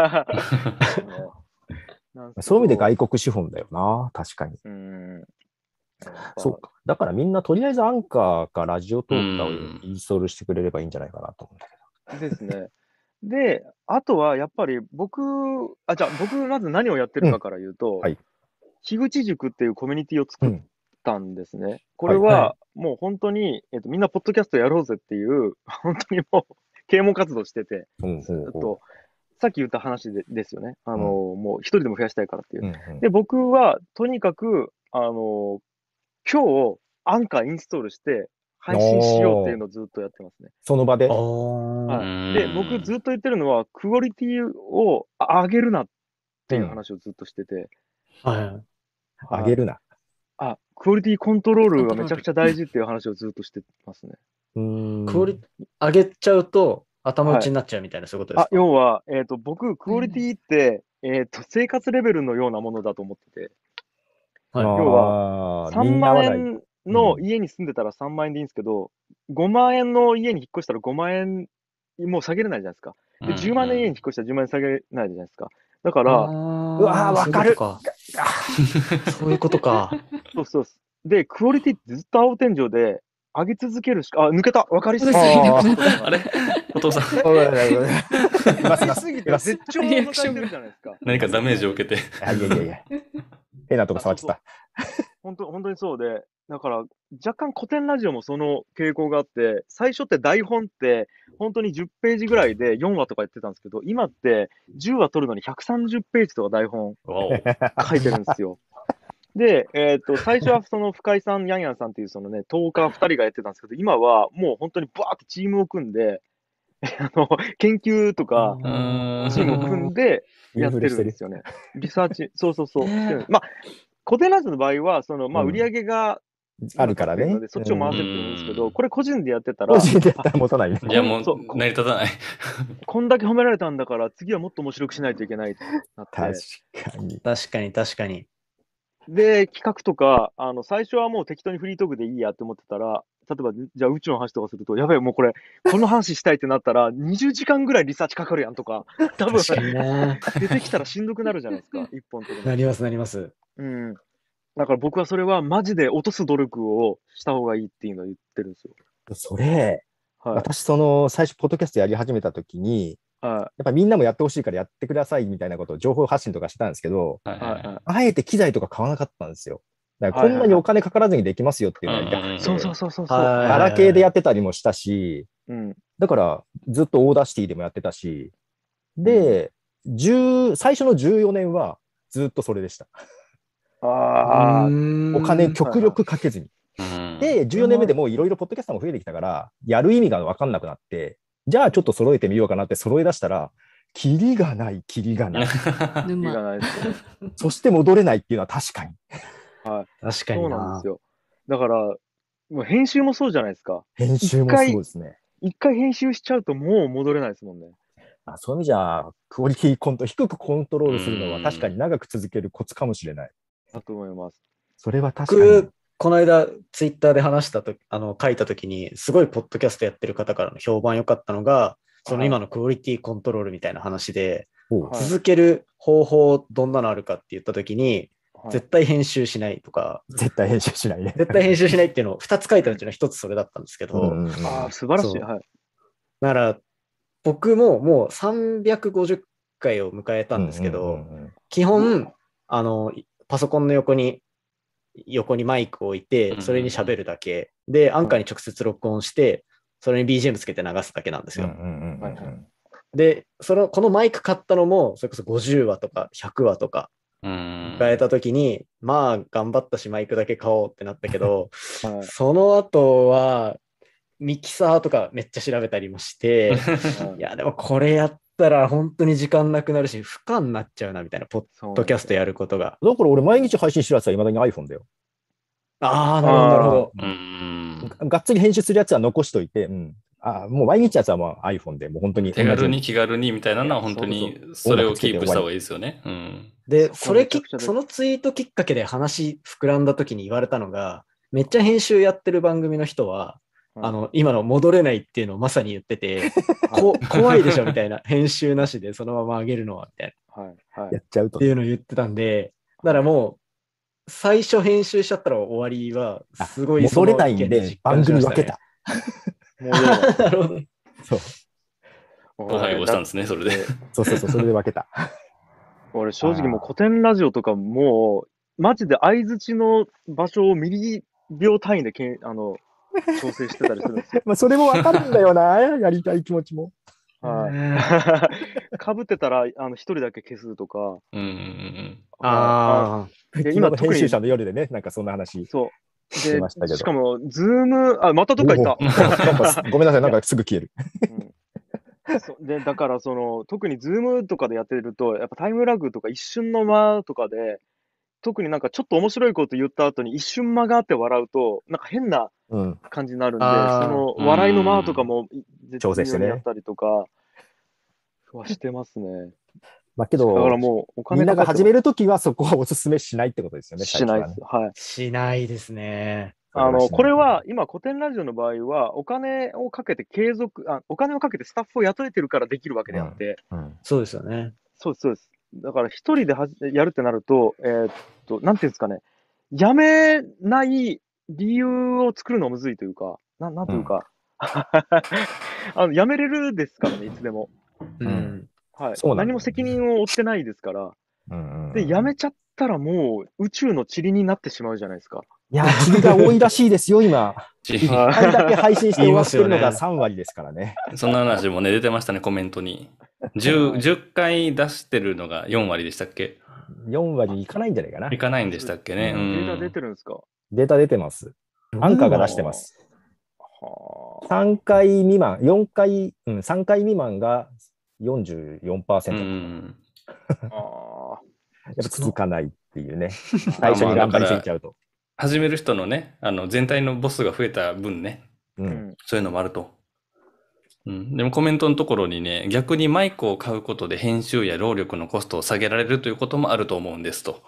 そういう意味で外国資本だよな、確かに。 うん。 そうか。だからみんなとりあえずアンカーかラジオトーカーをインストールしてくれればいいんじゃないかなと思うんだけど。 ですね。で、あとはやっぱり僕、あ、じゃあ僕まず何をやってるかから言うと、 うんはい樋口塾っていうコミュニティを作っうん。 たんですね。これはいはもう本当に、えっと、みんなポッドキャストやろうぜっていう、本当にもう啓蒙活動してて、 ほうほうほうえっと、さっき言った話でですよね。あの、もう一人でも増やしたいからっていう。 うんうんで、僕はとにかく、あの、今日、アンカーインストールして配信しようっていうのをずっとやってますね。 その場であ。 はーい。で、僕ずっと言ってるのは、クオリティを上げるなっていう話をずっとしてて、 はい。 あげるな。 あ、クオリティコントロールがめちゃくちゃ大事っていう話をずっとしてますね。 うーんクオリ上げちゃうと頭打ちになっちゃうみたいな、そういうことですあか、 要は、えっ、と、僕、クオリティって、えっ、と、生活レベルのようなものだと思ってて、 はい要は 3 みんな合わ万ない。 円の家に住んでたらさんまん円でいいんですけど、ごまん円の家に引っ越したらごまん円もう下げれないじゃないですか。で、じゅうまん円の家に引っ越したらじゅうまん円下げれないじゃないですか。だから、 うわーわかるそういうことか。 そうそうそう。で、クオリティってずっと青天井で上げ続けるしか、あ、抜けたわかりすぎうるさいなあれお父さん、 ますますすぎて絶頂を迎えてるじゃないですか。 何かダメージを受けて。 あいやいやいや。変なとこ触っちゃった。 本当本当にそうで、だから若干古典ラジオもその傾向があって、最初って台本って本当にじゅっページぐらいでよんわとか言ってたんですけど、今ってじゅうわ撮るのにひゃくさんじゅっページとか台本わお。 書いてるんですよ。で、えっ、と、最初はその深井さん、ヤンヤンさんっていうそのね、トーカーふたりがやってたんですけど、今はもう本当にバーってチームを組んで、あの、研究とか、 うーんチームを組んでやってるんですよね。リサーチ、そうそうそう。してるまあ、古典ラジオの場合は、その、まあ、 うん売り上げが、 あるからねので、そっちを回せるっていうんですけど、 うんこれ個人でやってたら個、人でやったら持たないね。 いや、もうそう成り立たない。 こんだけ褒められたんだから、次はもっと面白くしないといけないってなって。 確かに。 確かに、確かに。 で、企画とか、あの、最初はもう適当にフリートークでいいやって思ってたら、 例えば、じゃあ宇宙の話とかすると、やばい、もうこれ、この話したいってなったら、にじゅうじかんぐらいリサーチかかるやんとか、多分、 確かにね。 出てきたらしんどくなるじゃないですか、一本取るの。 なります、なります。 うん。だから僕はそれはマジで落とす努力をした方がいいっていうのを言ってるんですよ。 それ、 はい。 私、その、最初、ポッドキャストやり始めたときに、 はやっぱみんなもやってほしいからやってくださいみたいなことを情報発信とかしてたんですけど、 はいい。はい。はい。 あえて機材とか買わなかったんですよ。だからこんなにお金かからずにできますよっていうのはやりたくて、 そうそうそうそうそう。 はいガラケーでやってたりもしたし、 うん。 だからずっとオーダーシティでもやってたし、で、じゅう最初のじゅうよねんはずっとそれでした。 ああ。 お金極力かけずに。 うんで、じゅうよねんめでもういろいろポッドキャスターも増えてきたから、やる意味が分かんなくなって、じゃあちょっと揃えてみようかなって揃え出したら、キリがない、キリがない。 いいが沼。 ないですね。 そして戻れないっていうのは確かに。 確かにそうなんでなす。よ。だから、もう編集もそうじゃないですか。 編集もそうですね。 一回編集しちゃうともう戻れないですもんね。 あ、そういう意味じゃ、クオリティコント、低くコントロールするのは確かに長く続けるコツかもしれない。 だと思います。 それは確かに。 僕、この間、ツイッターで話したとあの、書いたときに、すごいポッドキャストやってる方からの評判良かったのが、その今のクオリティコントロールみたいな話で、 おうはい続ける方法どんなのあるかって言ったときに、 はい、 絶対編集しないとか、 絶対編集しないね。 絶対編集しないっていうのをふたつ書いたうちのひとつそれだったんですけど、 うんうんうんああ、素晴らしい。 そうはい。 だから、僕ももうさんびゃくごじゅっかいを迎えたんですけど、 うんうんうんうん基本、あの、パソコンの横に、横にマイクを置いて、それに喋るだけ。で、アンカーに直接録音して、それに ビージーエム つけて流すだけなんですよ。 うんうんうんうんうんで、その、このマイク買ったのも、それこそごじゅうわとかひゃくわとかうん迎えたときに、まあ、頑張ったし、マイクだけ買おうってなったけど、 はいその後は、ミキサーとかめっちゃ調べたりもして、 はいいや、でもこれやったら本当に時間なくなるし、負荷になっちゃうな、みたいな、ポッドキャストやることが。 だから俺毎日配信してるやつはいまだに iPhone だよ。 ああ、なるほど、なるほど。 うんががっつり編集するやつは残しといて、うん、あもう毎日やつはもう iPhone で、もう本当に同じ手軽に気軽にみたいなのは本当にそれをキープした方がいいですよね。うん。 で、 そそれきこめちゃくちゃ、でそのツイートきっかけで話膨らんだ時に言われたのが、めっちゃ編集やってる番組の人は、あの、今の戻れないっていうのをまさに言ってて、こ怖いでしょみたいな、編集なしでそのまま上げるのは、みたいな。 はい。はい。 やっちゃうとって。いうのを言ってたんで、だからもう、最初編集しちゃったら終わりは、すごい戻れないんその意見で実感番しましたね組分けた。 もうやだなるほど。 そうご配合したんですね、それで。 そうそうそう、それで分けた。 俺正直もう古典ラジオとかもう、マジで相づちの場所をミリ秒単位でけんあの調整してたりするんですよ。 まあそれも分かるんだよな、やりたい気持ちも。 はい。かぶってたら、あの、一人だけ消すとか。 うんうんうんああ、 で今今特にの編集者の夜でね、なんかそんな話。 そう。 してましたけどで、しかも、ズーム、あ、またどっか行った。 おおなんかごめんなさい、なんかすぐ消える。 うんそうで、だから、その、特にズームとかでやってると、やっぱタイムラグとか一瞬の間とかで、特になんかちょっと面白いこと言った後に一瞬間があって笑うと、なんか変なうん。 感じになるんで、 あーその笑いの間とかも調整してね絶妙にやったりとかはしてますね。 まあけだからど、 もうおみ金かかってんなが始めるときはそこはおすすめしないってことですよね、 しないです。 最初はい。 しないですね。 あの、 それはしないこれは今古典ラジオの場合はお金をかけて継続、あ、お金をかけてスタッフを雇えてるからできるわけであって、 はね。 そうですよね。 そうです、そうです。だから一人ではじやるってなると、えーっと、なんていうんですかね、やめない理由を作るのはむずいというか、ななんというか、あの、やめれるですからね、いつでも。 うん。 うんはい。 そうなんだよね何も責任を負ってないですから。 うんうんうんで、やめちゃったらもう宇宙の塵になってしまうじゃないですか。 いや、霧が多いらしいですよ、今。 ちいっかいだけ配信して終わってるのが言いますさん割ですからね。 そんな話もね、出てましたね、コメントに。じゅう、じゅっかい出してるのがよん割でしたっけ？ よん割いかないんじゃないかな。 いかないんでしたっけね。 ううんん。 データ出てるんですか？ データ出てます。アンカーが出してます。 はあ。 さんかい未満、よんかい、うん、さんかい未満がよんじゅうよんパーセント。やうん。 あっぱ続かないっていうね。最初に頑張りすぎちゃうと。 始める人のね、あの、全体のボスが増えた分ね、 う。 ーうんん。 そういうのもあると。うん。でもコメントのところにね、逆にマイクを買うことで編集や労力のコストを下げられるということもあると思うんですと。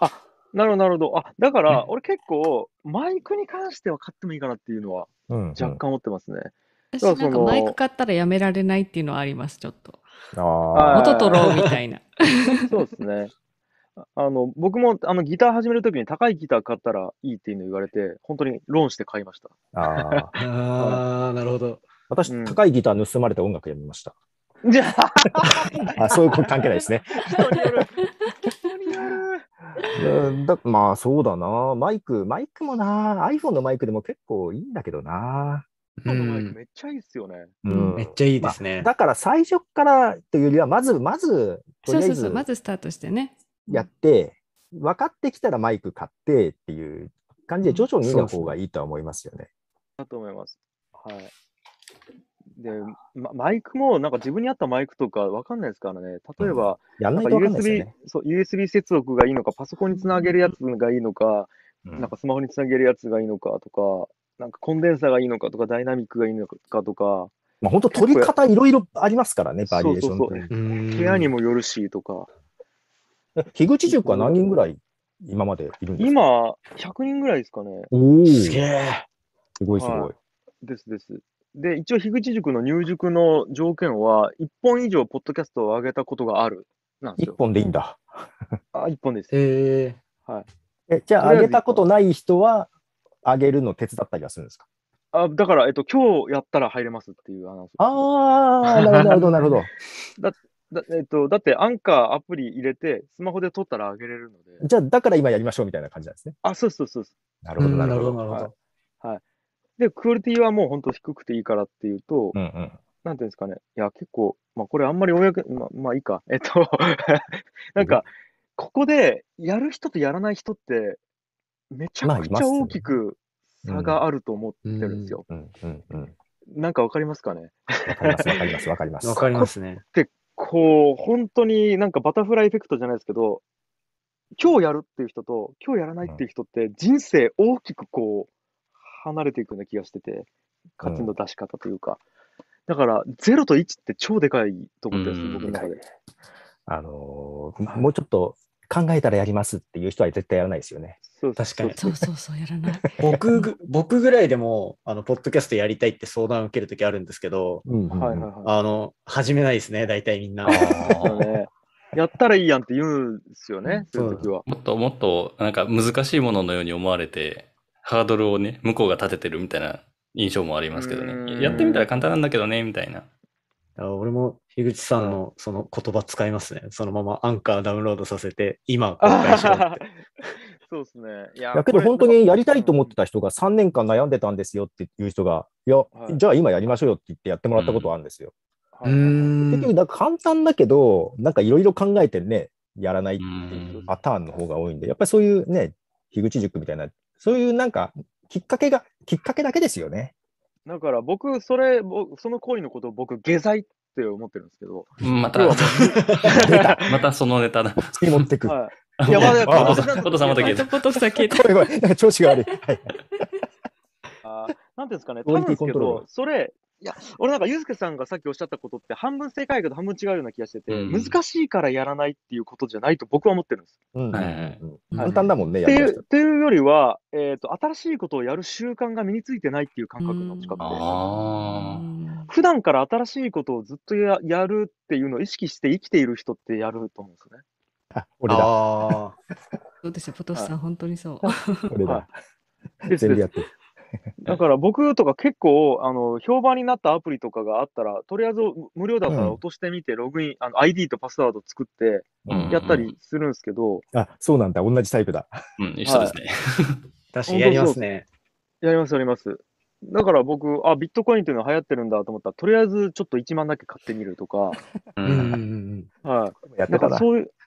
なるほど、なるほど。あ、だからね、 俺結構、マイクに関しては買ってもいいかなっていうのはうん、うん。 若干思ってますね。だか私らそなんかマイクの、 買ったらやめられないっていうのはあります、ちょっと。 ああ、 音取ろうあみたいな。 ーそうですね。あの、僕もあのギター始めるときに高いギター買ったらいいっていうの言われて、本当にローンして買いました。 ああ。 はああ、なるほど。 私、 うん高いギター盗まれて音楽やめました。 い。じゃあ、 あ、そういうこと関係ないですね。 人による。人による。 うんだまあ、そうだな。マイク、マイクもな。iPhone のマイクでも結構いいんだけどな。 このマイクうんめっちゃいいっすよね。 うんめっちゃいいですね。 だから最初からというよりは、まず、まず、とりあえそうそうそう、まずずスタートしてね。 やって、分かってきたらマイク買ってっていう感じで、徐々にの方がいいとは思いますよね。 だと思います。はい。で、ま、マイクもなんか自分に合ったマイクとかわかんないですからね。例えば、なんかやんないと分かんないですよユーエスビー、 ね。 そう、ユーエスビー 接続がいいのか、パソコンにつなげるやつがいいのか、 うんなんかスマホにつなげるやつがいいのかとか、なんかコンデンサーがいいのかとか、ダイナミックがいいのかとか、 まあ、本当取り方いろいろありますからね、バリエーションそうそうっていう。 うん部屋にもよるしとか、 え樋口塾は何人ぐらい今までいるんですか？ 今、ひゃくにんぐらいですかね。 おお、すすげえ。 ごいすごい。 はいですです。で、一応、樋口塾の入塾の条件は、いっぽん以上、ポッドキャストを上げたことがある、なんです一よ。 本でいいんだ。 あ、いっぽんです。 へえ。 はい。 え、じゃあ、 とりあえず上げたことない人は、上げるの手伝ったりはするんですか？ あ、だから、えっと、今日やったら入れますっていうアナウンス。 ああ、なるほど、なるほど、なるほど。 だ、えっと、だって、アンカーアプリ入れて、スマホで撮ったら上げれるので。 じゃあ、だから今やりましょうみたいな感じなんですね。 あ、そうそうそうそなるほど、なるほど。 なるほど。 う。はい。で、クオリティはもう本当低くていいからっていうと、 うんうん。 なんていうんですかね。いや、結構、まあ、これあんまり公、ま、まあいいか。えっと、なんか、ここでやる人とやらない人って、めちゃくちゃ大きく差があると思ってるんですよ。 うんうんうん。 なんかわかりますかね。 わかります、わかります、わかります。 わかりますね。 で、こう、本当になんかバタフライエフェクトじゃないですけど、今日やるっていう人と、今日やらないっていう人って、人生大きくこう、離れていくような気がしてて、価値の出し方というか。だから、ゼロといちって超でかいと思ってるんです、 うん僕の中で。 あのーもうちょっと考えたらやりますっていう人は絶対やらないですよね。 そう確かにそうそうそう、やらない。 僕ぐ、僕ぐらいでも、あの、ポッドキャストやりたいって相談を受けるときあるんですけど、 うんうんうんはいはいはい。 あの、始めないですね、大体みんな。 そうね。やったらいいやんって言うんですよね、そういう時は。 もっともっとなんか難しいもののように思われて、ハードルをね、向こうが立ててるみたいな印象もありますけどうーね。 んやってみたら簡単なんだけどね、みたいな。 あ俺も樋口さんのその言葉使いますね。そのままアンカーダウンロードさせて、今公開しろって。 そうですね。いやだけど本当にやりたいと思ってた。 た人がさんねんかん悩んでたんですよっていう人が、いや、 はいじゃあ今やりましょうよって言ってやってもらったことはあるんですよ。 はいはいはい結局、 ん。 なんか簡単だけど、なんかいろいろ考えてね、やらないってういうんパターンの方が多いんで、やっぱりそういうね、樋口塾みたいな、そういうなんか、きっかけが、きっかけだけですよね。 だから僕、それ、僕その行為のことを僕、下剤って思ってるんですけど。 また要はも、 出たまたそのネタだ。 次持ってく。 はい。いや、まだ、 あポトさんポトさんまた消えたまたポトフさん消えた。 ごめんごめん、なんか調子が悪い。はいあーなんていうんですかね、 クオリティ多分ですけコントロールど、それ、いや、俺なんか、ゆうすけさんがさっきおっしゃったことって、半分正解けど半分違うような気がしてて、 うん難しいからやらないっていうことじゃないと僕は思ってるんです。 うんうんはいはいうんうん簡単だもんね、 っていう、 やりだしたっていうよりは、えっと、新しいことをやる習慣が身についてないっていう感覚が近くて、 あ普段から新しいことをずっとややるっていうのを意識して生きている人ってやると思うんですよね。 あ俺だ、 ああ。 そうですよ、ポトフさん、本当にそう。 俺だ。 ですです全部やってる。 だから僕とか結構、あの、評判になったアプリとかがあったら、とりあえず無料だから落としてみて、ログイン、あの、アイディー とパスワード作ってうんやったりするんですけど、 あ、そうなんだ、同じタイプだ。 ーうん、一緒ですね。 確かにやりますね。 やりますやります。だから僕、あ、ビットコインっていうのは流行ってるんだと思ったら、とりあえずちょっといちまんだけ買ってみるとか、 ううんうんんうん。 はい。 やってたな。 なんかそういう、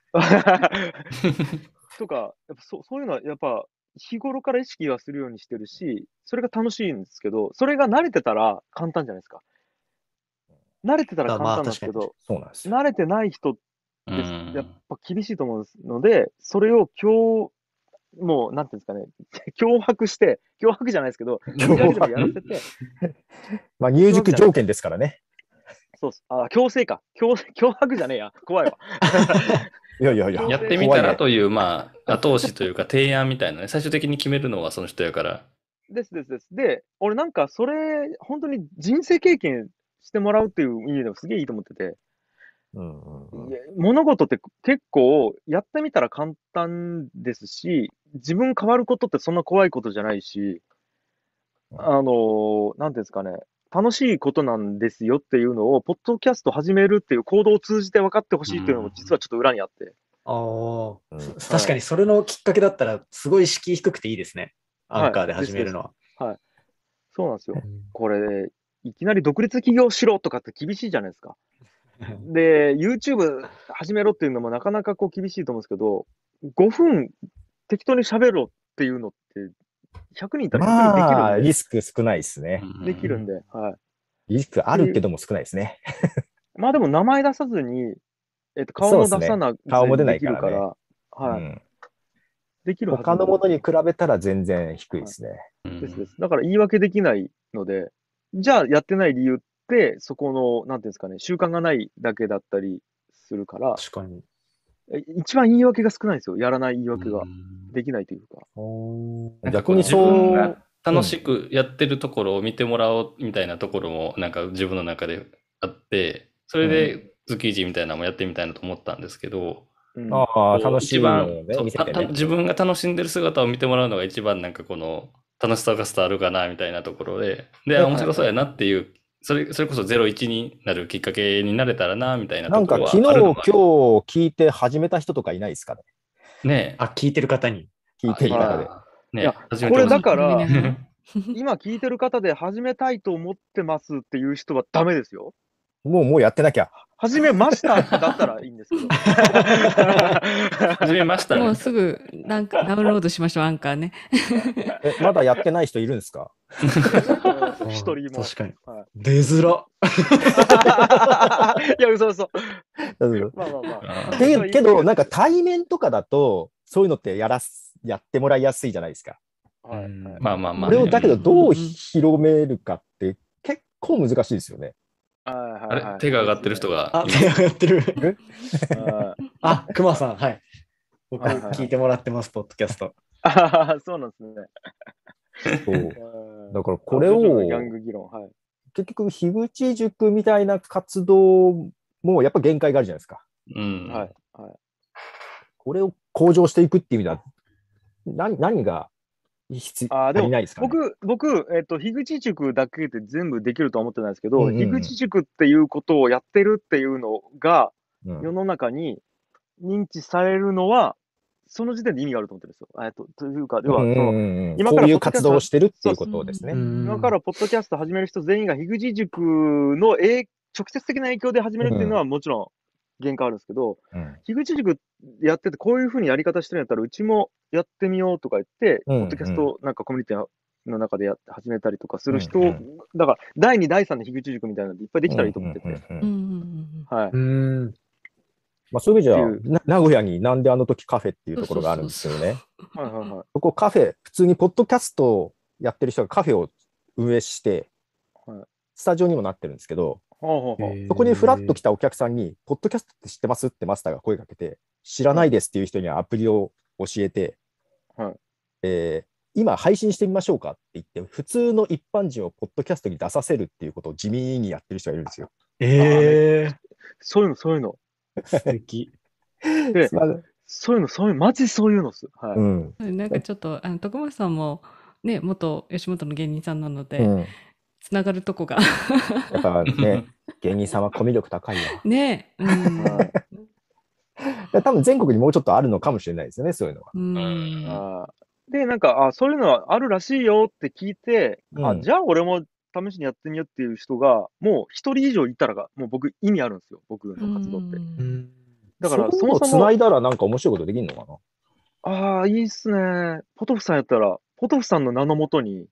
とか、やっぱそそういうのはやっぱ日頃から意識はするようにしてるし、それが楽しいんですけど、それが慣れてたら簡単じゃないですか。慣れてたらあまあ簡単なんですけど、 そうなんですよ。 慣れてない人ってうんやっぱ厳しいと思うので、それを今日、もう、なんていうんですかね、脅迫して、脅迫じゃないですけど、無理やりでもやらせて、 まあ、入塾条件ですからね。 そうっす。あ、強制か。強、脅迫じゃねえや。怖いわ。 いやいやいや。 やってみたらという、まあ、後押しというか提案みたいなね、最終的に決めるのはその人やから。 ですですです。で、俺なんかそれ、本当に人生経験してもらうっていう意味でもすげえいいと思ってて、 うんうんうんいや物事って結構やってみたら簡単ですし、自分変わることってそんな怖いことじゃないし、あの、なんていうんですかね、楽しいことなんですよっていうのを、ポッドキャスト始めるっていう行動を通じて分かってほしいっていうのも実はちょっと裏にあって。 ああ、 うん確かにそれのきっかけだったら、すごい敷居低くていいですね。アンカーで始めるのは。 はい。そうなんですよ。これ、いきなり独立起業しろとかって厳しいじゃないですか。で、YouTube 始めろっていうのもなかなかこう厳しいと思うんですけど、ごふん適当に喋ろうっていうのって、ひゃくにんいたらひゃくにんできまあ、 るんで。 リスク少ないですね。 できるんで、はい。 リスクあるけども少ないですね。 まあでも名前出さずに、えっと、顔も出さなくて顔も出ないできるから、 からはい、 うんできるはず他のものに比べたら全然低いですね。 ですです。だから言い訳できないので、じゃあやってない理由って、そこの、なんていうんですかね、習慣がないだけだったりするから、 確かに。 え一番言い訳が少ないんですよ。やらない言い訳が。できないというか。 逆にそう自分が楽しくやってるところを見てもらおうみたいなところもなんか自分の中であって、それで月一みたいなのもやってみたいなと思ったんですけど、 うん、 ああ、楽しい一のを番、 ね、 そう見せてね。 たた自分が楽しんでる姿を見てもらうのが一番なんかこの楽しさが伝わるかなみたいなところで、で、あ面白そうやなっていう、それそれこそゼロイチになるきっかけになれたらなみたいななんかところは昨日、今あるのか日聞いて始めた人とかいないですかね。 なねあ、聞いてる方に。 聞いてる方で。 え。ねいや初めてほしいこれだから見ながら今聞いてる方で始めたいと思ってますっていう人はダメですよ。 もう、もうやってなきゃ。 始めましただったらいいんですけど。 始めましたね。 もうすぐなんかダウンロードしましょう、アンカーね。 え、まだやってない人いるんですか？ 一人も。 確かに。 はい出づら。 いや、嘘嘘。 うんまあまあまあ。 けけど、なんか対面とかだと、そういうのってやらす、やってもらいやすいじゃないですか。 はいはいまあまあまあ、 これをだけどどううん広めるかって結構難しいですよね。 はいあはいはいれ手が上がってる人があ、 います手が上がってる。 はいあ、熊さん、はい。僕、 はいはいはい聞いてもらってます、ポッドキャスト。 あーそうなんですね。 そううんだからこれをあジョジョのギャング議論。はい。 結局、樋口塾みたいな活動もやっぱ限界があるじゃないですか。 うん。 はい。はい。 これを向上していくっていう意味では、何何が必あーでも足りないですかね。 僕、僕、えっと、樋口塾だけで全部できるとは思ってないですけど、 うんうんうん樋口塾っていうことをやってるっていうのが、 うん世の中に認知されるのは、その時点で意味があると思ってるんですよ。えっと、というか、要は、そうんの、 うんうん今からこういう活動をしてるっていうことですね。 今からポッドキャスト始める人全員が樋口塾の影直接的な影響で始めるっていうのはもちろん限界あるんですけど、 うん樋口塾やっててこういうふうにやり方してるんやったらうちもやってみようとか言って、 うんポッドキャストなんかコミュニティの中でやって始めたりとかする人、 うんうんだからだいに、だいさんの樋口塾みたいなのでいっぱいできたらいいと思ってて。 うんうんうんうんうんはい。 うん。 まあ、そういう意味じゃっていな名古屋になんであの時カフェっていうところがあるんですよね。 はいはいはい。 そこカフェ、普通にポッドキャストをやってる人がカフェを運営して、 はいスタジオにもなってるんですけど、 ほうほうほうそこにフラッと来たお客さんに、ポッドキャストって知ってますってマスターが声かけて、知らないですっていう人にはアプリを教えて、 はいえー今配信してみましょうかって言って、普通の一般人をポッドキャストに出させるっていうことを地味にやってる人がいるんですよ。 ええそういうの、そういうの。 素敵。 で、 まあそういうの、そういうの、マジそういうのっす。はい。 うんうん。なんかちょっと、あの、徳松さんも、ね、元吉本の芸人さんなので、 うん、 つながるとこが。 やっぱね、芸人さんはコミュ力高いわ。 ねえ。うん。 はい多分全国にもうちょっとあるのかもしれないですよね、そういうのは。 うん。 あーで、なんか、あ、そういうのはあるらしいよって聞いて、 うんあ、じゃあ俺も試しにやってみようっていう人が、もう一人以上いたらが、もう僕意味あるんですよ、僕の活動って。 うんだから、 そのをそうもそも繋い、だらなんか面白いことできるのかな。 ああ、いいっすね。ポトフさんやったら、ポトフさんの名のもとに、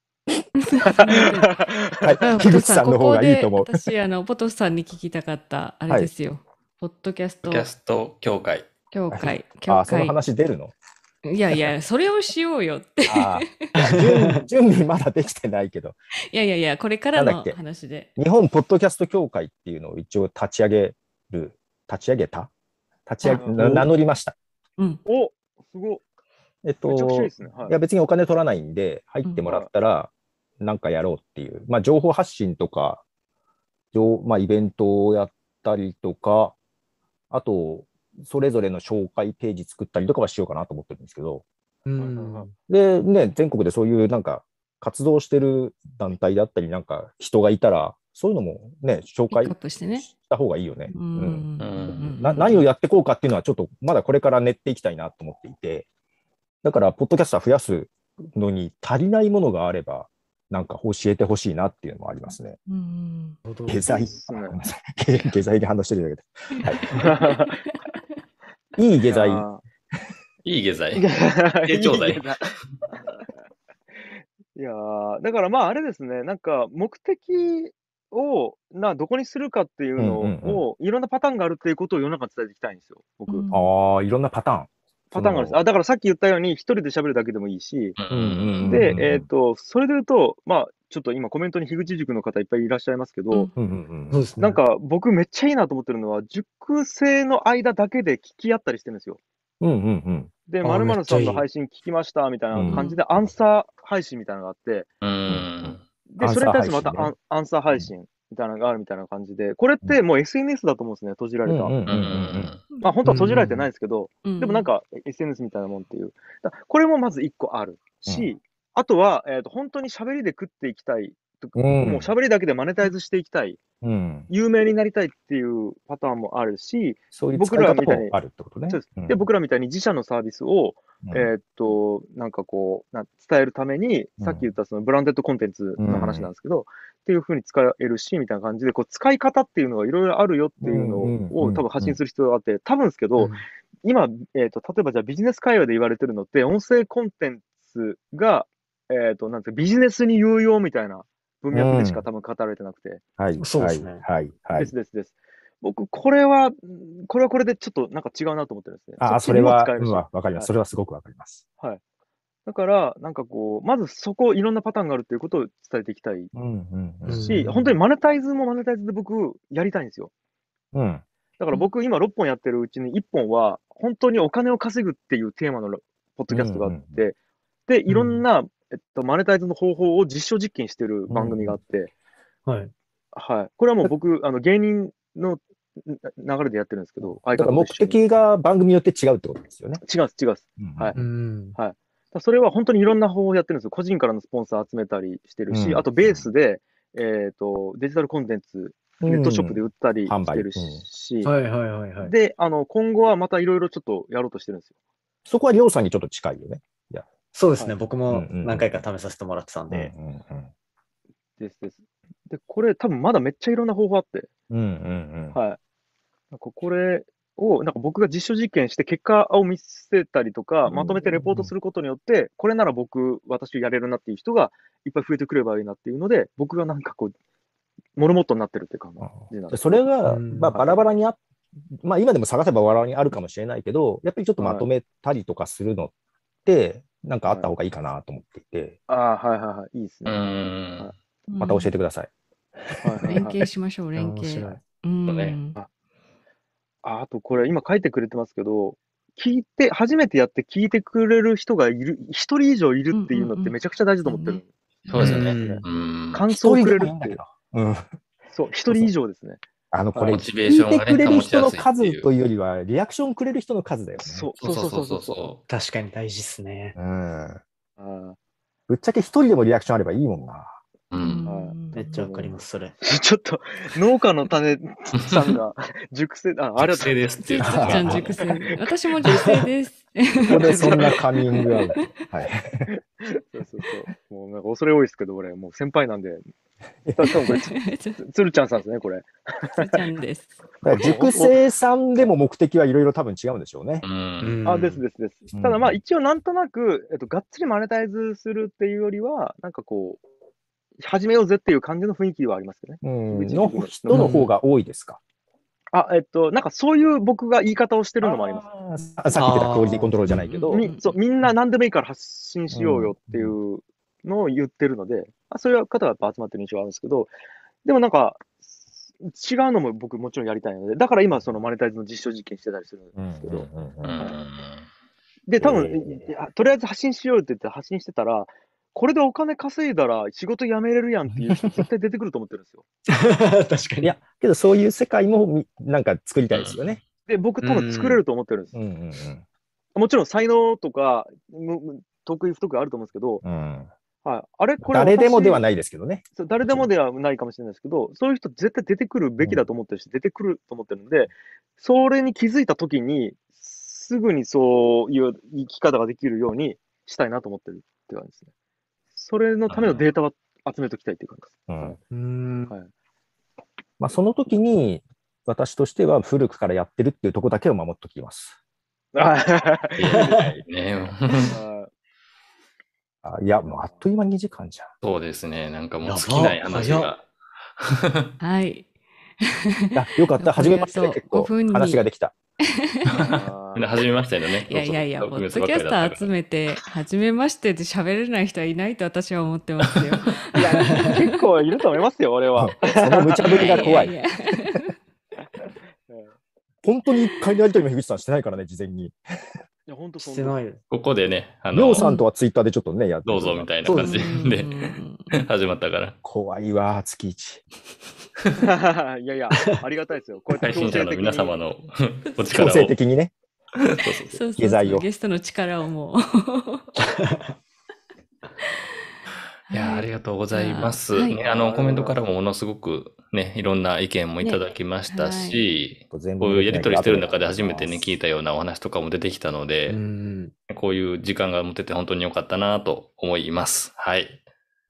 はい、 あ樋口さんの方がいいと思うここ。で私、あの、ポトフさんに聞きたかった、あれですよ。ポッドキャストキャスト協会。 協会。 あ協あ、その会。 話出るの？ いやいや、それをしようよって。 ああ準準備まだできてないけど、 いやいやいや、これからのなんだっけ話で。 日本ポッドキャスト協会っていうのを一応立ち上げる、立ち上げた立ち上げ、 あな名乗りました。 うん。 お、すごい。 えっめちゃくちゃいいとで、すね。はいいや別にお金取らないんで、入ってもらったら、なんかやろうっていう、まあ情報発信とか、情まあイベントをやったりとか、あと、それぞれの紹介ページ作ったりとかはしようかなと思ってるんですけど、 うはいはいはいん。 で、ね、全国でそういうなんか活動してる団体だったり、なんか人がいたら、そういうのもね、紹介ピックアップしてね。 した方がいいよね。 ううんん。 な何をやっていこうかっていうのは、ちょっとまだこれから練っていきたいなと思っていて、だから、ポッドキャスター増やすのに足りないものがあれば、なんか教えてほしいなっていうのもありますね。 うん。 下剤、 いいっすねごめんなさい下剤に反応してるだけで。はい、いい下剤。 いい下剤。 い低調剤い下剤いやーだからまああれですね、なんか目的をなどこにするかっていうのうんうんを、いろんなパターンがあるっていうことを世の中に伝えていきたいんですよ、僕。 うんああ、いろんなパターン。 パターンがあるんです。あ、だからさっき言ったように、一人で喋るだけでもいいし、 うんうんうんで、 うんえっ、と、それで言うと、まあ、ちょっと今コメントに樋口塾の方いっぱいいらっしゃいますけど、 うんうんうんそうですね。 なんか僕めっちゃいいなと思ってるのは、塾生の間だけで聞き合ったりしてるんですよ。 うんうんうんで、 あーまるまるさんめっちゃいいの配信聞きましたみたいな感じで、アンサー配信みたいなのがあって、 うんで、 アンサーそれに対してまた配信ねアン,、アンサー配信みたいなのがあるみたいな感じで、これってもう エスエヌエス だと思うんですね、閉じられた。 うんうんうんうんうんまあ本当は閉じられてないですけど、 うんでもなんか エスエヌエス みたいなもんっていう。だこれもまず一個あるし、あとは、えーと、本当に喋りで食っていきたい。 うんもう喋りだけでマネタイズしていきたい。 うん有名になりたいっていうパターンもあるし、 そういう僕使い方らみたいにもあるってことね。 そうですうんで、僕らみたいに自社のサービスを、 うんえーっと、なんかこうな、伝えるために、 うんさっき言ったそのブランデッドコンテンツの話なんですけど、っていうふうに使えるし、みたいな感じで、こう使い方っていうのがいろいろあるよっていうのうんうんうんを多分発信する必要があって、多分ですけど、 うん今、えーっと、例えばじゃあビジネス会話で言われてるのって、音声コンテンツが、えーっと、なんていうかビジネスに有用みたいな文脈でしか多分語られてなくて、 はい。 そうですねはい。はい。はいですですです。僕、これは、これはこれでちょっとなんか違うなと思ってるんですね。 ああ、 っちにそれは、うんも使えるしわわかります。それはすごくわかります。 はい。だから、なんかこう、まずそこ、いろんなパターンがあるっていうことを伝えていきたいうんうんうんし、 うん本当にマネタイズもマネタイズで僕、やりたいんですよ。 うんだから僕、今ろっぽんやってるうちにいっぽんは、本当にお金を稼ぐっていうテーマのポッドキャストがあって、で、いろんな、えっと、マネタイズの方法を実証実験してる番組があって、 はい。 はい。これはもう僕、あの、芸人のな流れでやってるんですけど、 だから目相方と一緒に的が番組によって違うってことですよね。 違うんです、違うんです。 うんはいうん。 だからそれは本当にいろんな方法をやってるんですよ。個人からのスポンサー集めたりしてるし、 うんあとベースで、えっ、と、デジタルコンテンツ、ネットショップで売ったり販売してるし、 はいはいはいはい。 で、あの、今後はまたいろいろちょっとやろうとしてるんですよ。 そこはりょうさんにちょっと近いよね。 そうですね。 はい僕もうんうんうん何回か試させてもらってたんで。 うんうんですです。で、これ多分まだめっちゃいろんな方法あって、 うんうんうんはい。なんかこれを、なんか僕が実証実験して結果を見せたりとか、 うんまとめてレポートすることによって、これなら僕、私やれるなっていう人がいっぱい増えてくればいいなっていうので、僕がなんかこう、モルモットになってるっていう感じなんです。 それが、 うんまあ、バラバラにあまあ今でも探せばバラバラにあるかもしれないけど、やっぱりちょっとまとめたりとかするのって、なんかあった方がいいかなと思っていて、 ああ、はいはいはい。いいですうね。 ん。 また教えてください。 はいはいはい連携しましょう、連面白い携。うんそうねああとこれ今書いてくれてますけど、聞いて、初めてやって聞いてくれる人がいる、一人以上いるっていうのってめちゃくちゃ大事だと思ってる。 そうですよね。 うんうん。 感想をくれるって一人でもいいんだけ。どうん。 そう、一人以上ですね。 あの、これ、 モチベーションがね聞いてくれる人の保ちやすいっていう数というよりは、リアクションくれる人の数だよね。 そう、 そそううそそそううそううそうう。 そ確かに大事っすね。 うん。 あーぶっちゃけ一人でもリアクションあればいいもんな。 う。う。 うんはいんめっちゃわかります、それ。 ちょっと、農家の種さんが熟成、あ、ありがとうございます。 ですっていうつーちゃん熟成。私も熟成です。 ここでそんなカミングアウト。はい。 そうそうそう。もうなんか恐れ多いですけど、俺、もう先輩なんで。多分これ、つつつるちゃんさんですね、これ。 ーちゃんです。 だから熟成さんでも目的はいろいろ多分違うんでしょうね。 うん。 あ、ですですです。 うんただまあ一応なんとなく、えっと、がっつりマネタイズするっていうよりは、なんかこう、始めようぜっていう感じの雰囲気はありますよね。 うん。の人の方が多いですか。 あ、えっと、なんかそういう僕が言い方をしてるのもあります。 あーさっき言ってたクオリティコントロールじゃないけど、 うんみそうみんな何でもいいから発信しようよっていうのを言ってるので、あそういう方がやっぱ集まってる印象があるんですけど、でもなんか、 違うのも僕もちろんやりたいので、だから今そのマネタイズの実証実験してたりするんですけど、で、多分、いやとりあえず発信しようって言って発信してたら、これでお金稼いだら仕事辞めれるやんっていう人絶対出てくると思ってるんですよ。 確かに。 いや、けどそういう世界もみなんか作りたいですよね。 で、僕多分作れると思ってるんです。 うんうんうんもちろん才能とか、む得意不得意あると思うんですけど、 うんはい、あれこれ誰でもではい。 ないですけどね。 そう誰でもではないかもしれないですけど、そういう人絶対出てくるべきだと思ってるし、出てくると思ってるんで、それに気づいたときに、すぐにそういう生き方ができるようにしたいなと思ってるって感じですね。それのためのデータは集めておきたいっていう感じです。 うんうん。 はい。 まあ、その時に私としては古くからやってるっていうところだけを守っておきます。 いやいやね。 あいや、もうあっという間ににじかんじゃん。 そうですね。なんかもう尽きない話が。 はい。 あよかった。初めましてそうで結構ごふんに話ができた。 みんな初めましてのね。 いやいやいや、ポッドキャスター集めて、初めましてで喋れない人はいないと私は思ってますよ。 いや、結構いると思いますよ、俺は。 その無茶ぶりが怖い。 いやいやい本当に一回のやりとりも樋口さんしてないからね、事前に。 いや、本当してない。 ここでね、ありょのうさんとはツイッターでちょっとね、やってどうぞみたいな感じで始まったから。 怖いわ、月一。 いやいや、ありがたいですよ。こうやって配信者の皆様のお強力を。 制的にね。 そうそうそうそう下剤をゲストの力をもう。 いや、ありがとうございます。 はいね、あの、コメントからもものすごくね、いろんな意見もいただきましたし、 全こういうやりとりしてる中で初めてね、 い聞いたようなお話とかも出てきたので、 うん。 こういう時間が持てて本当に良かったなと思います。はい。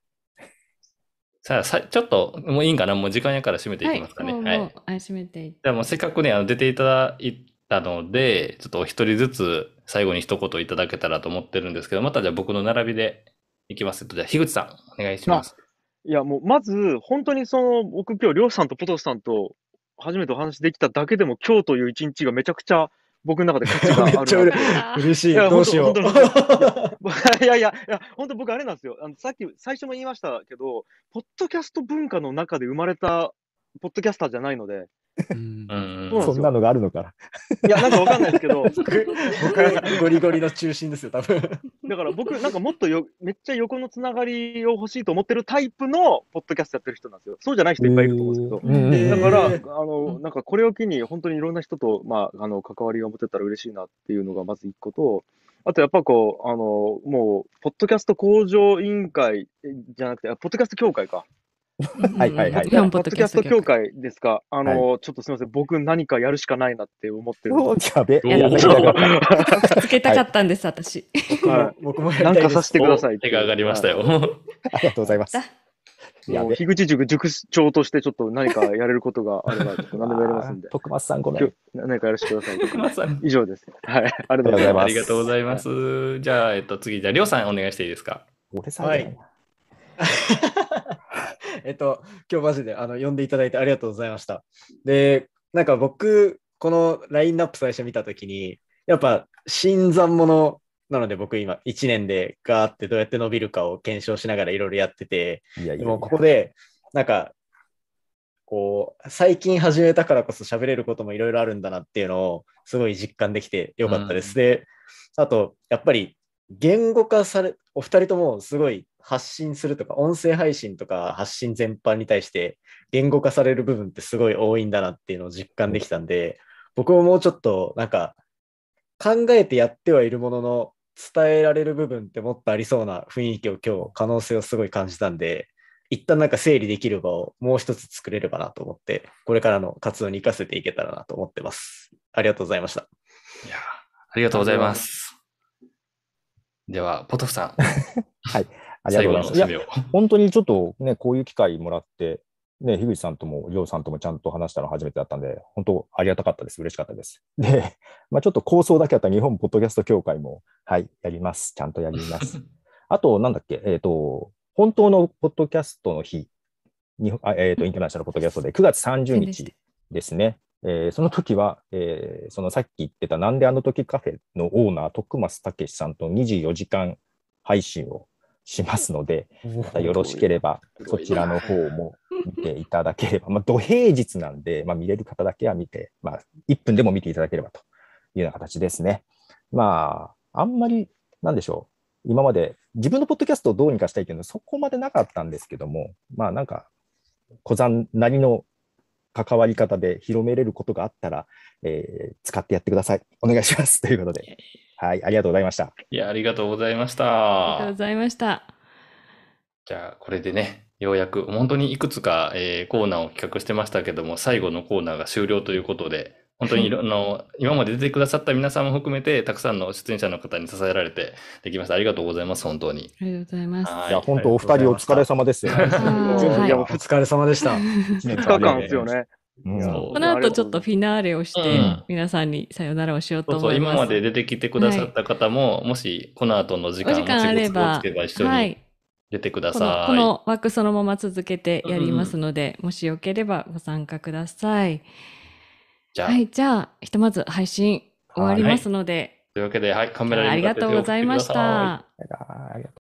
さあ、さちょっと、もういいんかな、もう時間やから締めていきますかね。 はい、 はい。 もうもうあ締めていって。 じゃあもうせっかくね、あの出ていただいたので、ちょっとお一人ずつ最後に一言いただけたらと思ってるんですけど、またじゃあ僕の並びでいきますと、じゃあ樋口さん、お願いします。 いや、もう、まず、本当にその、僕今日、りょうさんとポトフさんと初めてお話できただけでも、今日という一日がめちゃくちゃ僕の中で価値があるなって。 めっちゃ嬉嬉しい。 いやどうしよう。 本当本当いやいや、いや、本当僕あれなんですよ。あの、さっき、最初も言いましたけど、ポッドキャスト文化の中で生まれた、ポッドキャスターじゃないので、 うんうんそうなんですよそんなのがあるのかな。 いや、なんかわかんないですけど、 僕、僕ゴリゴリの中心ですよ、多分。 だから僕、なんかもっとよ、めっちゃ横のつながりを欲しいと思ってるタイプのポッドキャストやってる人なんですよ。そうじゃない人いっぱいいると思うんですけど。 うんえーだから、 えーあの、なんかこれを機に本当にいろんな人と、まあ、あの、関わりが持てたら嬉しいなっていうのがまず一個と、あとやっぱこう、あの、もう、ポッドキャスト向上委員会じゃなくて、あポッドキャスト協会か。 はいはいはい日本ポッドポッドキャスト協協会。 会ですか。あの、ちょっとすみません。僕何かやるしかないなって思ってるんです。 やべ。 おーやべやべつけたかったんです、私。 は僕もやい。なんかさりたいです。 せてくださいって手が上がりましたよ。 ありがとうございます。 だやべ。 もう樋口塾塾長としてちょっと何かやれることがあれば、ちょっと何でもやりますんで。 徳松さんごめん今日。何かやらせてください。 徳松さん以上です。はい。ありがとうございます。 ありがとうございます。じゃあ、えっと、次、じゃあ、りょうさんお願いしていいですか。 俺さんじゃないな。 えっと、今日マジであの呼んでいただいてありがとうございました。で、なんか僕、このラインナップ最初見たときに、やっぱ新参者なので僕今いちねんでガーってどうやって伸びるかを検証しながらいろいろやってて、 いやいやいやでもここで、なんか、こう、最近始めたからこそ喋れることもいろいろあるんだなっていうのをすごい実感できてよかったです。 うんで、あと、やっぱり言語化され、お二人ともすごい発信するとか、音声配信とか発信全般に対して言語化される部分ってすごい多いんだなっていうのを実感できたんで、僕ももうちょっとなんか考えてやってはいるものの伝えられる部分ってもっとありそうな雰囲気を今日可能性をすごい感じたんで、一旦なんか整理できる場をもう一つ作れればなと思って、これからの活動に生かせていけたらなと思ってます。ありがとうございました。 いや、ありがとうございます。では、ポトフさん、 はい。ありが最とうございます。いや後の締めを。 本当にちょっとね、こういう機会もらって、ね、樋口さんとも、りょうさんともちゃんと話したの初めてだったんで、本当ありがたかったです。嬉しかったです。で、まあ、ちょっと構想だけあったら日本ポッドキャスト協会も、はい、やります。ちゃんとやります。あと、なんだっけ、えっと、本当のポッドキャストの日、日本あえっと、インターナショナルポッドキャストでくがつさんじゅうにちですね。えーその時は、えーそのさっき言ってたなんであの時カフェのオーナー、徳増武さんとにじゅうよじかん配信をしますので、またよろしければそちらの方も見ていただければ、まあ、土平日なんで、まあ、見れる方だけは見て、まあ、いっぷんでも見ていただければというような形ですね。まあ、あんまり、なんでしょう。今まで自分のポッドキャストをどうにかしたいっていうのはそこまでなかったんですけども、まあなんか、小山なりの関わり方で広めれることがあったら、えー使ってやってください。お願いします。ということで。はい、ありがとうございました。 いや、ありがとうございましありがとうごた。 ざいました。 じゃあ、これでね、ようやく、本当にいくつか、えーコーナーを企画してましたけども、最後のコーナーが終了ということで、本当にいろんな、今まで出てくださった皆さんも含めて、たくさんの出演者の方に支えられてできました。ありがとうございます、本当に。 ありがとうございます。 はいいや、本当お二人お疲れ様ですよ。 あーはいいや、もうお疲れ様でした。 ふつかかんですよね。 うんそうこの後ちょっとフィナーレをして、 うん皆さんにさよならをしようとそうそう、 思います。 今まで出てきてくださった方も、もしこの後の時間お時間あれば、 もしご都合つけば一緒にはい、 出てくだこのさい。 この枠そのまま続けてやりますので、もしよければご参加ください。 じゃあ、 はい、じゃあ、ひとまず配信終わりますので、 というわけで、はい、カメラにありが向かって手を振ってとうございましください。 た。 ありがとう